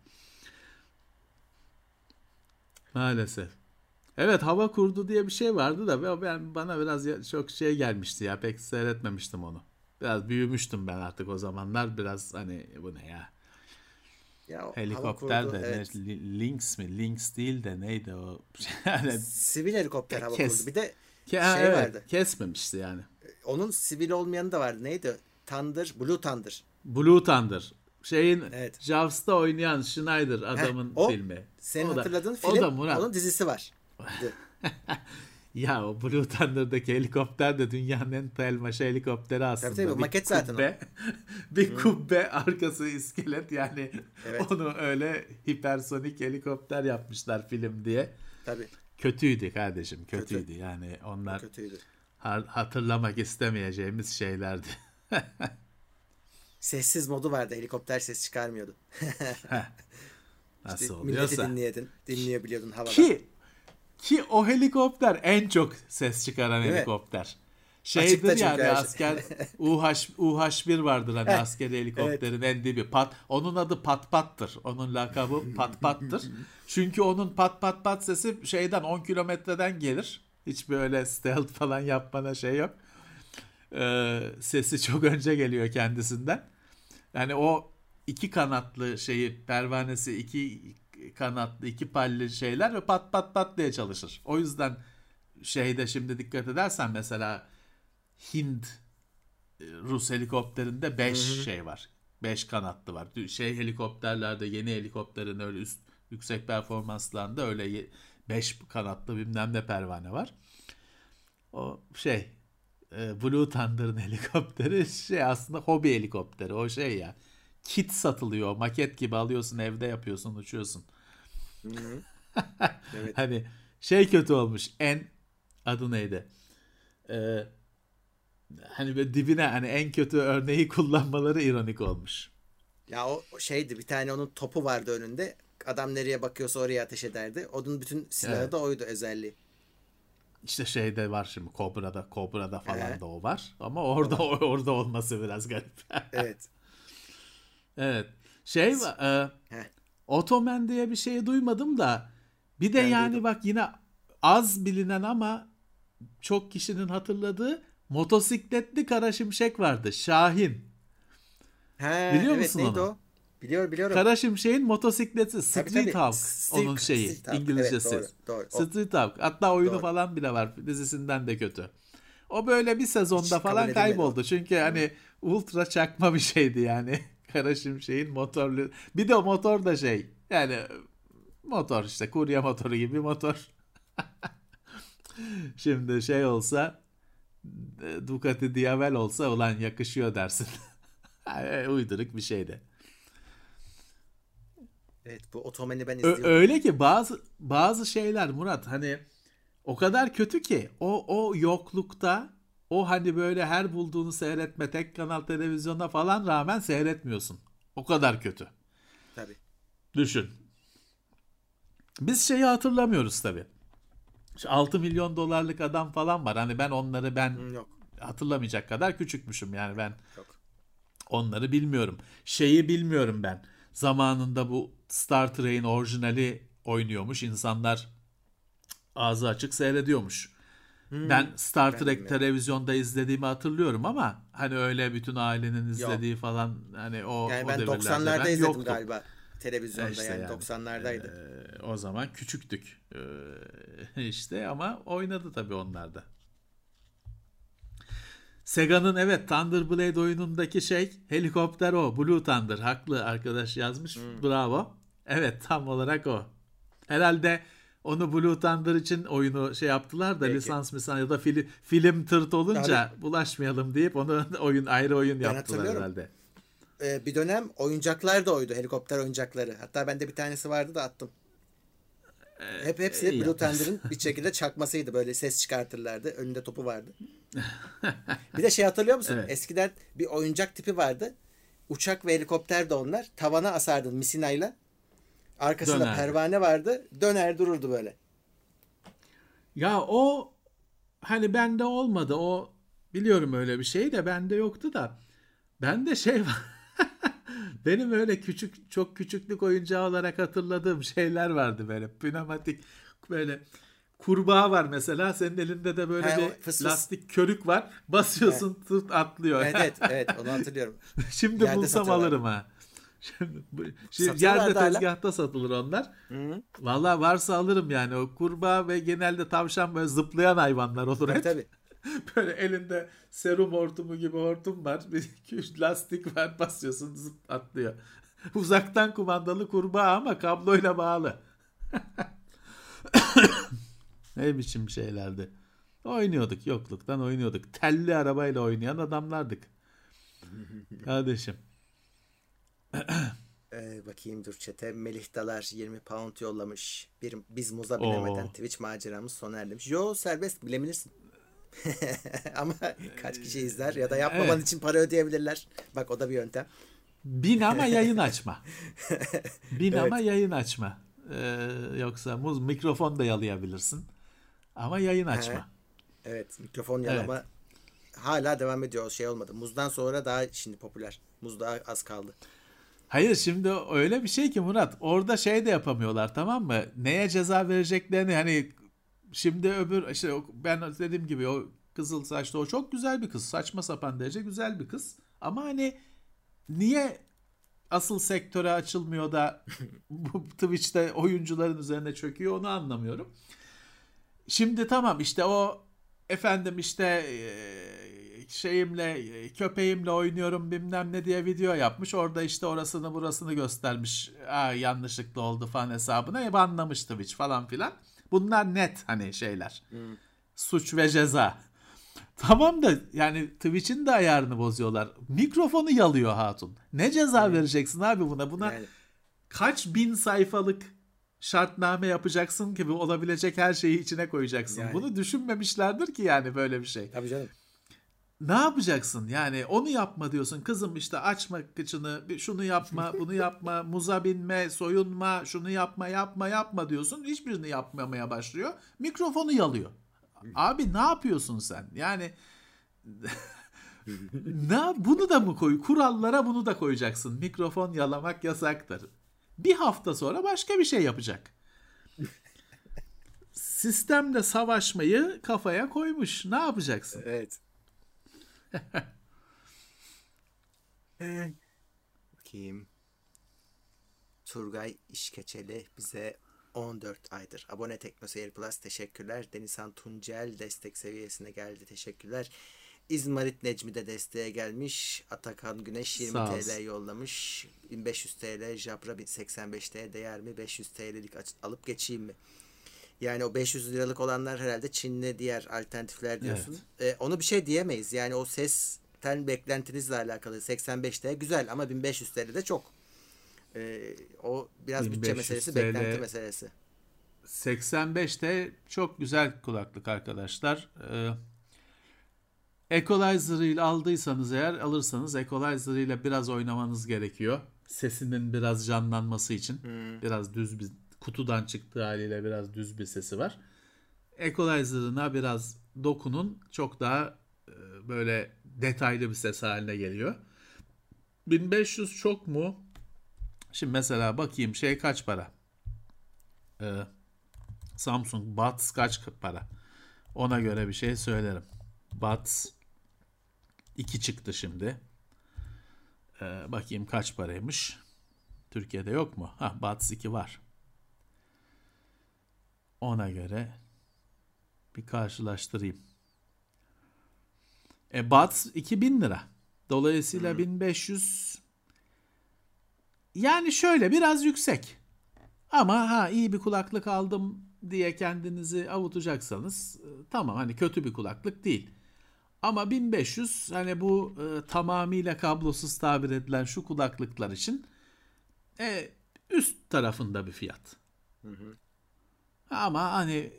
Maalesef. Evet, Hava Kurdu diye bir şey vardı da bana biraz çok şey gelmişti ya, pek seyretmemiştim onu. Biraz büyümüştüm ben artık o zamanlar, biraz hani bu ne ya, Ya o Hava helikopter Kurdu, de evet. Lynx mi, Lynx değil de neydi o yani Sivil helikopter Hava Kurdu. Bir de şey evet, vardı. kesmemişti yani. Onun sivil olmayanı da vardı. Neydi? Blue Thunder. Blue Thunder, şeyin Evet. Jaws'ta oynayan Schneider adamın O filmi. senin O da hatırladığın o da film, Murat. onun dizisi var. Ya o Blue Thunder'daki helikopter de dünyanın en pelmaşa helikopteri aslında. Tabii, maket zaten o. Bir kubbe, arkası iskelet yani. Evet. Onu öyle hipersonik helikopter yapmışlar film diye. Tabii. Kötüydü kardeşim, Kötü. kötüydü. Yani onlar Kötüydü. hatırlamak istemeyeceğimiz şeylerdi. Sessiz modu vardı. Helikopter ses çıkarmıyordu. Nasıl İşte oluyorsa. milleti dinleyebiliyordun havadan. Ki o helikopter en çok ses çıkaran Değil mi? helikopter. Şeydir Açıkta çünkü yani her şey. asker UH-1 vardır hani Heh, askeri evet. helikopterin en dibi. Onun adı Pat Pat'tır. Onun lakabı Pat Pat'tır. Çünkü onun pat pat pat sesi şeyden 10 kilometreden gelir. Hiç böyle stealth falan yapmana şey yok. Sesi çok önce geliyor kendisinden. Yani o iki kanatlı şeyi pervanesi iki kanatlı iki palli şeyler ve pat pat pat diye çalışır. O yüzden şeyde şimdi dikkat edersen mesela Hind Rus helikopterinde 5 Hı hı. şey var. 5 kanatlı var. Şey helikopterlerde yeni helikopterin öyle üst yüksek performanslarında öyle 5 kanatlı bilmem ne pervane var. O şey Blue Thunder'ın helikopteri şey aslında hobi helikopteri. O şey ya. Kit satılıyor. Maket gibi alıyorsun evde yapıyorsun uçuyorsun. Hı hı. Evet. Hani şey kötü olmuş. Adı neydi? Ee, Hani böyle dibine hani en kötü örneği kullanmaları ironik olmuş. Ya o şeydi, bir tane onun topu vardı önünde. Adam nereye bakıyorsa oraya ateş ederdi. Onun bütün silahı Evet. da oydu, özelliği. İşte şeyde var şimdi Cobra'da falan He, da o var ama o da orada var. orada olması biraz garip. Evet. Evet. Şey S- Heh, Ottoman diye bir şey duymadım da bir de ben yani duydum. bak yine az bilinen ama çok kişinin hatırladığı motosikletli Kara Şimşek vardı. Şahin. He, Biliyor evet, musun neydi onu? o? Biliyorum. Kara Şimşek'in motosikleti Tabii Street tabii. Hawk onun şeyi Street Talk. Evet, İngilizcesi. doğru. O. Street Hawk. Hatta oyunu Doğru. falan bile var. Dizisinden de kötü. O böyle bir sezonda Hiç kabul falan edilmedi o. kayboldu. Çünkü Hı. hani ultra çakma bir şeydi yani. Kara Şimşek'in motorlu. Bir de o motor da şey. Yani motor işte kurye motoru gibi motor. Şimdi şey olsa Ducati Diavel olsa ulan yakışıyor dersin. Uyduruk bir şeydi. Evet, bu Otomen'i ben izliyordum Öyle ya. ki bazı şeyler Murat hani o kadar kötü ki o yoklukta o hani böyle her bulduğunu seyretme tek kanal televizyona falan rağmen seyretmiyorsun. O kadar kötü. Tabii. Düşün. Biz şeyi hatırlamıyoruz tabii. Şu 6 milyon dolarlık adam falan var. Hani ben Hı, yok. hatırlamayacak kadar küçükmüşüm. Yani ben Yok. onları bilmiyorum. Şeyi bilmiyorum ben. Zamanında bu Star Trek'in orijinali oynuyormuş. İnsanlar ağzı açık seyrediyormuş. Ben Hı, Star ben de Trek bilmiyorum. televizyonda izlediğimi hatırlıyorum ama hani öyle bütün ailenin Yok. izlediği falan hani Yani o ben devirlerde 90'larda ben izledim yoktum. galiba. Televizyonda, İşte yani yani 90'lardaydı. o zaman küçüktük. İşte ama oynadı tabii onlar da. Sega'nın evet Thunderblade oyunundaki şey helikopter o. Blue Thunder. Haklı arkadaş yazmış. Hı, Bravo. Evet tam olarak o. Herhalde onu Blue Thunder için oyunu şey yaptılar da belki. lisans ya da film tırt Abi, olunca bulaşmayalım deyip onu ayrı oyun ben yaptılar hatırlıyorum. herhalde. Bir dönem oyuncaklar da oydu. Helikopter oyuncakları. Hatta bende bir tanesi vardı da attım. Hepsi İyi Blue yapmışsın. Thunder'ın bir şekilde çakmasıydı. Böyle ses çıkartırlardı. Önünde topu vardı. Bir de şey, hatırlıyor musun? Evet. Eskiden bir oyuncak tipi vardı. Uçak ve helikopter de onlar. Tavana asardın misinayla. Arkasında Dönerdi. pervane vardı. Döner dururdu böyle. Ya o hani bende olmadı. O biliyorum öyle bir şey de bende yoktu da. Bende şey var. Benim öyle çok küçüklük oyuncağı olarak hatırladığım şeyler vardı böyle. Pneumatik böyle kurbağa var mesela. Senin elinde de böyle Ha, o bir fıs fıs. lastik körük var. He. Basıyorsun tut atlıyor. Evet, onu hatırlıyorum. Şimdi Yerde bulsam satıyorlardı. alırım ha. Şimdi yerde Satıyorlardı hala. tezgahta satılır onlar. Hı-hı. Vallahi varsa alırım yani. O kurbağa ve genelde tavşan böyle zıplayan hayvanlar olur Tabii hep. tabii. Böyle elinde serum hortumu gibi hortum var. Bir iki lastik var basıyorsun zıp atlıyor. Uzaktan kumandalı kurbağa ama kabloyla bağlı. Ne biçim şeylerdi. Oynuyorduk yokluktan oynuyorduk. Telli arabayla oynayan adamlardık. Kardeşim. Bakayım dur chat'e. Melih Dalar 20 pound yollamış. Biz muza binemeden Oo. Twitch maceramız sona erdi demiş. Yo, serbest bilebilirsin. Ama kaç kişi izler ya da yapmaman Evet. için para ödeyebilirler. Bak, o da bir yöntem. Bin ama yayın açma. Bin ama Evet. yayın açma. Yoksa mikrofon da yalayabilirsin. Ama yayın He, açma. evet, mikrofon Evet. yalama hala devam ediyor. O şey olmadı. Muz'dan sonra daha şimdi popüler. Muz daha az kaldı. Hayır, şimdi öyle bir şey ki Murat, orada şey de yapamıyorlar, tamam mı? Neye ceza vereceklerini, hani şimdi öbür işte ben dediğim gibi o kızıl saçlı, o çok güzel bir kız. Saçma sapan derece güzel bir kız. Ama hani niye asıl sektöre açılmıyor da bu Twitch'te oyuncuların üzerine çöküyor, onu anlamıyorum. Şimdi tamam, işte o efendim işte şeyimle köpeğimle oynuyorum bilmem ne diye video yapmış. Orada işte orasını burasını göstermiş. Aa, yanlışlıkla oldu falan hesabına. Banlamış Twitch falan filan. Bunlar net hani şeyler. Suç ve ceza. Tamam da yani Twitch'in de ayarını bozuyorlar. Mikrofonu yalıyor hatun. Ne ceza vereceksin abi buna? Buna Yani kaç bin sayfalık şartname yapacaksın ki bu olabilecek her şeyi içine koyacaksın. Yani. Bunu düşünmemişlerdir ki yani böyle bir şey. tabii canım. Ne yapacaksın? Yani onu yapma diyorsun. Kızım işte açma kıçını, şunu yapma, bunu yapma, muza binme, soyunma, şunu yapma, yapma diyorsun. Hiçbirini yapmamaya başlıyor. Mikrofonu yalıyor. Abi ne yapıyorsun sen? Yani bunu da mı koy? Kurallara bunu da koyacaksın. Mikrofon yalamak yasaktır. Bir hafta sonra başka bir şey yapacak. Sistemle savaşmayı kafaya koymuş. Ne yapacaksın? Evet. Bakayım. Turgay İşkeçeli bize 14 aydır abone. TeknoSeyir Plus teşekkürler. Denizhan Tuncel destek seviyesine geldi, teşekkürler. İzmarit Necmi de desteğe gelmiş. Atakan Güneş 20 TL yollamış. 1500 TL. Jabra 85 TL değer mi? 500 TL'lik alıp geçeyim mi? Yani o 500 liralık olanlar herhalde Çinli diğer alternatifler diyorsun. Evet. Onu bir şey diyemeyiz. Yani o sesten beklentinizle alakalı. 85 TL güzel ama 1500 TL de çok. O biraz bütçe meselesi, beklenti meselesi. 85'te çok güzel kulaklık arkadaşlar. Equalizer ile aldıysanız eğer, alırsanız Equalizer ile biraz oynamanız gerekiyor. Sesinin biraz canlanması için. Biraz düz bir kutudan çıktığı haliyle biraz düz bir sesi var. Equalizer'ına biraz dokunun, çok daha böyle detaylı bir ses haline geliyor. 1500 çok mu? Şimdi mesela bakayım şey kaç para? Samsung Buds kaç para? Ona göre bir şey söylerim. Buds 2 çıktı şimdi. Bakayım kaç paraymış. Türkiye'de yok mu? Buds 2 var. Ona göre bir karşılaştırayım. Buds 2000 lira. Dolayısıyla 1500, yani şöyle biraz yüksek. Ama iyi bir kulaklık aldım diye kendinizi avutacaksanız tamam, hani kötü bir kulaklık değil. Ama 1500 hani bu tamamıyla kablosuz tabir edilen şu kulaklıklar için üst tarafında bir fiyat. Ama hani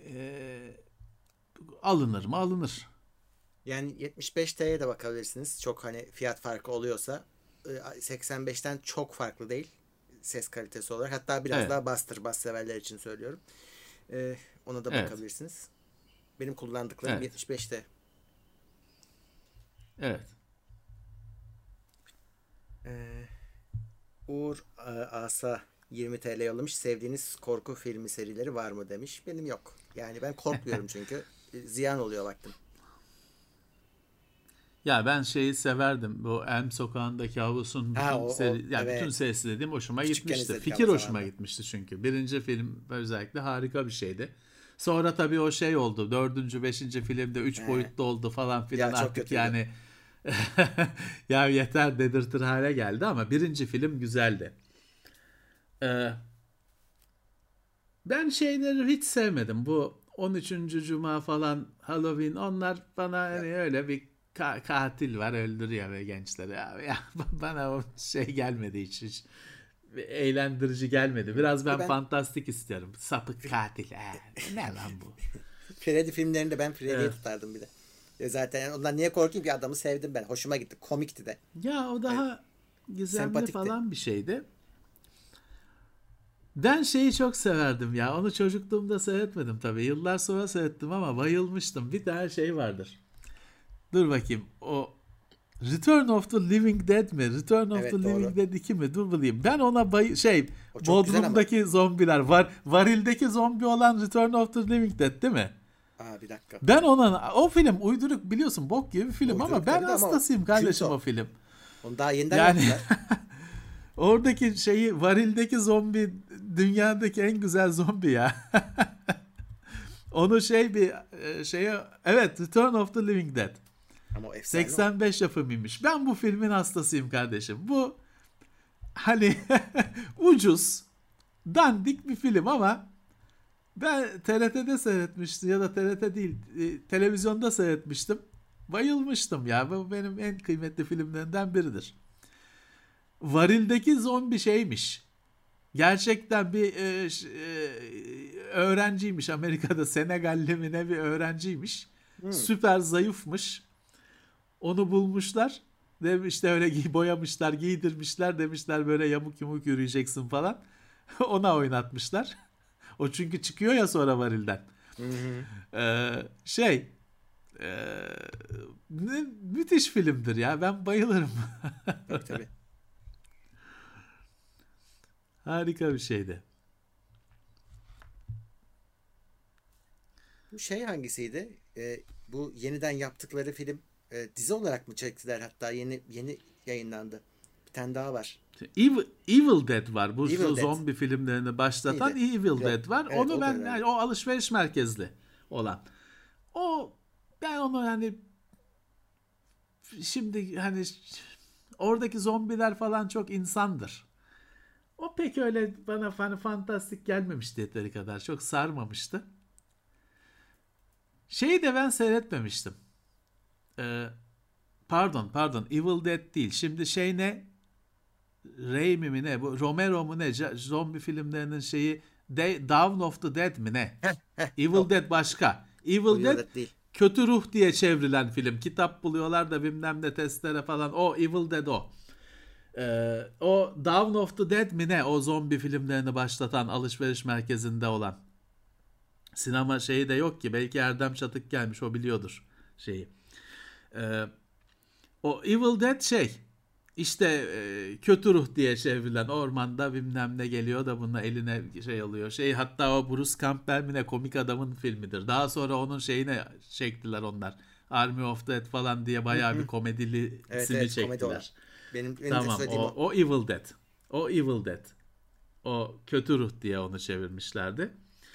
alınır mı? Alınır. Yani 75 TL'ye de bakabilirsiniz. Çok hani fiyat farkı oluyorsa 85'ten çok farklı değil ses kalitesi olarak. Hatta biraz daha bas severler için söylüyorum. Ona da bakabilirsiniz. Benim kullandıklarım 75'te. Evet. Uğur Asa 20 TL yollamış. Sevdiğiniz korku filmi serileri var mı demiş. Benim yok. Yani ben korkmuyorum çünkü. Ziyan oluyor vaktim. Ya ben şeyi severdim. Bu Elm Sokağı'ndaki Havuz'un bütün serisi dediğim hoşuma gitmişti. Fikir hoşuma gitmişti çünkü. Birinci film özellikle harika bir şeydi. Sonra tabii o şey oldu. 4. 5. filmde 3 boyutlu oldu falan filan, artık yani ya yeter dedirtir hale geldi ama birinci film güzeldi. Ben şeyleri hiç sevmedim. Bu 13. Cuma falan, Halloween, onlar bana hani öyle bir katil var öldürüyor ve gençleri. Ya bana o şey gelmedi hiç eğlendirici gelmedi. Biraz ben fantastik istiyorum. Sapık katil. Ne lan bu? Freddy filmlerinde ben Freddy'yi tutardım bir de. Zaten ondan niye korkayım ki, adamı sevdim ben. Hoşuma gitti. Komikti de. Ya o daha gizemli falan bir şeydi. Ben şeyi çok severdim ya. Onu çocukluğumda seyretmedim tabii. Yıllar sonra seyrettim ama bayılmıştım. Bir tane şey vardır. Dur bakayım. O Return of the Living Dead mi? Return of Evet, the doğru. Living Dead 2 mi? Dur bulayım. Ben ona O çok güzel ama. Bodrum'daki zombiler varildeki zombi olan Return of the Living Dead değil mi? Bir dakika. Ben o film uyduruk, biliyorsun, bok gibi bir film ama Uyduruk ben tabii de ama hastasıyım kardeşim kült o film. Onu daha yeniden Yani yaptılar. oradaki varildeki zombi dünyadaki en güzel zombi ya. Onu evet, Return of the Living Dead. Ama o efsane 85 yapımıymış. Ben bu filmin hastasıyım kardeşim. Bu hani ucuz, dandik bir film ama ben TRT'de seyretmiştim ya da TRT değil, televizyonda seyretmiştim. Bayılmıştım ya. Bu benim en kıymetli filmlerinden biridir. Varildeki zombi şeymiş. Gerçekten bir öğrenciymiş. Amerika'da Senegalli mi ne bir öğrenciymiş. Süper zayıfmış. Onu bulmuşlar. Demişler öyle boyamışlar, giydirmişler. Demişler böyle yamuk yumuk yürüyeceksin falan. Ona oynatmışlar. O çünkü çıkıyor ya sonra varilden. Müthiş filmdir ya. Ben bayılırım. Tabii. Harika bir şeydi. Bu hangisiydi? Bu yeniden yaptıkları film dizi olarak mı çektiler? Hatta yeni yayınlandı. Bir tane daha var. Evil Dead var. Bu Evil zombi Dead. filmlerini başlatan Neydi? Evil Yok. Dead var. Evet, Onu o da ben herhalde. o alışveriş merkezli olan. Ben onu hani şimdi hani oradaki zombiler falan çok insandır. O pek öyle bana fantastik gelmemişti yeteri kadar. Çok sarmamıştı. De ben seyretmemiştim. Pardon. Evil Dead değil. Şimdi ne? Raimi mi ne? Bu Romero mu ne? Zombi filmlerinin Dawn of the Dead mi ne? Evil Dead başka. Evil Dead değil. kötü ruh diye çevrilen film. Kitap buluyorlar da bilmem ne testlere falan. O Evil Dead o. O Dawn of the Dead mi ne? O zombi filmlerini başlatan alışveriş merkezinde olan. Sinema de yok ki. Belki Erdem Çatık gelmiş. O biliyordur şeyi. O Evil Dead İşte kötü ruh diye çevrilen ormanda bilmem ne geliyor da bununla eline alıyor. Hatta o Bruce Campbell mi ne komik adamın filmidir. Daha sonra onun çektiler onlar. Army of Dead falan diye bayağı bir komedilisini çektiler. Benim tamam o Evil Dead. O Evil Dead. O kötü ruh diye onu çevirmişlerdi.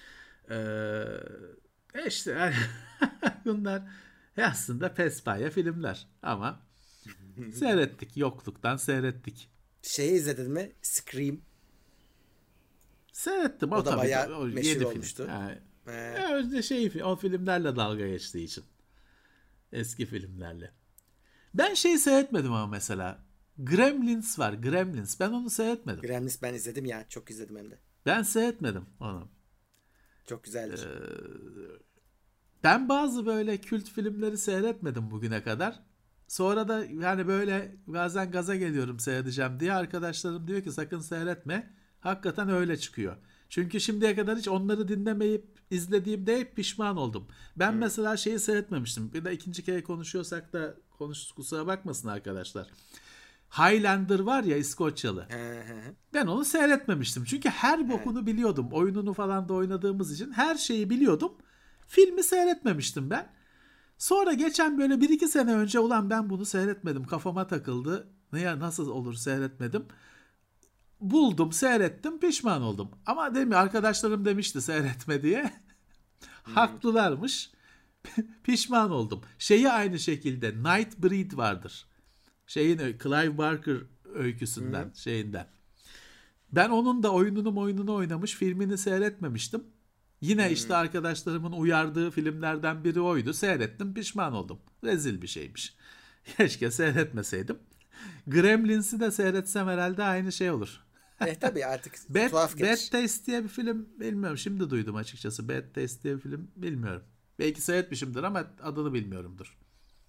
İşte bunlar aslında pespaya filmler ama seyrettik. Yokluktan seyrettik. İzledin mi? Scream. Seyrettim. O da bayağı meşhur olmuştu. Yani, o filmlerle dalga geçtiği için. Eski filmlerle. Ben seyretmedim ama mesela. Gremlins var. Gremlins. Ben onu seyretmedim. Gremlins ben izledim ya. Çok izledim hem de. Ben seyretmedim onu. Çok güzeldir. Ben bazı böyle kült filmleri seyretmedim bugüne kadar. Sonra da yani böyle bazen gaza geliyorum seyredeceğim diye. Arkadaşlarım diyor ki sakın seyretme. Hakikaten öyle çıkıyor. Çünkü şimdiye kadar hiç onları dinlemeyip izlediğimde hep pişman oldum. Ben mesela seyretmemiştim. Bir de ikinci kere konuşuyorsak da kusura bakmasın arkadaşlar. Highlander var ya, İskoçyalı. Ben onu seyretmemiştim. Çünkü her bokunu biliyordum. Oyununu falan da oynadığımız için her şeyi biliyordum. Filmi seyretmemiştim ben. Sonra geçen böyle 1-2 sene önce ulan ben bunu seyretmedim. Kafama takıldı. Nasıl olur seyretmedim. Buldum, seyrettim, pişman oldum. Ama arkadaşlarım demişti seyretme diye. Haklılarmış. Pişman oldum. Aynı şekilde Nightbreed vardır. Clive Barker öyküsünden, şeyinden. Ben onun da oyununu oynamış, filmini seyretmemiştim. Yine işte arkadaşlarımın uyardığı filmlerden biri oydu. Seyrettim, pişman oldum. Rezil bir şeymiş. Keşke seyretmeseydim. Gremlins'i de seyretsem herhalde aynı olur. Tabii artık tuhaf geç. Bad Taste diye bir film bilmiyorum. Şimdi duydum açıkçası. Bad Taste diye bir film bilmiyorum. Belki seyretmişimdir ama adını bilmiyorumdur.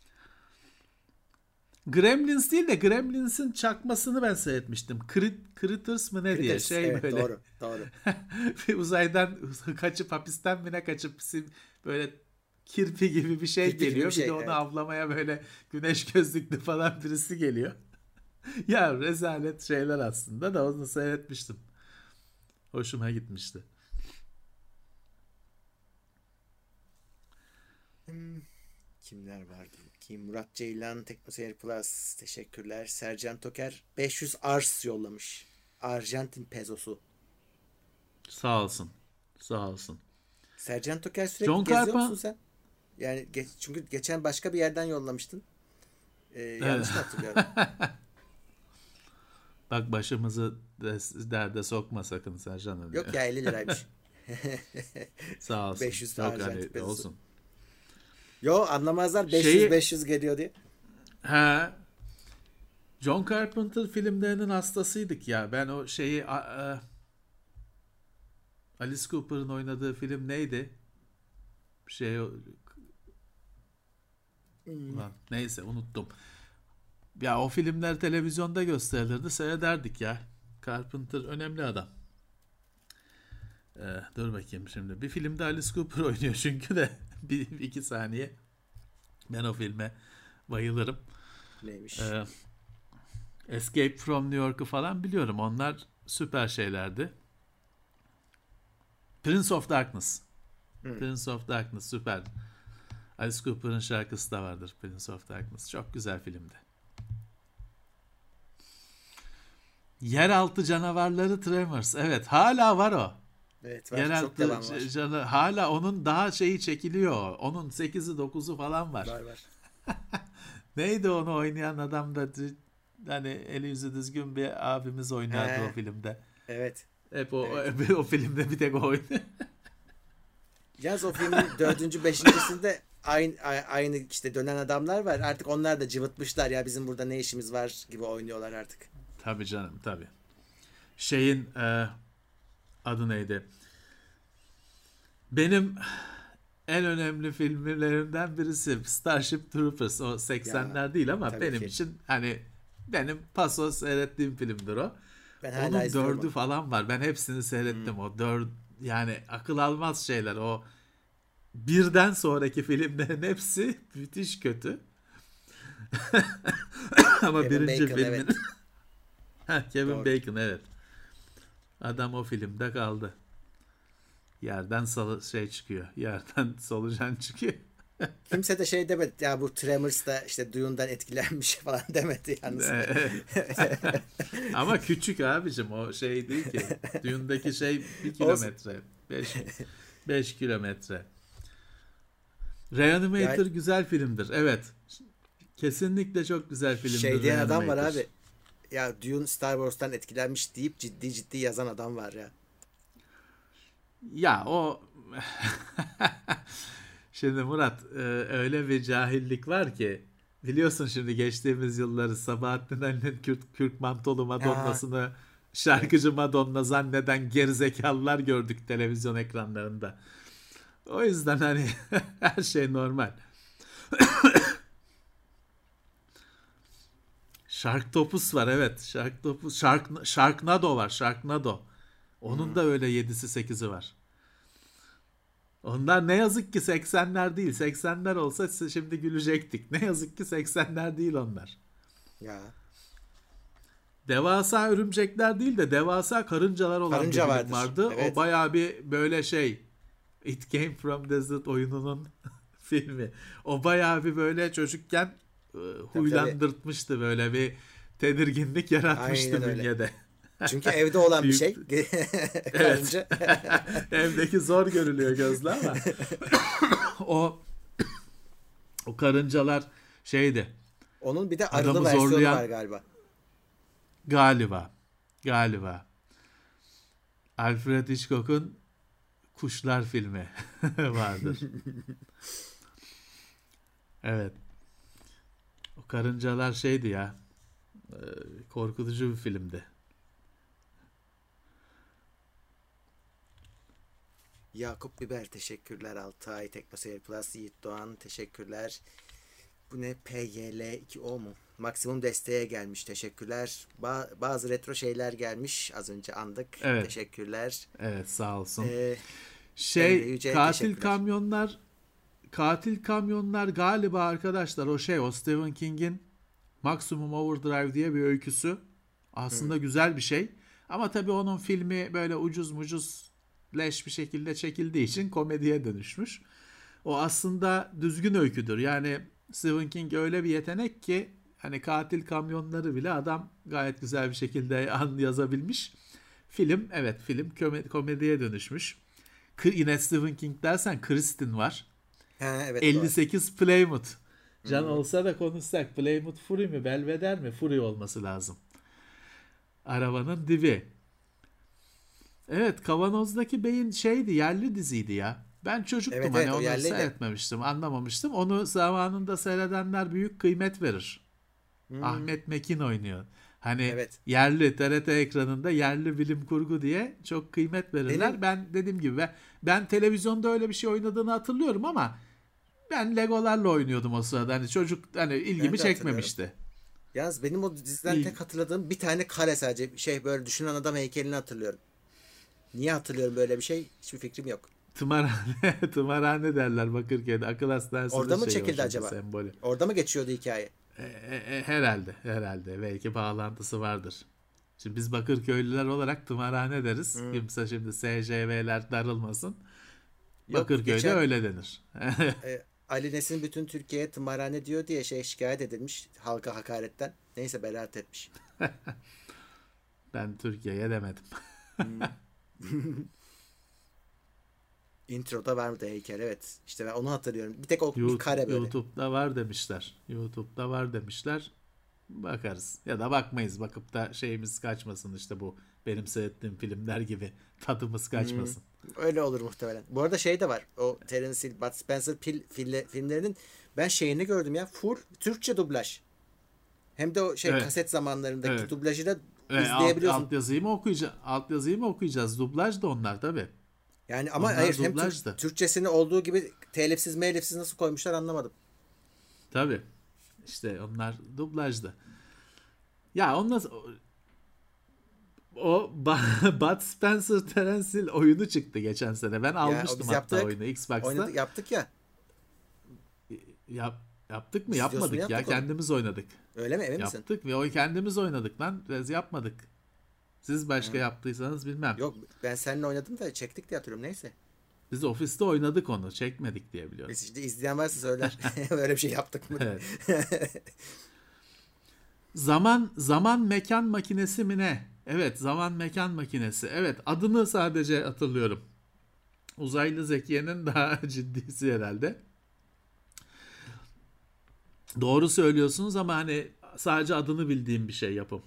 Gremlins değil de Gremlins'in çakmasını ben seyretmiştim. Critters mı ne Critters, diye evet, böyle. Doğru. Bir uzaydan kaçıp hapisten mi ne kaçıp böyle kirpi gibi bir şey Kirpi gibi geliyor. bir Bir şey, de onu evet. avlamaya böyle güneş gözlüklü falan birisi geliyor. Ya rezalet şeyler aslında da onu seyretmiştim. Hoşuma gitmişti. Hmm, kimler vardı? Kim? Murat Ceylan, TeknoSeyir Plus. Teşekkürler. Sercan Toker 500 ars yollamış. Arjantin pezosu. Sağ olsun. Sağ olsun. Sercan Toker sürekli John geziyor musun Carpen sen? Yani çünkü geçen başka bir yerden yollamıştın. evet. Yanlış mı hatırlıyorum? Bak başımızı derde sokma sakın Sercan diyor. Yok ya, 50 liraymış. Sağ olsun. 500 Yok Arjantin hani pezosu. olsun. Yo, anlamazlar, Şeyi 500 geliyor diye. ha John Carpenter filmlerinin hastasıydık ya. Ben o şeyi Alice Cooper'ın oynadığı film neydi? Şey Hmm. ulan neyse unuttum. Ya o filmler televizyonda gösterilirdi, seyrederdik ya. Carpenter önemli adam. Dur bakayım şimdi. Bir filmde Alice Cooper oynuyor çünkü de bir iki saniye. Ben o filme bayılırım. Neymiş? Ee, Escape from New York'u falan biliyorum. Onlar süper şeylerdi. Prince of Darkness. Hmm. Prince of Darkness süper. Alice Cooper'ın şarkısı da vardır Prince of Darkness. Çok güzel filmdi. Yeraltı canavarları Tremors. Evet, hala var o. Evet, var. Çok Yeraltı devam var. hala onun daha şeyi çekiliyor. Onun 8'i 9'u falan var. Var var. Neydi onu oynayan adam da hani eli yüzü düzgün bir abimiz oynardı o He, filmde. evet. Hep Evet. o filmde bir tek o oynuyor. Yalnız o filmin dördüncü, beşincisinde aynı işte dönen adamlar var. Artık onlar da cıvıtmışlar ya, bizim burada ne işimiz var gibi oynuyorlar artık. Tabii canım tabii. Şeyin adı neydi? Benim en önemli filmlerimden birisi Starship Troopers. O Ya 80'ler değil ama tabii benim ki. için hani benim paso seyrettiğim filmdir o. Ben hala Onun izliyorum dördü onu. falan var. Ben hepsini Hmm. seyrettim. O dört yani akıl almaz şeyler. O birden sonraki filmlerin hepsi müthiş kötü. Ama Kevin birinci Bacon, filmin evet. Kevin Doğru. Bacon evet. Adam o filmde kaldı. Yerden şey çıkıyor. Yerden solucan çıkıyor. Kimse de şey demedi ya, bu Tremors da işte Dune'dan etkilenmiş falan demedi yalnız. Ama küçük abicim o şey değil ki. Dune'daki şey bir Olsun. kilometre. 5 kilometre. Ya Reanimator güzel filmdir. Evet. Kesinlikle çok güzel filmdir şey diyen adam var Reanimator. abi. Ya Dune Star Wars'tan etkilenmiş deyip ciddi ciddi yazan adam var ya. Ya o şimdi Murat öyle bir cahillik var ki biliyorsun şimdi geçtiğimiz yılları Sabahattin Ali'nin Kürk Mantolu Ha, Madonna'sını evet. şarkıcı Madonna zanneden gerizekalılar gördük televizyon ekranlarında. O yüzden hani her şey normal. Sharktopus var evet. Sharknado var. Sharknado. Onun Hmm. da öyle 7'si 8'i var. Onlar ne yazık ki 80'ler değil. 80'ler olsa şimdi gülecektik. Ne yazık ki 80'ler değil onlar. Ya. Devasa örümcekler değil de devasa karıncalar olan bir Karınca film vardır. vardı. O Evet. bayağı bir böyle şey It Came From Desert oyununun filmi. O bayağı bir böyle çocukken Tabii tabii. huylandırtmıştı böyle bir tedirginlik Aynen yaratmıştı öyle. bünyede. Çünkü evde olan bir Büyük şey. evet. Karınca. Evdeki zor görülüyor gözle ama o o karıncalar şeydi. Onun bir de arılı Adamı versiyonu var zorlayan galiba. galiba Alfred Hitchcock'un Kuşlar filmi vardır. Evet. O karıncalar şeydi ya. e, Korkutucu bir filmdi. Yakup Biber teşekkürler. Altay Teknoseyir Plus, Yiğit Doğan teşekkürler. Bu ne? PYL2O mu? Maksimum desteğe gelmiş. Teşekkürler. Bazı retro şeyler gelmiş. Az önce andık. Evet. Teşekkürler. Evet sağ olsun. Ee, Emre Şey Yüce katil teşekkürler. kamyonlar Katil Kamyonlar galiba arkadaşlar o Stephen King'in Maximum Overdrive diye bir öyküsü. Aslında güzel bir şey. Ama tabii onun filmi böyle ucuz mucuz leş bir şekilde çekildiği için komediye dönüşmüş. O aslında düzgün öyküdür. Yani Stephen King öyle bir yetenek ki hani Katil Kamyonları bile adam gayet güzel bir şekilde yazabilmiş. Film komediye dönüşmüş. Yine Stephen King dersen Kristin var. Ha, evet, 58 Plymouth. Can olsa da konuşsak. Plymouth Fury mi? Belveder mi? Fury olması lazım. Arabanın dibi. Evet, Kavanoz'daki Beyin yerli diziydi ya. Ben çocuktum Evet, hani evet, o onu yerliydi. seyretmemiştim, anlamamıştım. Onu zamanında seyredenler büyük kıymet verir. Hmm, Ahmet Mekin oynuyor. Hani evet. yerli TRT ekranında yerli bilim kurgu diye çok kıymet verirler. Benim Ben dediğim gibi ben televizyonda öyle bir şey oynadığını hatırlıyorum ama ben Legolarla oynuyordum o sırada. Hani çocuk hani ben ilgimi de hatırlıyorum. çekmemişti. Yalnız benim o diziden İl, tek hatırladığım bir tane kare sadece. Böyle düşünen adam heykelini hatırlıyorum. Niye hatırlıyorum böyle bir şey? Hiçbir fikrim yok. tımarhane derler Bakırköy'de. Akıl Orada mı hastanesinin o çekildi çünkü acaba? sembolü. Orada mı geçiyordu hikaye? Herhalde. Belki bağlantısı vardır. Şimdi biz Bakırköylüler olarak tımarhane deriz. Hmm. Kimse şimdi SCV'ler darılmasın. Yok, Bakırköy'de geçen öyle denir. Ali Nesin bütün Türkiye'ye tımarhane diyor diye şikayet edilmiş halka hakaretten. Neyse, beraat etmiş. Ben Türkiye'ye demedim. Hmm. Introda vardı heykel, evet. İşte ben onu hatırlıyorum. Bir tek o bir kare böyle. YouTube'da var demişler. Bakarız. Ya da bakmayız. Bakıp da şeyimiz kaçmasın işte bu benim seyrettiğim filmler gibi tadımız Hmm. kaçmasın. Öyle olur muhtemelen. Bu arada şey de var. O Terence Hill, Bud Spencer filmlerinin ben şeyini gördüm ya. Full Türkçe dublaj. Hem de o Evet. kaset zamanlarındaki Evet. dublajıyla Alt izleyebiliyorsun. yazıyı mı okuyacağız? Alt yazıyı mı okuyacağız? Dublaj da onlar tabii. Yani ama Onlar hayır, hem dublajdı. Türkçesini olduğu gibi telifsiz melifsiz nasıl koymuşlar anlamadım. Tabii. İşte onlar dublajdı. Ya onlar Bud Spencer Terence Hill oyunu çıktı geçen sene. Ben Ya o almıştım biz hatta yaptık. oyunu Xbox'ta. Oynadık, yaptık ya. Yaptık mı? Biz videosunu Yapmadık ya. yaptık onu. Kendimiz oynadık. Öyle mi, emin misin? Yaptık ve o kendimiz oynadık lan. Biz yapmadık. Siz başka Hı. yaptıysanız bilmem. Yok, ben seninle oynadım da çektik diye hatırlıyorum, neyse. Biz ofiste oynadık onu. Çekmedik diye biliyorum. Biz işte, izleyen varsa söyler. Böyle bir şey yaptık mı diye. Evet. Zaman mekan makinesi mi ne? Evet, zaman mekan makinesi. Evet, adını sadece hatırlıyorum. Uzaylı Zekiye'nin daha ciddisi herhalde. Doğru söylüyorsunuz ama hani sadece adını bildiğim bir şey yapım.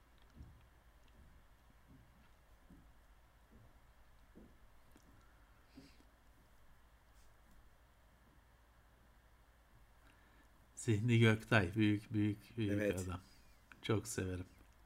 Zihni Göktay büyük büyük büyük Evet. adam. Çok severim.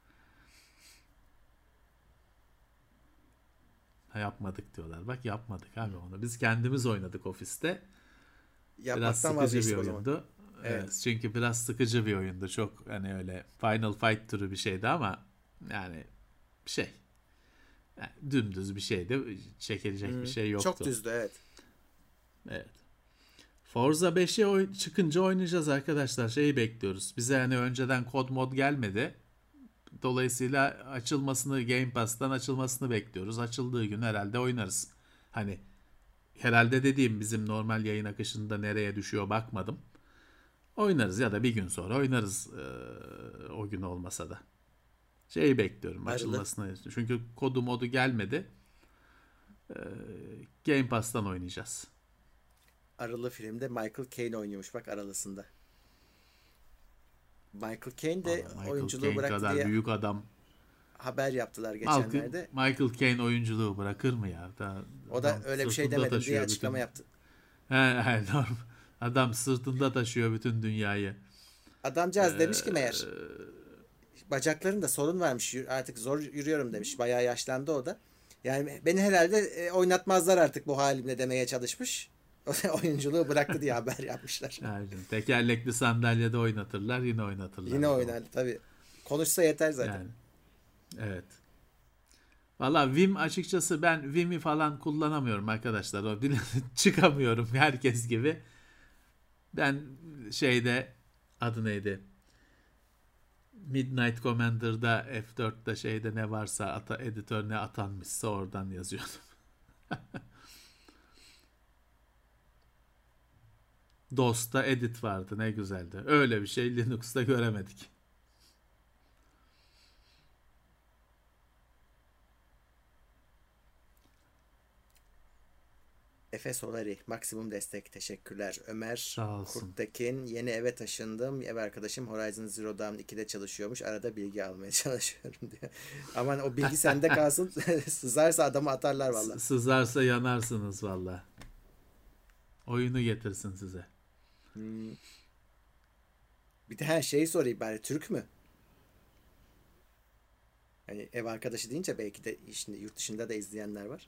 Ha, yapmadık diyorlar. Bak yapmadık abi onu. Biz kendimiz oynadık ofiste. Biraz Yapmaktan sıkıcı bir vazgeçtik o zaman. oyundu. Evet. Evet, çünkü biraz sıkıcı bir oyundu. Çok hani öyle Final Fight türü bir şeydi ama yani şey. Yani dümdüz bir şeydi. Çekilecek bir şey Çok yoktu. düzdü, evet. Evet. Forza 5'e çıkınca oynayacağız arkadaşlar. Şeyi bekliyoruz. Bize hani önceden kod mod gelmedi. Dolayısıyla açılmasını Game Pass'tan açılmasını bekliyoruz. Açıldığı gün herhalde oynarız. Hani herhalde dediğim bizim normal yayın akışında nereye düşüyor bakmadım. Oynarız ya da bir gün sonra oynarız o gün olmasa da. Şeyi bekliyorum Ayrılı. açılmasını. Çünkü kodu modu gelmedi. Ee, Game Pass'tan oynayacağız. Arılı filmde Michael Caine oynuyormuş bak, aralısında. Michael Caine de Vallahi Michael oyunculuğu Caine bıraktı kadar diye büyük adam haber yaptılar geçenlerde. Michael Caine oyunculuğu bırakır mı ya? O da Adam öyle bir şey sırtında demedim diye taşıyor açıklama bütün. yaptı. Adam sırtında taşıyor bütün dünyayı. Adamcağız demiş ki Ee, meğer bacaklarında sorun varmış, artık zor yürüyorum demiş. Bayağı yaşlandı o da. Yani beni herhalde oynatmazlar artık bu halimle demeye çalışmış. Oyunculuğu bıraktı diye haber yapmışlar. yani tekerlekli sandalyede oynatırlar, yine oynatırlar Yine adamı. oynar tabii. Konuşsa yeter zaten. Yani evet. Valla Vim açıkçası ben Vim'i falan kullanamıyorum arkadaşlar. O çıkamıyorum herkes gibi. Ben şeyde adı neydi? Midnight Commander'da F4'te şeyde ne varsa editör ne atanmışsa oradan yazıyordum. DOS'ta edit vardı, ne güzeldi. Öyle bir şey Linux'ta göremedik. Efe Solari maksimum destek, teşekkürler. Ömer Sağ olsun. Kurttekin, yeni eve taşındım. Ev arkadaşım Horizon Zero Dawn 2'de çalışıyormuş. Arada bilgi almaya çalışıyorum diyor. Aman o bilgi sende kalsın. Sızarsa adamı atarlar valla. Sızarsa yanarsınız valla. Oyunu getirsin size. Bir de her şeyi sorayım bari, Türk mü? Hani ev arkadaşı deyince belki de şimdi yurt dışında da izleyenler var.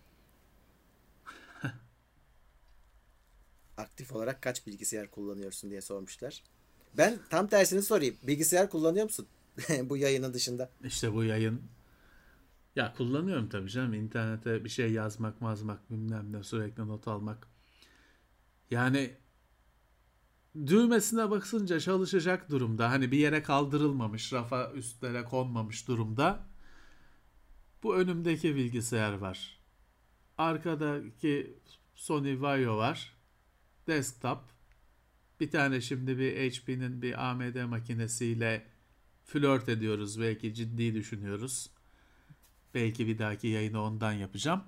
Aktif olarak kaç bilgisayar kullanıyorsun diye sormuşlar. Ben tam tersini sorayım. Bilgisayar kullanıyor musun? Bu yayının dışında. İşte bu yayın ya kullanıyorum tabii canım. İnternete bir şey yazmak, mazmak, bilmem ne, sürekli not almak. Yani düğmesine bakınca çalışacak durumda. Hani bir yere kaldırılmamış, rafa üstlere konmamış durumda. Bu önümdeki bilgisayar var. Arkadaki Sony Vaio var. Desktop. Bir tane şimdi bir HP'nin bir AMD makinesiyle flört ediyoruz. Belki ciddi düşünüyoruz. Belki bir dahaki yayını ondan yapacağım.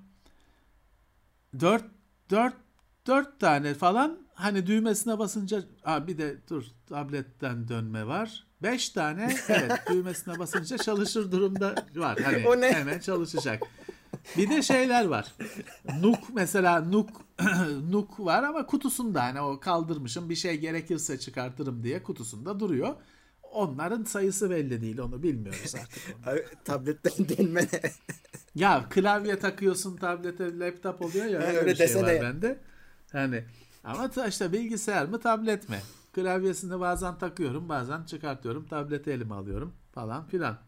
4 tane falan, hani düğmesine basınca bir de dur tabletten dönme var. 5 tane evet düğmesine basınca çalışır durumda var. Hani O ne? hemen çalışacak. Bir de şeyler var. Nuk mesela Nuk var ama kutusunda, hani o kaldırmışım, bir şey gerekirse çıkartırım diye kutusunda duruyor. Onların sayısı belli değil, onu bilmiyoruz artık. Abi, tabletten dönme ne? Ya klavye takıyorsun tablete, laptop oluyor ya, öyle öyle bir şey desene var ya. bende. Hani ama işte bilgisayar mı tablet mi? Klavyesini bazen takıyorum, bazen çıkartıyorum, tableti elime alıyorum falan filan.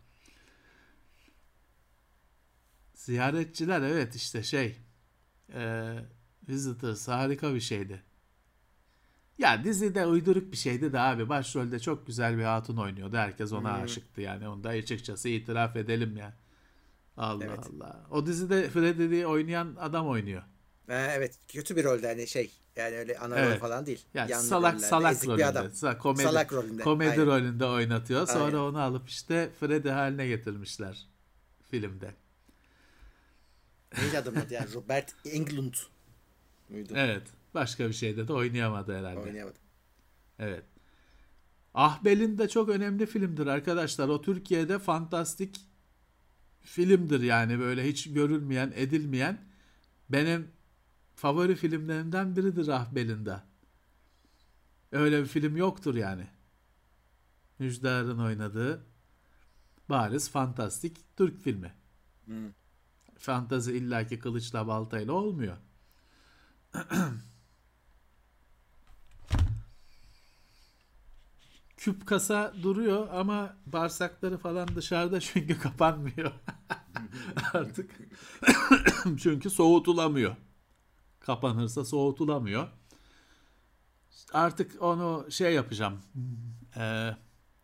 Ziyaretçiler, evet işte Visitors harika bir şeydi. Ya dizide uyduruk bir şeydi de abi, başrolde çok güzel bir hatun oynuyordu. Herkes ona aşıktı yani, onu da açıkçası itiraf edelim ya. Allah Evet. Allah. O dizide Freddy'yi oynayan adam oynuyor. Evet, kötü bir rolde, hani yani öyle ana rol Evet. falan değil. Yani Yanlı salak rollerde salak ezik bir adam. rolünde, komedi Salak rolünde. komedi Aynen. rolünde oynatıyor. Sonra Aynen. onu alıp işte Freddy haline getirmişler filmde. Neydi adamın adı ya? Robert Englund muydu? Evet. Başka bir şeyde de oynayamadı herhalde. Oynayamadım. Evet. Ahbel'in de çok önemli filmdir arkadaşlar. O Türkiye'de fantastik filmdir yani, böyle hiç görülmeyen, edilmeyen. Benim favori filmlerimden biridir Ahbel'in de. Öyle bir film yoktur yani. Müjdar'ın oynadığı bariz fantastik Türk filmi. Fantazi illaki kılıçla baltayla olmuyor. Küp kasa duruyor ama bağırsakları falan dışarıda çünkü kapanmıyor. Artık çünkü soğutulamıyor. Kapanırsa soğutulamıyor. Artık onu yapacağım. Ee,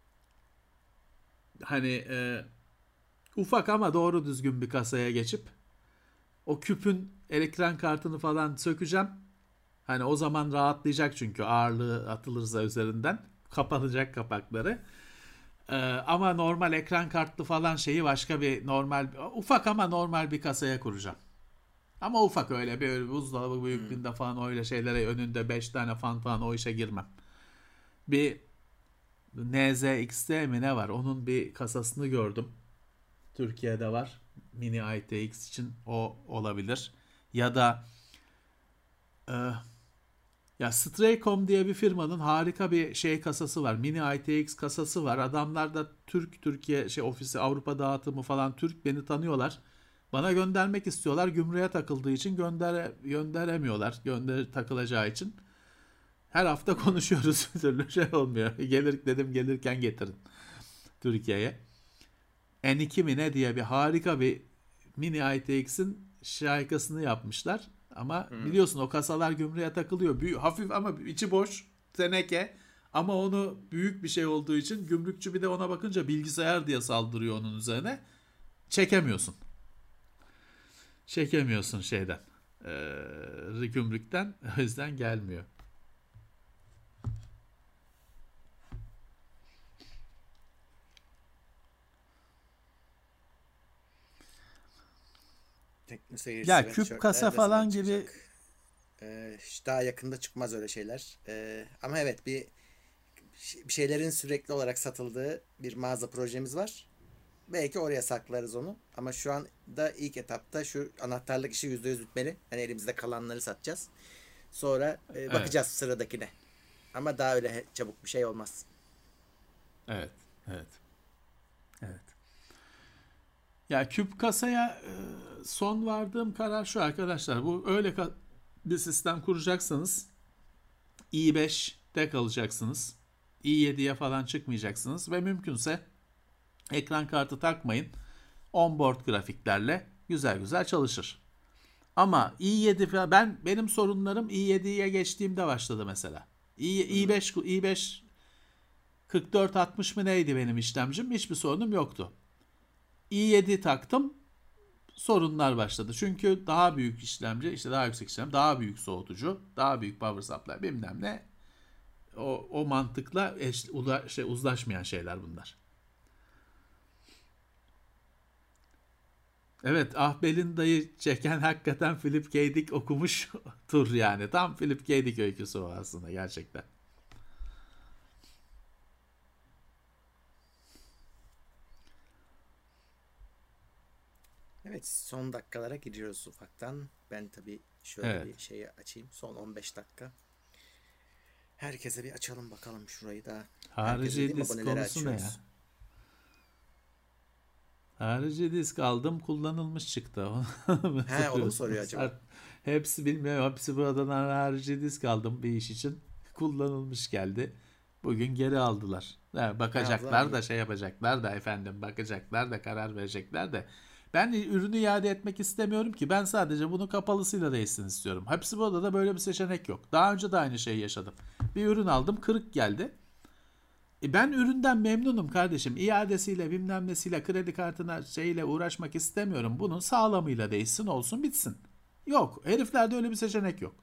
ufak ama doğru düzgün bir kasaya geçip o küpün ekran kartını falan sökeceğim. Hani o zaman rahatlayacak, çünkü ağırlığı atılırsa üzerinden kapanacak kapakları. Ama normal ekran kartlı falan şeyi başka bir normal, ufak ama normal bir kasaya kuracağım. Ama ufak, öyle bir buzdolabı büyüklüğünde falan öyle şeylere, önünde 5 tane fan falan, o işe girmem. Bir NZXT mi ne var? Onun bir kasasını gördüm. Türkiye'de var. Mini ITX için o olabilir. Ya da ya Straycom diye bir firmanın harika bir kasası var. Mini ITX kasası var. Adamlar da Türkiye ofisi, Avrupa dağıtımı falan Türk, beni tanıyorlar. Bana göndermek istiyorlar. Gümrüğe takıldığı için gönderemiyorlar. Takılacağı için. Her hafta konuşuyoruz. Bir türlü olmuyor. Gelirken getirin Türkiye'ye. N2 mi ne diye bir harika bir Mini ITX'in şarkısını yapmışlar. Ama biliyorsun o kasalar gümrüğe takılıyor. Hafif ama içi boş. teneke ama onu büyük bir şey olduğu için gümrükçü bir de ona bakınca bilgisayar diye saldırıyor onun üzerine. Çekemiyorsun. Çekemiyorsun şeyden. Gümrükten. O yüzden gelmiyor. Teknoseyir Ya küp sweatshirtler kasa ne zaman falan çıkacak? gibi Daha yakında çıkmaz öyle şeyler. Ama evet bir şeylerin sürekli olarak satıldığı bir mağaza projemiz var. Belki oraya saklarız onu. Ama şu anda ilk etapta şu anahtarlık işi %100 bitmeli. Yani elimizde kalanları satacağız. Sonra evet. bakacağız sıradakine. Ama daha öyle çabuk bir şey olmaz. Evet. Evet. Evet. Ya küp kasaya son vardığım karar şu arkadaşlar. Bu öyle bir sistem kuracaksanız i5'te kalacaksınız. i7'ye falan çıkmayacaksınız ve mümkünse ekran kartı takmayın. Onboard grafiklerle güzel güzel çalışır. Ama i7 falan benim sorunlarım i7'ye geçtiğimde başladı mesela. i5 4460 mı neydi benim işlemcim? Hiçbir sorunum yoktu. i7 taktım. Sorunlar başladı. Çünkü daha büyük işlemci, işte daha yüksek işlem, daha büyük soğutucu, daha büyük power supply bilmem ne. O mantıkla uzlaşmayan şeyler bunlar. Evet, Belinda'yı çeken hakikaten Philip K. Dick okumuş tur yani. Tam Philip K. Dick öyküsü o aslında gerçekten. Evet, son dakikalara gidiyoruz ufaktan. Ben tabii şöyle Evet. bir şeyi açayım. Son 15 dakika. Herkese bir açalım bakalım şurayı da. Herkese Harici dediğim disk aboneleri konusu ne ya? açıyoruz. Harici disk aldım, kullanılmış çıktı. Onu He, onu mu soruyor soruyorsunuz. acaba? Hepsi bilmiyorum. Hepsi buradan harici disk aldım bir iş için. Kullanılmış geldi. Bugün geri aldılar. Yani He, aldılar mı? bakacaklar da şey yapacaklar da efendim bakacaklar da karar verecekler de. Ben ürünü iade etmek istemiyorum ki. Ben sadece bunu kapalısıyla değişsin istiyorum. Hepsi burada da böyle bir seçenek yok. Daha önce de aynı şeyi yaşadım. Bir ürün aldım, kırık geldi. Ben üründen memnunum kardeşim. İadesiyle bilmem nesiyle kredi kartına şeyle uğraşmak istemiyorum. Bunun sağlamıyla değişsin olsun bitsin. Yok. Heriflerde öyle bir seçenek yok.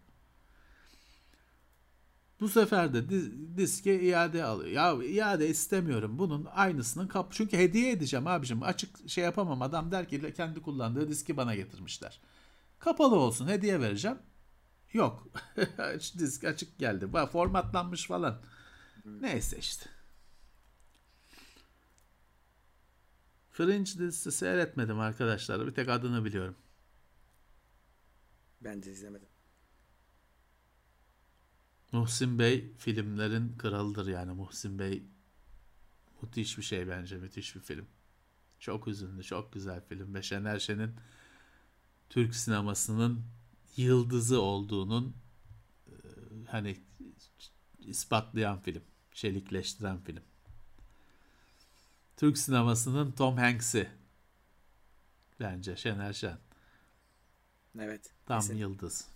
Bu sefer de diske iade alıyor. Ya iade istemiyorum. Bunun aynısının çünkü hediye edeceğim abicim. Açık şey yapamam. Adam der ki kendi kullandığı diski bana getirmişler. Kapalı olsun. Hediye vereceğim. Yok. Disk açık geldi. Formatlanmış falan. Hmm. Neyse işte. Fringe dizisi seyretmedim arkadaşlar. Bir tek adını biliyorum. Ben de izlemedim. Muhsin Bey filmlerin kralıdır yani. Muhsin Bey müthiş bir şey bence. Müthiş bir film. Çok hüzünlü, çok güzel film. Ve Şener Şen'in Türk sinemasının yıldızı olduğunun hani ispatlayan film. Çelikleştiren film. Türk sinemasının Tom Hanks'i bence Şener Şen. Evet. Tam Kesin. yıldız.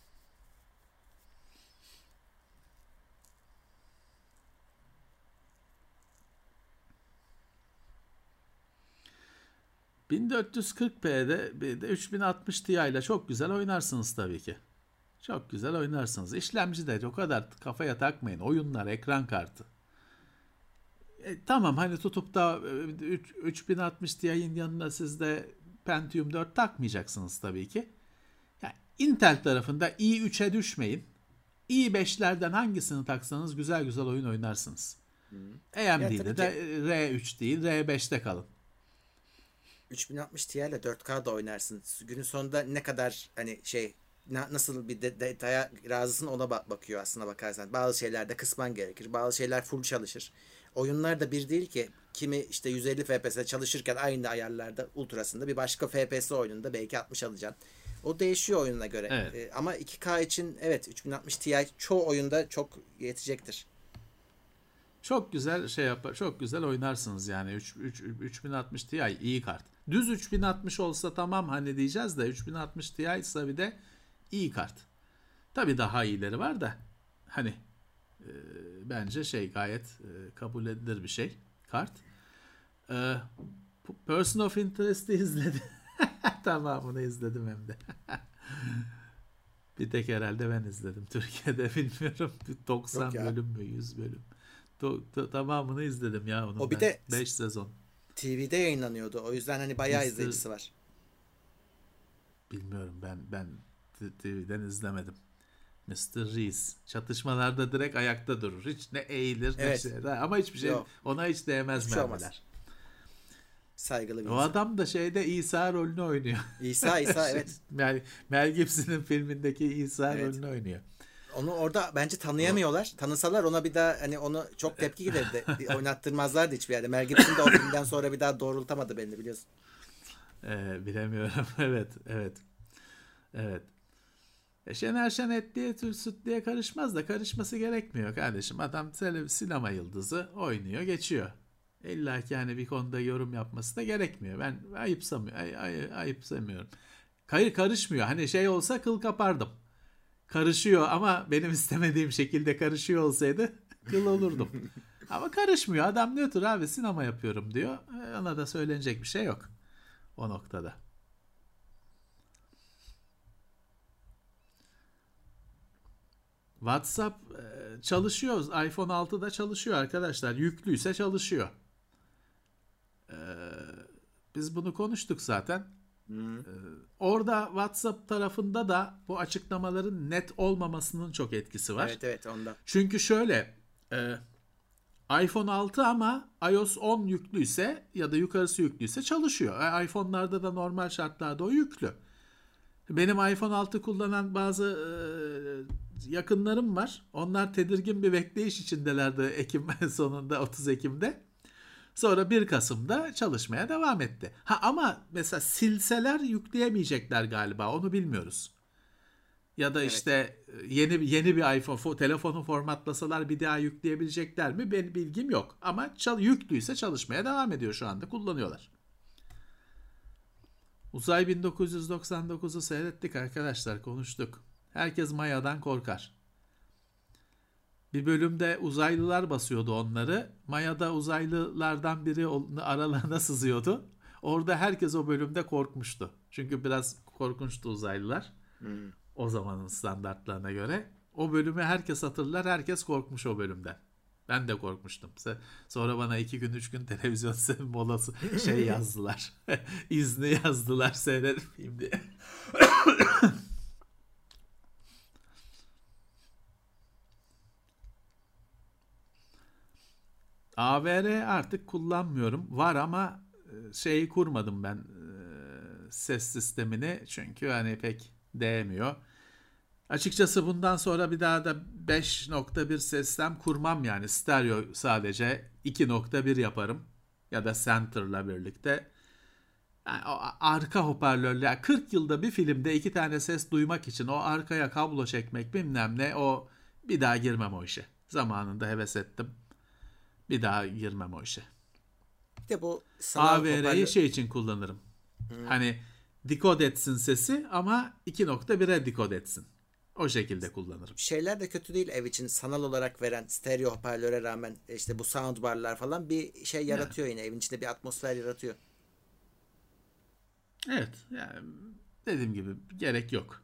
...1440p'de bir de 3060 Ti ile çok güzel oynarsınız tabii ki. Çok güzel oynarsınız. İşlemci de o kadar kafaya takmayın. Oyunlar, ekran kartı. Tamam hani tutup da 3060 Ti'nin yanına siz de Pentium 4 takmayacaksınız tabii ki. Yani Intel tarafında i3'e düşmeyin. i5'lerden hangisini taksanız güzel güzel oyun oynarsınız. Ya tabii AMD'de de ki R3 değil R5'te kalın. 3060 Ti ile 4K da oynarsın. Günün sonunda ne kadar hani nasıl bir detaya razısın ona bakıyor aslına bakarsan. Bazı şeylerde kısman gerekir. Bazı şeyler full çalışır. Oyunlar da bir değil ki. Kimi işte 150 FPS çalışırken aynı ayarlarda ultrasında bir başka FPS oyununda belki 60 alacaksın. O değişiyor oyununa göre. Evet. Ama 2K için evet 3060 Ti çoğu oyunda çok yetecektir. Çok güzel şey yapar. Çok güzel oynarsınız yani. 3060 Ti iyi kart. Düz 3060 olsa tamam hani diyeceğiz de 3060 Ti ise bir de iyi kart. Tabii daha iyileri var da hani bence gayet kabul edilir bir şey. Kart. E, Person of Interest'i izledim. Tamamını izledim hem de. Bir tek herhalde ben izledim. Türkiye'de bilmiyorum. 90 bölüm mü 100 bölüm. Tamamını izledim ya onun o bir ben. de 5 sezon. TV'de yayınlanıyordu. O yüzden hani bayağı izleyicisi var. Bilmiyorum, ben TV'den izlemedim. Mr. Reese çatışmalarda direkt ayakta durur. Hiç ne eğilir ne şey. Ama hiçbir şey ona hiç değmez mermiler. Saygılı bir o insan. adam da İsa rolünü oynuyor. İsa evet. Mel Gibson'ın filmindeki İsa rolünü oynuyor. Onu orada bence tanıyamıyorlar. Tanısalar ona bir daha hani onu çok tepki gelirdi. Oynattırmazlardı hiçbir yerde. Mel Gibson da o filmden sonra bir daha doğrultamadı beni, biliyorsun. Bilemiyorum. Evet. Şener Şen etliye sütlüye karışmaz da karışması gerekmiyor kardeşim. Adam sinema yıldızı oynuyor, geçiyor. İlla ki yani bir konuda yorum yapması da gerekmiyor. Ben ayıpsamıyorum. Karışmıyor. Hani olsa kıl kapardım. Karışıyor ama benim istemediğim şekilde karışıyor olsaydı kıl olurdum. Ama karışmıyor. Adam nötr abi, sinema yapıyorum diyor. Ona da söylenecek bir şey yok o noktada. WhatsApp çalışıyor. iPhone 6'da çalışıyor arkadaşlar. Yüklüyse çalışıyor. Biz bunu konuştuk zaten. Orada WhatsApp tarafında da bu açıklamaların net olmamasının çok etkisi var. Evet ondan. Çünkü iPhone 6 ama iOS 10 yüklüyse ya da yukarısı yüklüyse çalışıyor. iPhone'larda da normal şartlarda o yüklü. Benim iPhone 6 kullanan bazı yakınlarım var. Onlar tedirgin bir bekleyiş içindelerdi Ekim sonunda, 30 Ekim'de. Sonra 1 Kasım'da çalışmaya devam etti. Ama mesela silseler yükleyemeyecekler galiba. Onu bilmiyoruz. Ya da yeni bir iPhone telefonu formatlasalar bir daha yükleyebilecekler mi? Benim bilgim yok. Ama yüklüyse çalışmaya devam ediyor, şu anda kullanıyorlar. Uzay 1999'u seyrettik arkadaşlar, konuştuk. Herkes Maya'dan korkar. Bir bölümde uzaylılar basıyordu onları. Maya'da uzaylılardan biri aralarına sızıyordu. Orada herkes o bölümde korkmuştu. Çünkü biraz korkunçtu uzaylılar. O zamanın standartlarına göre. O bölümü herkes hatırlar. Herkes korkmuş o bölümden. Ben de korkmuştum. Sonra bana 2 gün 3 gün televizyon molası yazdılar. İzni yazdılar seyretmeyeyim diye. AVR artık kullanmıyorum. Var ama kurmadım ben ses sistemini. Çünkü hani pek değmiyor. Açıkçası bundan sonra bir daha da 5.1 sistem kurmam yani. Stereo sadece 2.1 yaparım. Ya da center'la birlikte. Yani o arka hoparlörle 40 yılda bir filmde 2 tane ses duymak için o arkaya kablo çekmek bilmem ne, o bir daha girmem o işe. Zamanında heves ettim. Bir daha girmem o işe. Bir de bu AVR'yi için kullanırım. Hani dekod etsin sesi ama 2.1'e dekod etsin. O şekilde kullanırım. Şeyler de kötü değil ev için sanal olarak veren stereo hoparlöre rağmen bu soundbarlar falan bir şey yaratıyor yine. Evin içinde bir atmosfer yaratıyor. Evet. Yani dediğim gibi gerek yok.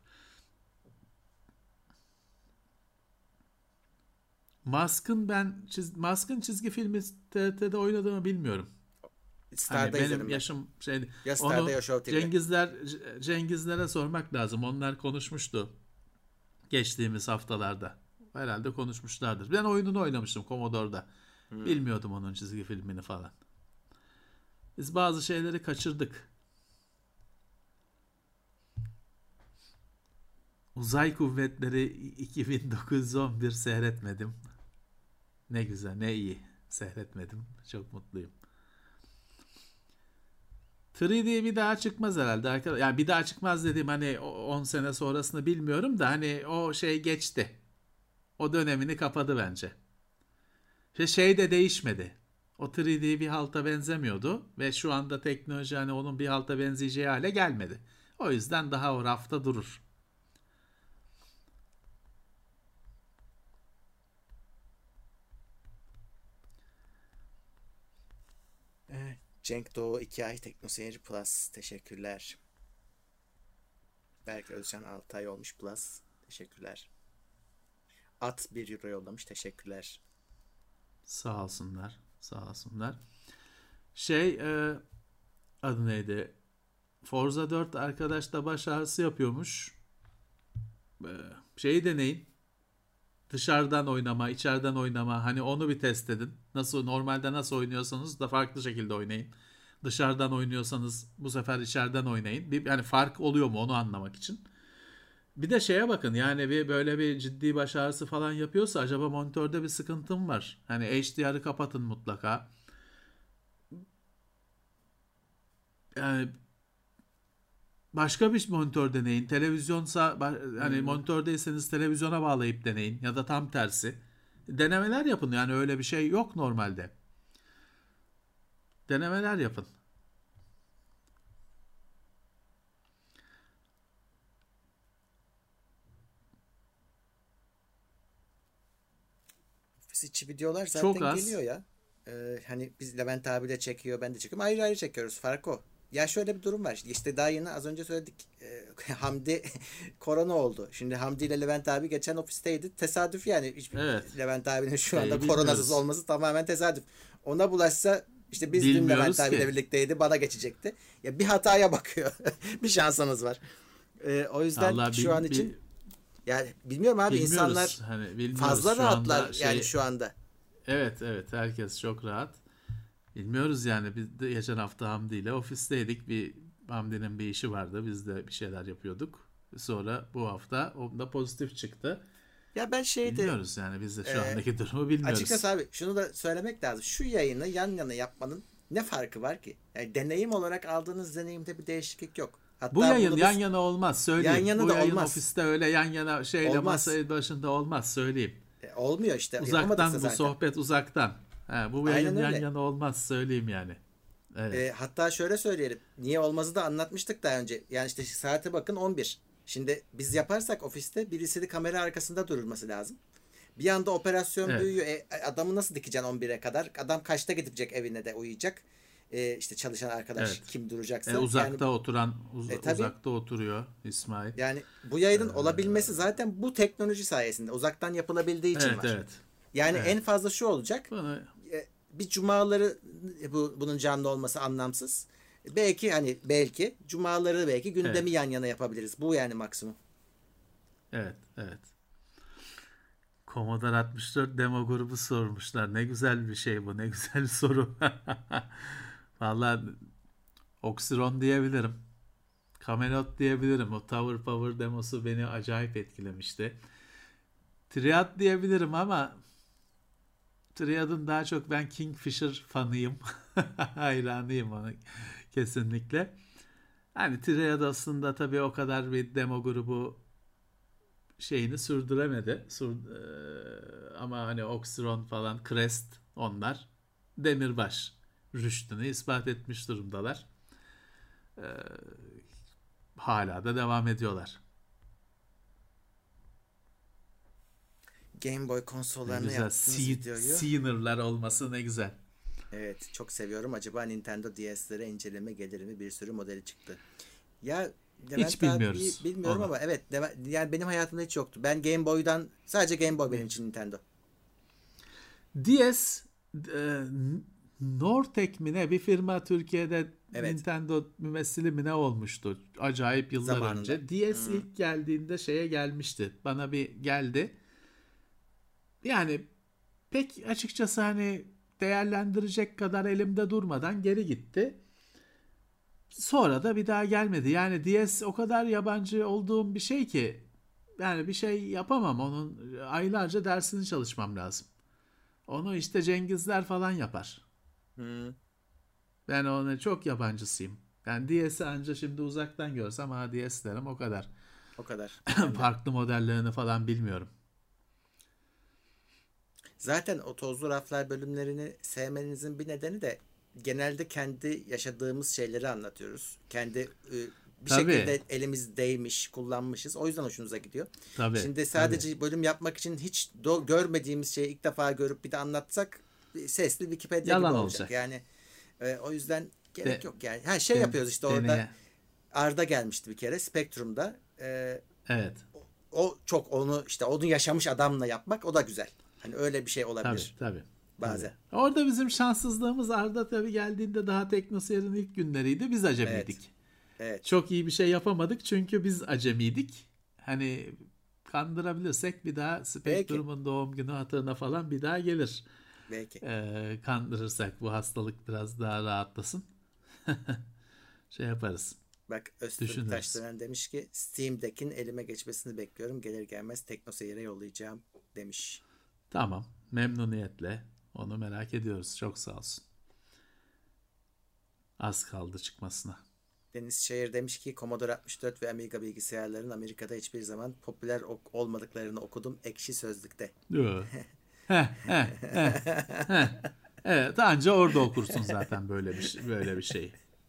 Musk'ın çizgi filmi TRT'de oynadığımı bilmiyorum. Star'da hani benim yaşım ya Star'da ya Show TV'de. Cengizlere sormak lazım. Onlar konuşmuştu geçtiğimiz haftalarda. Herhalde konuşmuşlardır. Ben oyununu oynamıştım Commodore'da. Bilmiyordum onun çizgi filmini falan. Biz bazı şeyleri kaçırdık. Uzay Kuvvetleri 2911 seyretmedim. Ne güzel, ne iyi. Seyretmedim. Çok mutluyum. 3D bir daha çıkmaz herhalde arkadaşlar. Yani bir daha çıkmaz dediğim hani 10 sene sonrasını bilmiyorum da hani o geçti. O dönemini kapadı bence. De değişmedi. O 3D bir halta benzemiyordu ve şu anda teknoloji hani onun bir halta benzeyeceği hale gelmedi. O yüzden daha o rafta durur. Cenk Doğu 2 ay Teknoseyir Plus. Teşekkürler. Berk Özcan 6 ay olmuş Plus. Teşekkürler. At 1 euro yollamış. Teşekkürler. Sağ olsunlar. Sağ olsunlar. Adı neydi? Forza 4 arkadaş da baş ağrısı yapıyormuş. Şeyi deneyin. Dışarıdan oynama, içeriden oynama. Hani onu bir test edin. Normalde nasıl oynuyorsanız da farklı şekilde oynayın. Dışarıdan oynuyorsanız bu sefer içeriden oynayın. Yani fark oluyor mu onu anlamak için. Bir de şeye bakın, yani böyle bir ciddi baş ağrısı falan yapıyorsa acaba monitörde bir sıkıntım var. Hani HDR'ı kapatın mutlaka. Yani başka bir monitör deneyin. Televizyonsa hani monitördeyseniz televizyona bağlayıp deneyin ya da tam tersi. Denemeler yapın, yani öyle bir şey yok normalde. Denemeler yapın. Ofis içi videolar Çok zaten az. geliyor ya. Hani biz Levent abi de çekiyor, ben de çekiyorum. Ayrı ayrı çekiyoruz. Fark o. Ya şöyle bir durum var. İşte daha yeni az önce söyledik. Hamdi korona oldu. Şimdi Hamdi ile Levent abi geçen ofisteydi. Tesadüf yani. Evet. Levent abinin şu anda koronasız Bilmiyoruz. olması tamamen tesadüf. Ona bulaşsa işte biz dün Levent Bilmiyoruz abiyle ki. birlikteydi. Bana geçecekti. Ya bir hataya bakıyor. Bir şansınız var. O yüzden Allah şu an için yani bilmiyorum abi, bilmiyoruz. insanlar Hani bilmiyoruz fazla şu rahatlar anda yani şu anda. Evet, herkes çok rahat. Bilmiyoruz yani, biz de geçen hafta Hamdi ile ofisteydik. Hamdi'nin bir işi vardı. Biz de bir şeyler yapıyorduk. Sonra bu hafta onda pozitif çıktı. Ya ben Bilmiyoruz yani, biz de şu e, andaki durumu bilmiyoruz. açıkçası abi şunu da söylemek lazım. Şu yayını yan yana yapmanın ne farkı var ki? Yani deneyim olarak aldığınız deneyimde bir değişiklik yok. Bu Hatta yayın bunu yan biz yana olmaz yan söyleyeyim. yana Bu da yayın olmaz. ofiste öyle yan yana şeyle Olmaz. masa başında olmaz söyleyeyim. Olmuyor işte. Yapamadıksa Uzaktan bu zaten. sohbet uzaktan. Bu Aynen yayın yan öyle. yana olmaz söyleyeyim yani. Evet. Hatta şöyle söyleyelim. Niye olmazı da anlatmıştık daha önce. Yani işte saate bakın 11. Şimdi biz yaparsak ofiste birisi de kamera arkasında durulması lazım. Bir anda operasyon Evet. büyüyor. Adamı nasıl dikeceksin 11'e kadar? Adam kaçta gidecek evine de uyuyacak? İşte çalışan arkadaş Evet. kim duracaksa. Yani Uzakta oturan tabii uzakta oturuyor İsmail. yani bu yayının olabilmesi zaten bu teknoloji sayesinde uzaktan yapılabildiği için var. Evet. Yani Evet. en fazla şu olacak. Bunu Bir cumaları bunun canlı olması anlamsız. Belki cumaları belki gündemi evet. yan yana yapabiliriz. Bu yani maksimum. Evet. Commodore 64 demo grubu sormuşlar. Ne güzel bir şey bu. Ne güzel bir soru. Vallahi Oxyron diyebilirim. Camelot diyebilirim. O Tower Power demosu beni acayip etkilemişti. Triad diyebilirim ama Triad'ın daha çok ben Kingfisher fanıyım. Hayranıyım ona kesinlikle. Hani Triad aslında tabii o kadar bir demo grubu şeyini sürdüremedi. Ama hani Oxyron falan, Crest, onlar demirbaş rüştünü ispat etmiş durumdalar. Ee, Hala da devam ediyorlar. Game Boy Ne konsollarına güzel. yaptığınız videoyu. Scener'lar olması ne güzel. Evet, çok seviyorum. Acaba Nintendo DS'lere inceleme gelir mi? Bir sürü modeli çıktı. Ya Hiç Levent abi bilmiyoruz bilmiyorum onu. ama evet yani benim hayatımda hiç yoktu. Ben Game Boy'dan sadece Game Boy benim için Nintendo. DS Nortek mi ne bir firma Türkiye'de Evet, Nintendo mümessili mi ne olmuştu acayip yıllar zamanında. önce. DS ilk geldiğinde şeye gelmişti. Bana bir geldi. Yani pek açıkçası hani değerlendirecek kadar elimde durmadan geri gitti. Sonra da bir daha gelmedi. Yani DS o kadar yabancı olduğum bir şey ki yani bir şey yapamam. Onun aylarca dersini çalışmam lazım. Onu işte Cengizler falan yapar. Hı, Ben ona çok yabancısıyım. Yani DS'i anca şimdi uzaktan görsem DS derim o kadar. o kadar. Ben de. Farklı modellerini falan bilmiyorum. Zaten o tozlu raflar bölümlerini sevmenizin bir nedeni de genelde kendi yaşadığımız şeyleri anlatıyoruz. Kendi bir Tabii, şekilde elimiz değmiş, kullanmışız. O yüzden hoşunuza gidiyor. tabii, Şimdi tabii. sadece bölüm yapmak için hiç görmediğimiz şeyi ilk defa görüp bir de anlatsak sesli Wikipedia gibi Yalan olacak. olacak. Yani O yüzden gerek De, yok yani. Her şey yapıyoruz işte orada. deneye. Arda gelmişti bir kere Spectrum'da. Evet. O çok onu işte onu yaşamış adamla yapmak o da güzel. Hani öyle bir şey Tabii, olabilir tabii. Tabii. bazen. Orada bizim şanssızlığımız, Arda tabii geldiğinde daha Teknoseyir'in ilk günleriydi. Biz Evet. acemiydik. Evet. Çok iyi bir şey yapamadık çünkü biz acemiydik. Hani kandırabilirsek bir daha Belki. Spectrum'un doğum günü hatırına falan bir daha gelir. Belki. Kandırırsak bu hastalık biraz daha rahatlasın. Şey yaparız. Bak Öztürk Düşünürüz. Taşdönen demiş ki Steam Deck'in elime geçmesini bekliyorum. Gelir gelmez TeknoSeyir'e yollayacağım demiş. Tamam. Memnuniyetle. Onu merak ediyoruz. Çok sağ olsun. Az kaldı çıkmasına. Deniz Şehir demiş ki Commodore 64 ve Amiga bilgisayarların Amerika'da hiçbir zaman popüler olmadıklarını okudum Ekşi Sözlük'te. Yo. Heh, heh, heh, heh. Evet, anca orada okursun zaten böyle bir şey.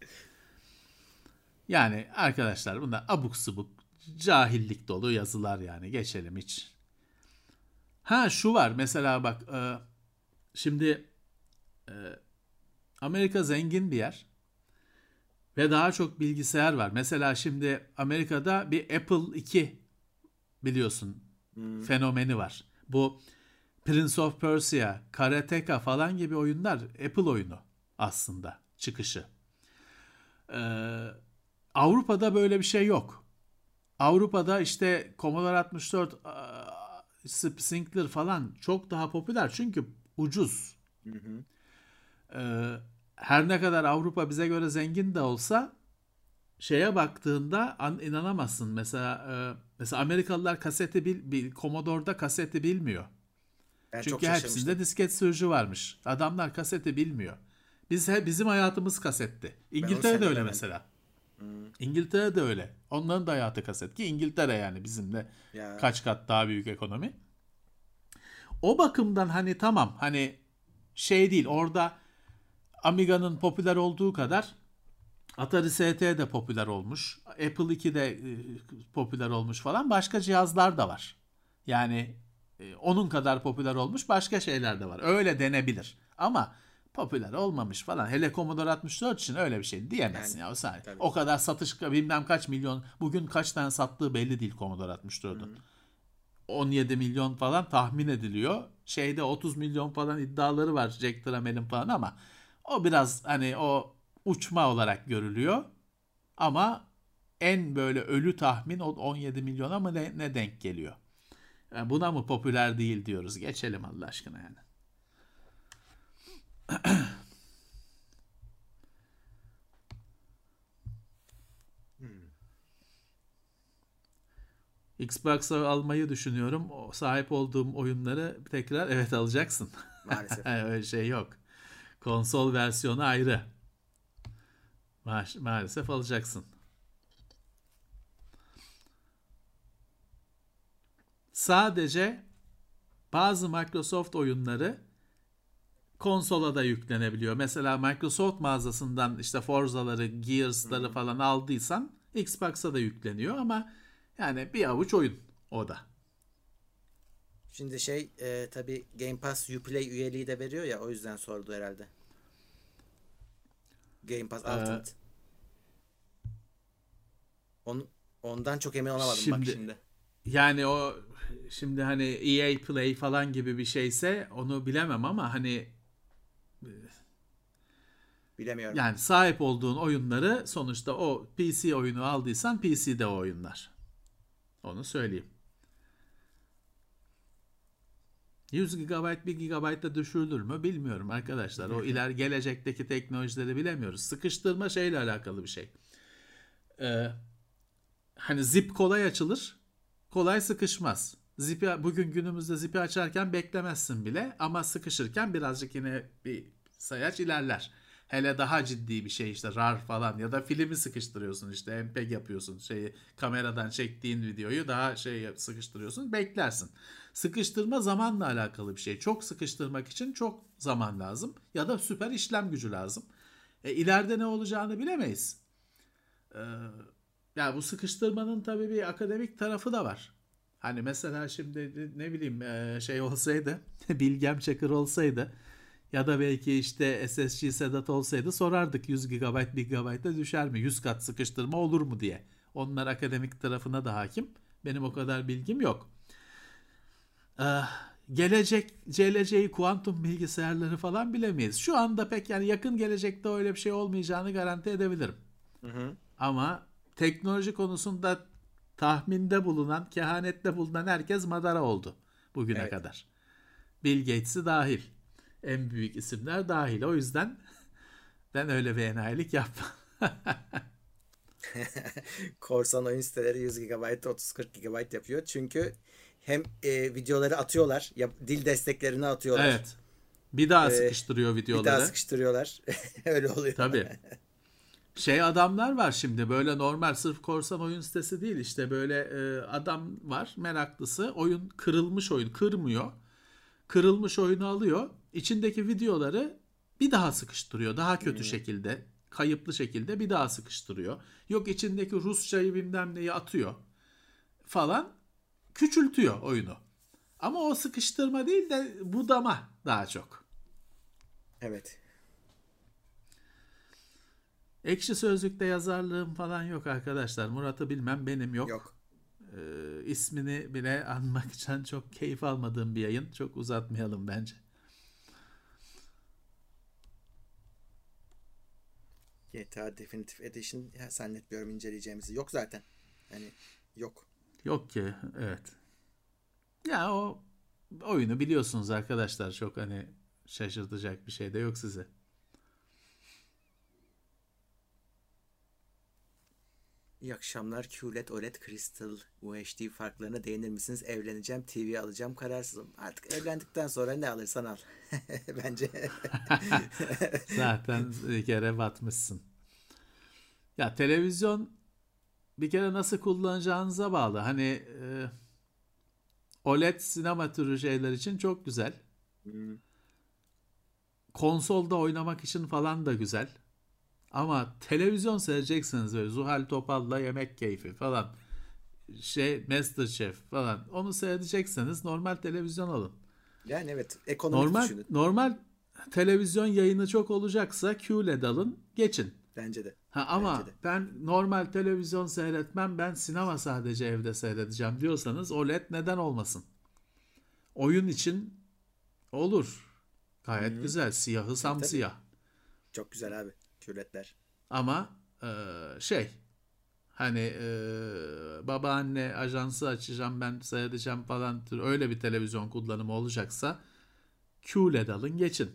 Yani arkadaşlar bunlar abuk subuk cahillik dolu yazılar yani geçelim hiç. Ha şu var mesela bak şimdi e, Amerika zengin bir yer ve daha çok bilgisayar var. Mesela şimdi Amerika'da bir Apple II biliyorsun Hmm. fenomeni var. Bu Prince of Persia, Karateka falan gibi oyunlar Apple oyunu aslında çıkışı. Ee, Avrupa'da böyle bir şey yok. Avrupa'da işte Commodore 64, Sinclair falan çok daha popüler çünkü ucuz. Hı hı. Ee, Her ne kadar Avrupa bize göre zengin de olsa şeye baktığında inanamazsın. Mesela Amerikalılar Commodore'da kaseti bilmiyor. Ben çok Çünkü hepsinde şaşırmıştım. disket sürücü varmış. Adamlar kaseti bilmiyor. Bizim hayatımız kasetti. Ben onu İngiltere'de senden öyle öğrendim. mesela. Hmm. İngiltere'de öyle. Onların da hayatı kaset ki İngiltere yani bizimle Ya kaç kat daha büyük ekonomi. O bakımdan hani tamam hani şey değil orada Amiga'nın popüler olduğu kadar Atari ST de popüler olmuş. Apple II de popüler olmuş falan. Başka cihazlar da var. Yani onun kadar popüler olmuş başka şeyler de var. Öyle denebilir. Ama popüler olmamış falan. Hele Commodore 64 için öyle bir şey yani diyemezsin ya. O saniye. tabii. O kadar satış bilmem kaç milyon. Bugün kaç tane sattığı belli değil Commodore 64'ün. Hı. 17 milyon falan tahmin ediliyor. Şeyde 30 milyon falan iddiaları var Jack Tramel'in falan ama o biraz hani o uçma olarak görülüyor. Ama en böyle ölü tahmin o 17 milyona mı ne denk geliyor? Yani buna mı popüler değil diyoruz. Geçelim Allah aşkına yani. Hmm. Xbox'a almayı düşünüyorum. O sahip olduğum oyunları tekrar evet alacaksın. Maalesef. Öyle şey yok. Konsol versiyonu ayrı. Maalesef alacaksın. Sadece bazı Microsoft oyunları konsola da yüklenebiliyor. Mesela Microsoft mağazasından işte Forza'ları, Gears'ları Hı. falan aldıysan Xbox'a da yükleniyor ama yani bir avuç oyun o da. Şimdi tabii Game Pass Uplay üyeliği de veriyor ya o yüzden sordu herhalde. Game Pass Ee, Ultimate. On, ondan çok emin olamadım bak şimdi şimdi. yani o şimdi hani EA Play falan gibi bir şeyse onu bilemem ama hani Bilemiyorum. yani sahip olduğun oyunları sonuçta o PC oyunu aldıysan PC'de o oyunlar. Onu söyleyeyim. 100 GB 1 GB da düşürülür mü bilmiyorum arkadaşlar. O gelecekteki teknolojileri bilemiyoruz. Sıkıştırma şeyle alakalı bir şey. Ee, Hani zip kolay açılır, kolay sıkışmaz. Bugün günümüzde zipi açarken beklemezsin bile ama sıkışırken birazcık yine bir sayaç ilerler. Hele daha ciddi bir şey işte RAR falan ya da filmi sıkıştırıyorsun işte MPEG yapıyorsun kameradan çektiğin videoyu daha sıkıştırıyorsun beklersin. Sıkıştırma zamanla alakalı bir şey. Çok sıkıştırmak için çok zaman lazım ya da süper işlem gücü lazım. İleride ne olacağını bilemeyiz. Ee, Ya bu sıkıştırmanın tabii bir akademik tarafı da var. Hani mesela şimdi ne bileyim şey olsaydı Bilgem Çakır olsaydı Ya da belki işte SSG Sedat olsaydı sorardık 100 GB 1 GB'da düşer mi? 100 kat sıkıştırma olur mu diye. Onlar akademik tarafına da hakim. Benim o kadar bilgim yok. Geleceği, kuantum bilgisayarları falan bilemeyiz. Şu anda pek yani yakın gelecekte öyle bir şey olmayacağını garanti edebilirim. Hı hı. Ama teknoloji konusunda tahminde bulunan, kehanette bulunan herkes madara oldu bugüne Evet. kadar. Bill Gates'i dahil. En büyük isimler dahil. O yüzden ben öyle bir enayilik yapmam. Korsan oyun siteleri 100 GB, 30-40 GB yapıyor. Çünkü hem videoları atıyorlar, dil desteklerini atıyorlar. Evet. Bir daha E, sıkıştırıyor Bir daha videoları. sıkıştırıyorlar. Öyle oluyor. Tabii. Adamlar var şimdi böyle normal sırf korsan oyun sitesi değil işte böyle adam var meraklısı oyun kırılmış oyun kırmıyor. Kırılmış oyunu alıyor. İçindeki videoları bir daha sıkıştırıyor. Daha kötü şekilde, kayıplı şekilde bir daha sıkıştırıyor. Yok içindeki Rusçayı bilmem neyi atıyor falan. Küçültüyor oyunu. Ama o sıkıştırma değil de budama daha çok. Evet. Ekşi Sözlük'te yazarlığım falan yok arkadaşlar. Murat'ı bilmem benim yok. Yok. İsmini bile anmak için çok keyif almadığım bir yayın. Çok uzatmayalım bence. GTA Definitive Edition zannetmiyorum inceleyeceğimizi. Yok zaten. Yani yok. Yok ki evet. Ya o oyunu biliyorsunuz arkadaşlar. Çok hani şaşırtacak bir şey de yok size. İyi akşamlar. QLED, OLED, Crystal, UHD farklarına değinir misiniz? Evleneceğim, TV alacağım, kararsızım. Artık evlendikten sonra ne alırsan al. Bence. Zaten bir kere batmışsın. Ya televizyon bir kere nasıl kullanacağınıza bağlı. Hani OLED sinema türü şeyler için çok güzel. Hmm. Konsolda oynamak için falan da güzel. Ama televizyon seyredeceksiniz böyle Zuhal Topal'la yemek keyfi falan. MasterChef falan. Onu seyredecekseniz normal televizyon alın. Yani evet, ekonomik Normal düşünün. normal televizyon yayını çok olacaksa QLED alın, geçin. Bence de. Bence Ama de. ben normal televizyon seyretmem, ben sinema sadece evde seyredeceğim diyorsanız OLED neden olmasın? Oyun için olur. Gayet Hı-hı. güzel. Siyahı Tabii. samsiyah. Çok güzel abi. QLED'ler. Ama hani babaanne ajansı açacağım ben seyredeceğim falan tür öyle bir televizyon kullanımı olacaksa QLED alın geçin.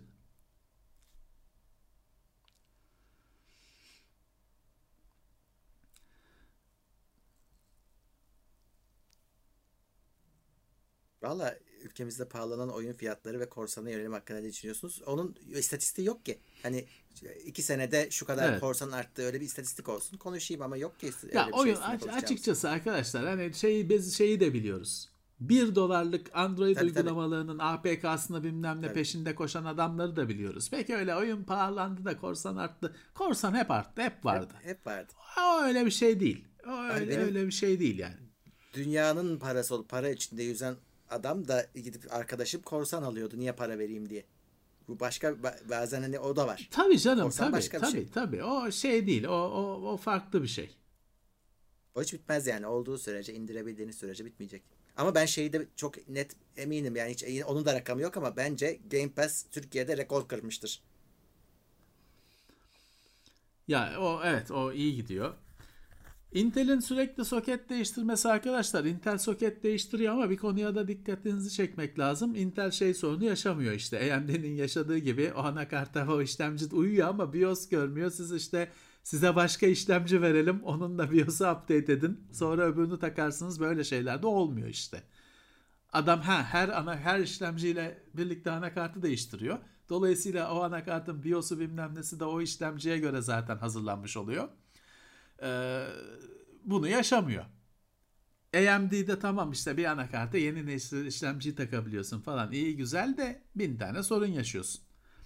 Valla ülkemizde pahalanan oyun fiyatları ve korsana yönelim hakkında ne düşünüyorsunuz? Onun istatistiği yok ki. Hani 2 senede şu kadar Evet. korsan arttı, öyle bir istatistik olsun. Konuşayım ama yok ki Ya öyle bir şey oyun üstüne konuşacağımız. açıkçası arkadaşlar hani biz şeyi de biliyoruz. 1 dolarlık Android Tabii tabii. uygulamalarının APK'sını bilmem ne Tabii. peşinde koşan adamları da biliyoruz. Peki öyle oyun pahalandı da korsan arttı. Korsan hep arttı, hep vardı. Hep vardı. O öyle bir şey değil. O Abi öyle benim öyle bir şey değil yani. dünyanın parası olup para içinde yüzen adam da gidip arkadaşım korsan alıyordu. Niye para vereyim diye. Bu başka bazen hani o da var. Tabii canım Korsan tabii başka bir şey. tabii. O şey değil. O farklı bir şey. O hiç bitmez yani. Olduğu sürece, indirebildiğiniz sürece bitmeyecek. Ama ben şeyi de çok net eminim yani hiç onun da rakamı yok ama bence Game Pass Türkiye'de rekor kırmıştır. Ya evet o iyi gidiyor. Intel'in sürekli soket değiştirmesi arkadaşlar. Intel soket değiştiriyor ama bir konuya da dikkatinizi çekmek lazım. Intel sorunu yaşamıyor işte. AMD'nin yaşadığı gibi o anakarta o işlemci uyuyor ama BIOS görmüyor. Siz size başka işlemci verelim. Onun da BIOS'u update edin. Sonra öbürünü takarsınız. Böyle şeyler de olmuyor işte. Adam her işlemciyle birlikte anakartı değiştiriyor. Dolayısıyla o anakartın BIOS'u bilmem nesi de o işlemciye göre zaten hazırlanmış oluyor. Bunu yaşamıyor. AMD'de tamam işte bir anakarta yeni nesil işlemciyi takabiliyorsun falan. İyi güzel de 1000 tane sorun yaşıyorsun.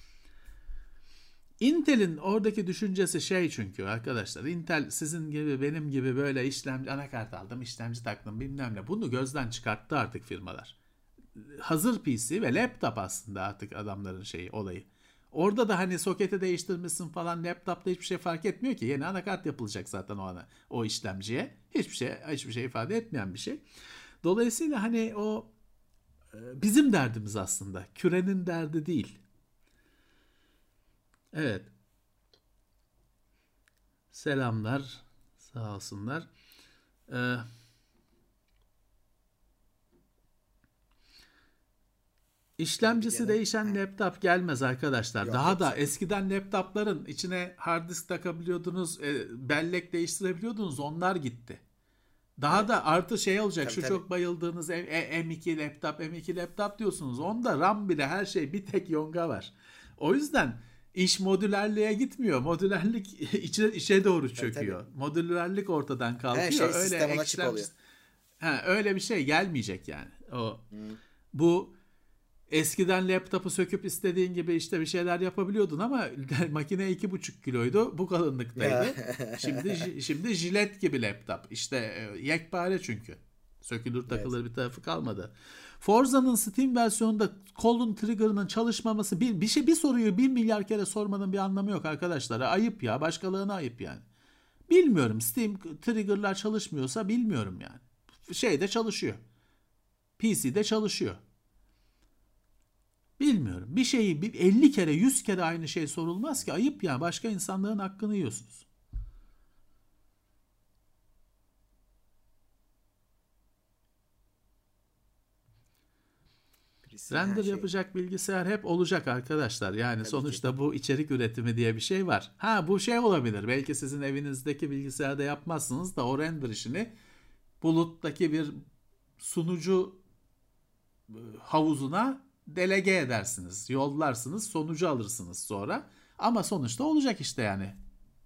Intel'in oradaki düşüncesi çünkü arkadaşlar. Intel sizin gibi benim gibi böyle işlemci anakart aldım, işlemci taktım bilmem ne. Bunu gözden çıkarttı artık firmalar. hazır PC ve laptop aslında artık adamların şeyi, olayı. Orada da hani soketi değiştirmişsin falan, laptopta hiçbir şey fark etmiyor ki. Yeni anakart yapılacak zaten o işlemciye. Hiçbir şey ifade etmeyen bir şey. Dolayısıyla hani o bizim derdimiz aslında. Kürenin derdi değil. Evet. Selamlar. Sağ olsunlar. Ee, İşlemcisi değişen laptop gelmez arkadaşlar. Yok Daha yok. da eskiden laptopların içine hard disk takabiliyordunuz, bellek değiştirebiliyordunuz. Onlar gitti. Daha Evet. da artı şey olacak. Tabii, Şu tabii. çok bayıldığınız M2 laptop diyorsunuz. Onda RAM bile, her şey, bir tek yonga var. O yüzden iş modülerliğe gitmiyor. Modülerlik işe doğru Tabii, çöküyor. tabii. Modülerlik ortadan Her kalkıyor. şey Öyle sistem açık oluyor. öyle bir şey gelmeyecek yani. Bu eskiden laptopu söküp istediğin gibi işte bir şeyler yapabiliyordun ama makine 2,5 kiloydu. Bu kalınlıktaydı. Şimdi jilet gibi laptop. İşte yekpare çünkü. Sökülür takılır bir tarafı kalmadı. Forza'nın Steam versiyonunda kolun trigger'ının çalışmaması, bir soruyu 1 milyar kere sormanın bir anlamı yok arkadaşlar. Ayıp ya. Başkalarına ayıp yani. Bilmiyorum. Steam trigger'lar çalışmıyorsa bilmiyorum yani. Şeyde çalışıyor. PC'de çalışıyor. Bilmiyorum. Bir şeyi 50 kere 100 kere aynı şey sorulmaz ki. Ayıp ya. Başka insanların hakkını yiyorsunuz. Render yapacak bilgisayar hep olacak arkadaşlar. Yani tabii sonuçta ki. Bu içerik üretimi diye bir şey var. Bu şey olabilir. Belki sizin evinizdeki bilgisayarda yapmazsınız da o render işini buluttaki bir sunucu havuzuna delege edersiniz. Yollarsınız. Sonucu alırsınız sonra. Ama sonuçta olacak işte yani.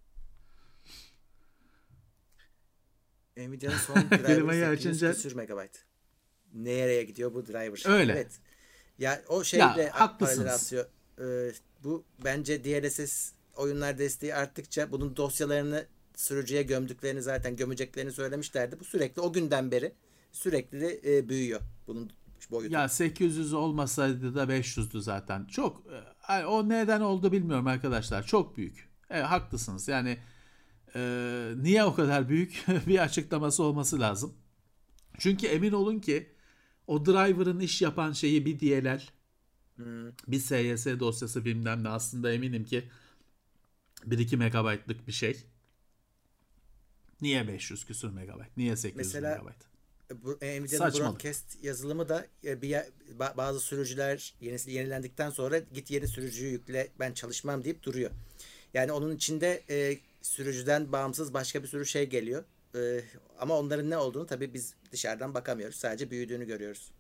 Nvidia'nın son driver'ı 800 küsür megabayt. Nereye gidiyor bu driver? Öyle. Evet. Ya o şeyle paralel atıyor. Bu bence DLSS oyunlar desteği arttıkça bunun dosyalarını sürücüye gömdüklerini, zaten gömeceklerini söylemişlerdi. Bu sürekli o günden beri sürekli de büyüyor bunun boyutu. Ya 800 olmasaydı da 500'dü zaten. Çok o neden oldu bilmiyorum arkadaşlar. Çok büyük. Haklısınız. Yani niye o kadar büyük bir açıklaması olması lazım. Çünkü emin olun ki o driver'ın iş yapan şeyi bir DLL, bir SYS dosyası bilmem ne, aslında eminim ki 1-2 megabaytlık bir şey. Niye 500 küsur megabayt? Niye 800 megabayt? Nvidia'nın broadcast yazılımı da bazı sürücüler yenilendikten sonra git yeni sürücüyü yükle, ben çalışmam deyip duruyor. Yani onun içinde sürücüden bağımsız başka bir sürü şey geliyor. Ama onların ne olduğunu tabii biz dışarıdan bakamıyoruz. Sadece büyüdüğünü görüyoruz.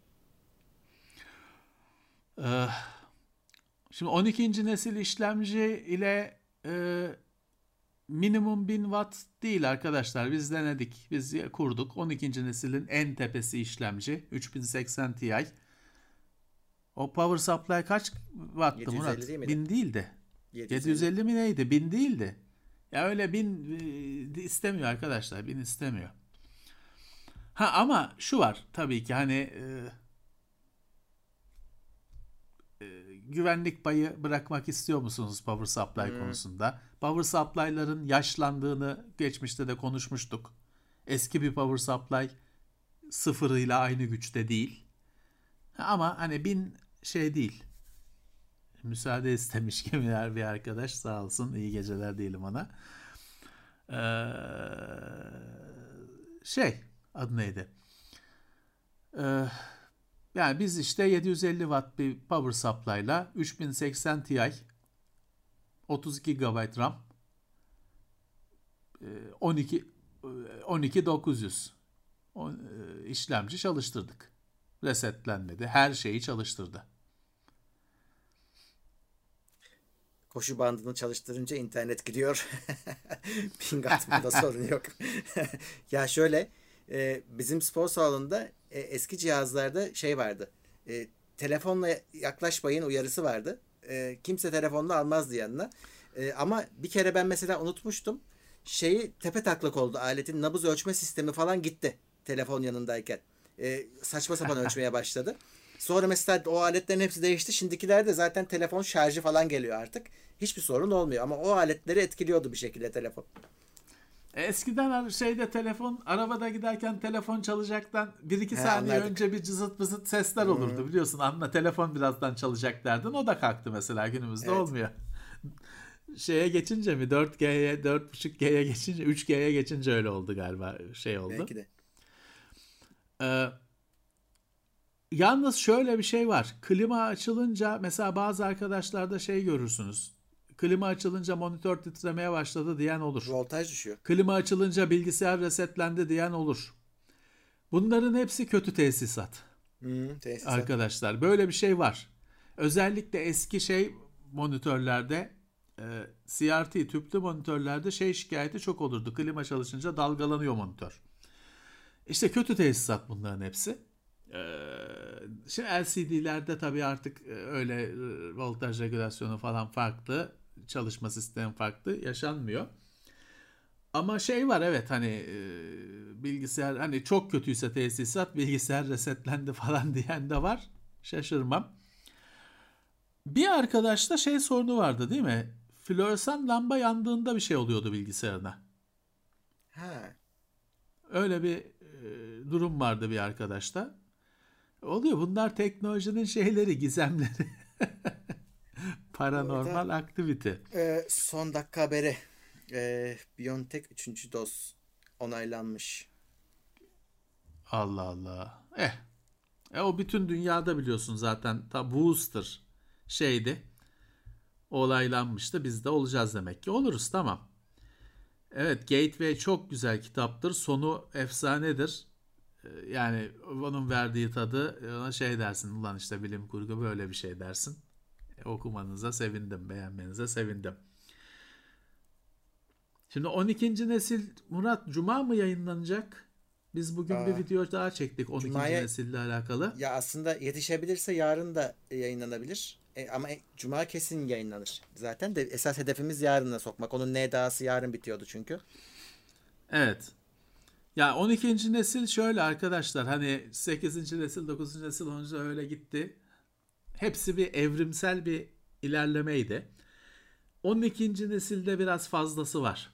Şimdi 12. nesil işlemci ile minimum 1000 watt değil arkadaşlar. Biz denedik. Biz kurduk. 12. neslin en tepesi işlemci. 3080 Ti. O power supply kaç watt'tı Murat? Değil 1000 değildi. 750 mi neydi? 1000 değildi. Ya öyle 1000 istemiyor arkadaşlar. 1000 istemiyor. Ama şu var tabii ki hani güvenlik payı bırakmak istiyor musunuz power supply konusunda? Power supply'ların yaşlandığını geçmişte de konuşmuştuk. Eski bir power supply sıfırıyla aynı güçte değil. Ama hani 1000 şey değil. Müsaade istemiş gibi bir arkadaş, sağ olsun. İyi geceler diyelim ona. Adı neydi? Yani biz işte 750 watt bir power supply ile 3080 Ti, 32 GB RAM, 12900 işlemci çalıştırdık. Resetlenmedi. Her şeyi çalıştırdı. Koşu bandını çalıştırınca internet gidiyor. Ping atmada sorun yok. Ya şöyle, bizim spor salonunda eski cihazlarda şey vardı. Telefonla yaklaşmayın uyarısı vardı. Kimse telefonla almazdı yanına. Ama bir kere ben mesela unutmuştum. Tepe taklak oldu. Aletin nabız ölçme sistemi falan gitti telefon yanındayken. Saçma sapan ölçmeye başladı. Sonra mesela o aletlerin hepsi değişti. Şimdikilerde zaten telefon şarjı falan geliyor artık. Hiçbir sorun olmuyor ama o aletleri etkiliyordu bir şekilde telefon. Eskiden telefon, arabada giderken telefon çalacaktan 1-2 saniye Anlardık. önce bir cızıt bızıt sesler olurdu biliyorsun. Anla, telefon birazdan çalacak derdin. O da kalktı mesela, günümüzde Evet. olmuyor. Şeye geçince mi, 4G'ye, 4.5G'ye geçince, 3G'ye geçince öyle oldu galiba, oldu. Belki de. Ee, Yalnız şöyle bir şey var. Klima açılınca mesela bazı arkadaşlarda görürsünüz. Klima açılınca monitör titremeye başladı diyen olur. Voltaj düşüyor. Klima açılınca bilgisayar resetlendi diyen olur. Bunların hepsi kötü tesisat. Tesisat. Arkadaşlar, böyle bir şey var. Özellikle eski monitörlerde, CRT tüplü monitörlerde şikayeti çok olurdu. Klima çalışınca dalgalanıyor monitör. İşte kötü tesisat bunların hepsi. Şimdi LCD'lerde tabii artık öyle voltaj regülasyonu falan farklı, çalışma sistemi farklı, yaşanmıyor. Ama var, evet, hani bilgisayar, hani çok kötüyse tesisat, bilgisayar resetlendi falan diyen de var. Şaşırmam. Bir arkadaşta sorunu vardı değil mi? Floresan lamba yandığında bir şey oluyordu bilgisayarına. Ha. Öyle bir durum vardı bir arkadaşta. Oluyor. Bunlar teknolojinin gizemleri. Paranormal Orada aktivite. son dakika haberi. BioNTech 3. doz onaylanmış. Allah Allah. O bütün dünyada biliyorsun zaten. Booster olaylanmıştı. Biz de olacağız demek ki. Oluruz, tamam. Evet, Gateway çok güzel kitaptır. Sonu efsanedir. Yani onun verdiği tadı, ona dersin. Ulan işte bilim kurgu böyle bir şey dersin. Okumanıza sevindim. Beğenmenize sevindim. Şimdi 12. nesil Murat, Cuma mı yayınlanacak? Biz bugün bir video daha çektik 12. Cuma'ya, nesille alakalı. ya aslında yetişebilirse yarın da yayınlanabilir. Ama Cuma kesin yayınlanır. Zaten de esas hedefimiz yarına sokmak. Onun NDA'sı yarın bitiyordu çünkü. Evet. Ya 12. nesil şöyle arkadaşlar, hani 8. nesil, 9. nesil, 10. öyle gitti. Hepsi bir evrimsel bir ilerlemeydi. 12. nesilde biraz fazlası var.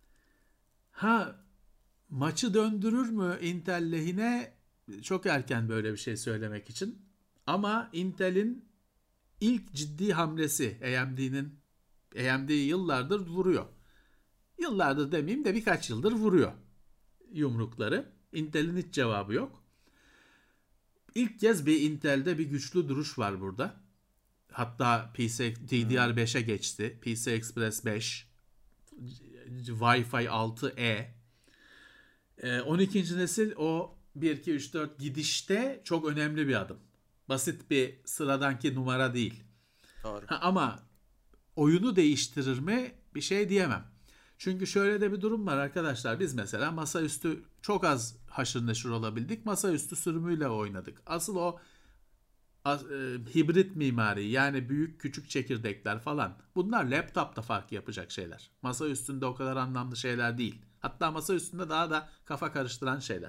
Maçı döndürür mü Intel lehine? Çok erken böyle bir şey söylemek için. Ama Intel'in ilk ciddi hamlesi, AMD yıllardır vuruyor. Yıllardır demeyeyim de birkaç yıldır vuruyor yumrukları. Intel'in hiç cevabı yok. İlk kez bir Intel'de bir güçlü duruş var burada. Hatta DDR5'e geçti. PCI Express 5, Wi-Fi 6E. 12. nesil o 1, 2, 3, 4 gidişte çok önemli bir adım. Basit bir sıradanki numara değil. Doğru. Ama oyunu değiştirir mi? Bir şey diyemem. Çünkü şöyle de bir durum var arkadaşlar. Biz mesela masaüstü çok az haşır neşir olabildik. Masaüstü sürümüyle oynadık. Asıl o hibrit mimari, yani büyük küçük çekirdekler falan. Bunlar laptopta fark yapacak şeyler. Masa üstünde o kadar anlamlı şeyler değil. Hatta masa üstünde daha da kafa karıştıran şeyler.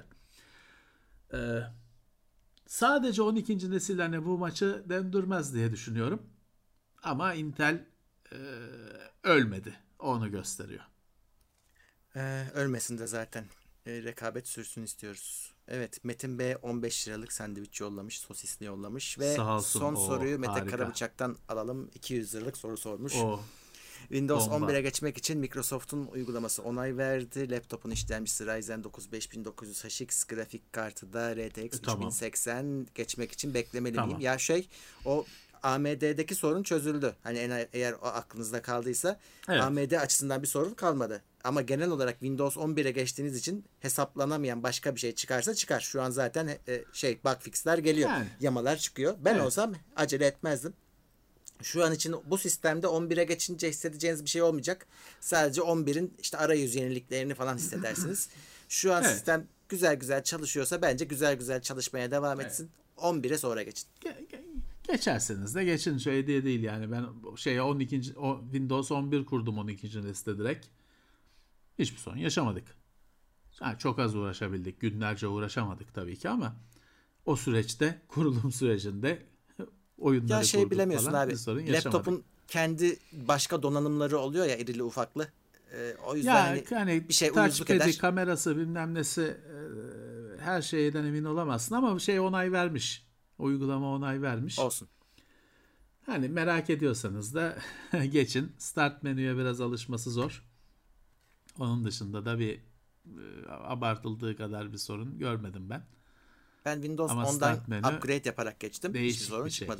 Sadece 12. nesil hani bu maçı döndürmez diye düşünüyorum. Ama Intel ölmedi. Onu gösteriyor. Ölmesin de zaten. Rekabet sürsün istiyoruz. Evet, Metin B 15 liralık sandviç yollamış, sosisli yollamış ve Sağ olsun. son soruyu Mete Harika. Karabıçak'tan alalım. 200 liralık soru sormuş. Windows Bomba. 11'e geçmek için Microsoft'un uygulaması onay verdi. Laptopun işlemcisi Ryzen 9 5900 HX, grafik kartı da RTX 3080 geçmek için beklemeli miyim? Ya o AMD'deki sorun çözüldü. Hani eğer o aklınızda kaldıysa, Evet. AMD açısından bir sorun kalmadı. Ama genel olarak Windows 11'e geçtiğiniz için hesaplanamayan başka bir şey çıkarsa çıkar. Şu an zaten bug fixler geliyor. Yani. Yamalar çıkıyor. Ben olsam acele etmezdim. Şu an için bu sistemde 11'e geçince hissedeceğiniz bir şey olmayacak. Sadece 11'in işte arayüz yeniliklerini falan hissedersiniz. Şu an sistem güzel güzel çalışıyorsa bence güzel güzel çalışmaya devam etsin. 11'e sonra geçin. Geçerseniz de geçin, diye değil yani. Ben 12. Windows 11 kurdum 12. nesilde direkt. Hiçbir sorun yaşamadık. Çok az uğraşabildik. Günlerce uğraşamadık tabii ki ama o süreçte, kurulum sürecinde oyunları Ya şey kurduk bilemiyorsun falan, abi. bir sorun yaşamadık. Laptopun kendi başka donanımları oluyor ya, irili ufaklı. O yüzden Ya hani hani bir şey uyuzluk touchpad'i, eder. kamerası bilmem nesi, her şeyden emin olamazsın ama şey onay vermiş. Uygulama onay vermiş. Olsun. Hani merak ediyorsanız da geçin. Start menüye biraz alışması zor. Onun dışında da bir abartıldığı kadar bir sorun görmedim ben. Ben Windows Ama 10'dan start menü upgrade yaparak geçtim. Hiçbir değişik sorun bir şey. çıkmadı.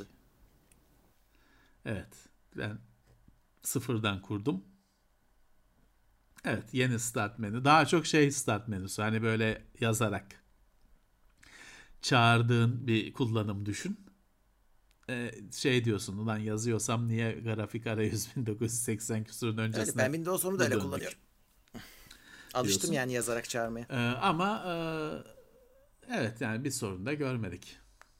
Evet. Ben sıfırdan kurdum. Evet, yeni start menü. Daha çok şey start menüsü. Hani böyle yazarak çağırdığın bir kullanım düşün. Şey diyorsun, ulan yazıyorsam niye grafik arayüz 1980 küsurun Öyle, ben öncesine Windows 10'u da bu öyle döndük kullanıyorum. Alıştım diyorsun. yani yazarak çağırmaya. Ama evet, yani bir sorun da görmedik.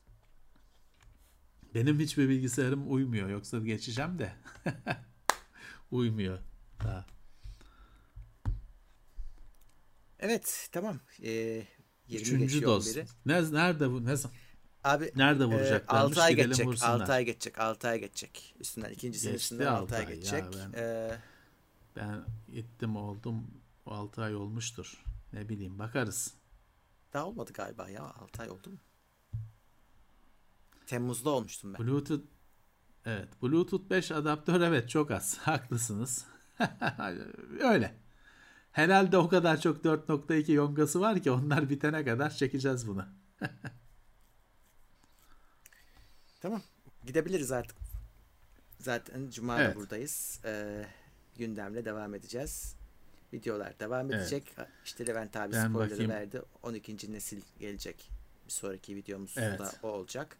Benim hiçbir bilgisayarım uymuyor. Yoksa geçeceğim de uymuyor daha. Evet, tamam. 20 Üçüncü geçiyor doz. 11'i. Nerede bu? Abi Nerede 6 vuracaklarmış? ay Gidelim geçecek. 6 vursunlar. ay geçecek. 6 ay geçecek. Üstünden ikincisinin üstünden Geçti 6 6 ay ay. geçecek. Ya ben gittim oldum. 6 ay olmuştur. Ne bileyim, bakarız. Daha olmadı galiba ya. 6 ay oldu mu? Temmuz'da olmuştum ben. Bluetooth, evet, Bluetooth 5 adaptör, evet, çok az. Haklısınız. Öyle. Herhalde o kadar çok 4.2 yongası var ki onlar bitene kadar çekeceğiz bunu. Tamam. Gidebiliriz artık. Zaten Cuma da Evet. buradayız. Gündemle devam edeceğiz. Videolar devam Evet. edecek. İşte Levent abi Ben spoiler'ı bakayım. verdi. 12. nesil gelecek. Bir sonraki videomuz da Evet. o olacak.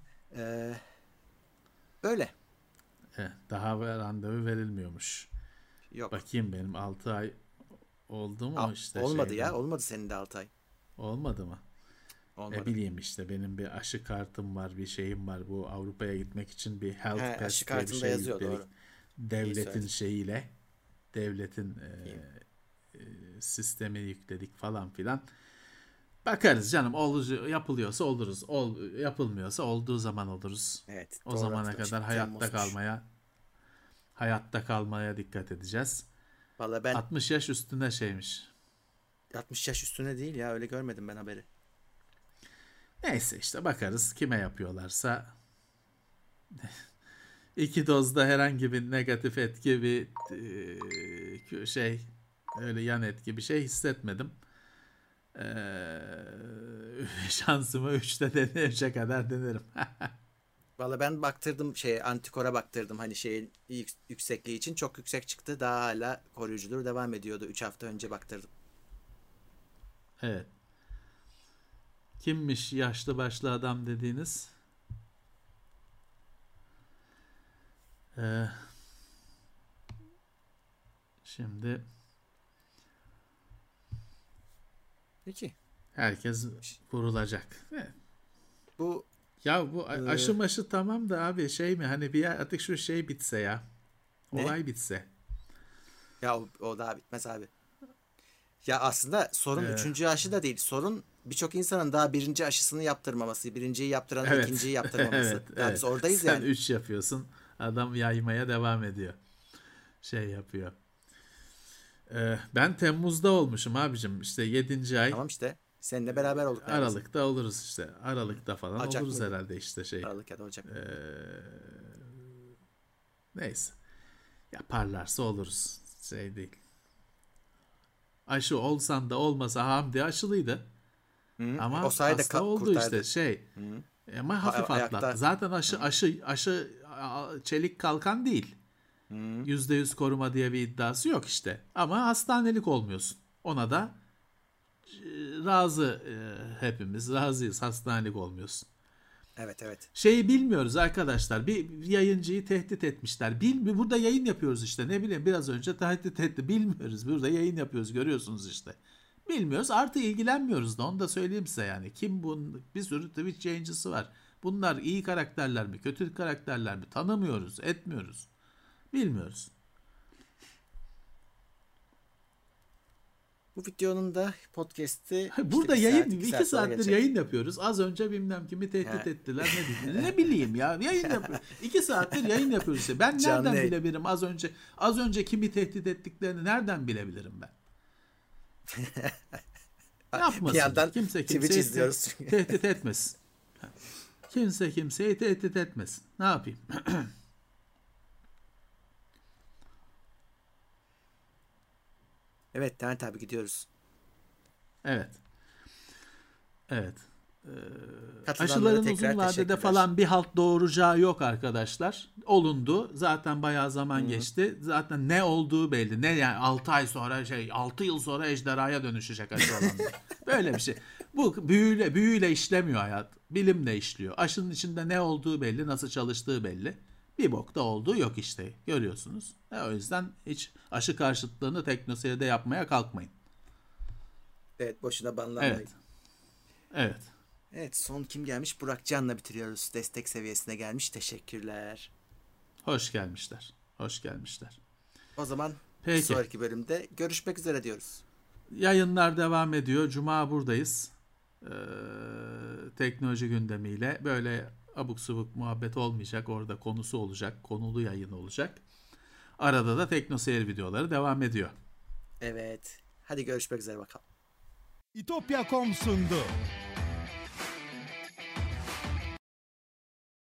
Böyle. Daha randevu verilmiyormuş. Yok. Bakayım, benim 6 ay oldu mu işte Olmadı ya. şeyden. Olmadı senin de 6 ay. Olmadı mı? Olmadı. Bileyim işte, benim bir aşı kartım var, bir şeyim var. Bu Avrupa'ya gitmek için bir Health He, Pass aşı diye bir kartında şey yazıyor, yükledik. doğru. İyi Devletin söyledin. şeyiyle, devletin İyi. sistemi yükledik falan filan. Bakarız canım, yapılıyorsa oluruz. Yapılmıyorsa olduğu zaman oluruz. Evet, O doğru zamana hatırlamışım. kadar Temmuz'muş. hayatta kalmaya dikkat edeceğiz. Valla ben 60 yaş üstüne şeymiş. 60 yaş üstüne değil ya, öyle görmedim ben haberi. Neyse işte, bakarız kime yapıyorlarsa. 2 dozda herhangi bir negatif etki, bir şey, öyle yan etki bir şey hissetmedim. Şansımı 3'te deneyecek kadar denerim. Valla ben baktırdım, antikora baktırdım, hani şeyin yüksekliği için çok yüksek çıktı. Daha hala koruyuculuğu devam ediyordu. 3 hafta önce baktırdım. Evet. Kimmiş yaşlı başlı adam dediğiniz? Şimdi Peki. herkes vurulacak. Evet. Bu Ya bu aşı maşı tamam da abi, şey mi, hani bir artık şu şey bitse ya. ne? Olay bitse. Ya o daha bitmez abi. Ya aslında sorun Ee, 3. aşı da değil. Sorun birçok insanın daha 1. aşısını yaptırmaması. Birinciyi yaptıranın evet. ikinciyi yaptırmaması. Evet, Ya biz evet. oradayız Sen yani. 3 yapıyorsun. Adam yaymaya devam ediyor. Şey yapıyor. Ben Temmuz'da olmuşum abicim. İşte 7. ay. Tamam işte. Seninle beraber olduk neredeyse. Aralık'ta oluruz işte. Aralık'ta falan Ocak oluruz mıydı? herhalde işte şey. Aralık ya da Ocak. Ee, neyse. Yaparlarsa oluruz. Şey değil. Aşı olsan da olmasa, Hamdi aşılıydı. Hı. O Ama sayede hasta oldu kurtardı. işte şey. Hı. Ama hafif atlattı. Ayakta. Zaten Hı. aşı çelik kalkan değil. Hı. %100 koruma diye bir iddiası yok işte. Ama hastanelik olmuyorsun. Ona da razı, hepimiz razıyız, hastanelik olmuyorsun. Evet, evet. Şeyi bilmiyoruz arkadaşlar. Bir yayıncıyı tehdit etmişler. Burada yayın yapıyoruz işte. Ne bileyim, biraz önce tehdit etti. Bilmiyoruz. Burada yayın yapıyoruz, görüyorsunuz işte. Bilmiyoruz. Artı ilgilenmiyoruz da, onu da söyleyeyim size yani. Kim bu? Bir sürü Twitch yayıncısı var. Bunlar iyi karakterler mi? Kötü karakterler mi? Tanımıyoruz. Etmiyoruz. Bilmiyoruz. Bu videonun da podcast'i burada işte yayın 2 2 saat sonra saattir gelecek. yayın yapıyoruz. Az önce bilmem kimi tehdit ettiler. Ne bileyim ya. Yayın yapıyor. 2 saattir yayın yapıyoruz işte. Ben Canlı nereden yayın. bilebilirim az önce kimi tehdit ettiklerini nereden bilebilirim ben? Bir Yapmasın. yandan Kimse Twitch kimseyi izliyoruz. tehdit etmesin. Kimse kimseyi tehdit etmesin. Ne yapayım? Evet Levent abi gidiyoruz. Evet. Evet. Katılanlara Aşıların tekrar uzun vadede teşekkürler. falan bir halt doğuracağı yok arkadaşlar. Olundu. Zaten bayağı zaman geçti. Zaten ne olduğu belli. Ne yani 6 ay sonra 6 yıl sonra ejderhaya dönüşecek aşı olanlar. Böyle bir şey. Bu büyüyle işlemiyor hayat. Bilimle işliyor. Aşının içinde ne olduğu belli, nasıl çalıştığı belli. Bir bokta olduğu yok işte. Görüyorsunuz. O yüzden hiç aşı karşıtlığını teknoseyirde yapmaya kalkmayın. Evet boşuna banlanmayın. Evet. Evet. Evet son kim gelmiş? Burak Can'la bitiriyoruz. Destek seviyesine gelmiş. Teşekkürler. Hoş gelmişler. Hoş gelmişler. O zaman Peki. sonraki bölümde görüşmek üzere diyoruz. Yayınlar devam ediyor. Cuma buradayız. Teknoloji gündemiyle. Böyle abuk subuk muhabbet olmayacak. Orada konusu olacak. Konulu yayın olacak. Arada da teknoseyir videoları devam ediyor. Evet. Hadi görüşmek üzere bakalım. İtopya.com sundu.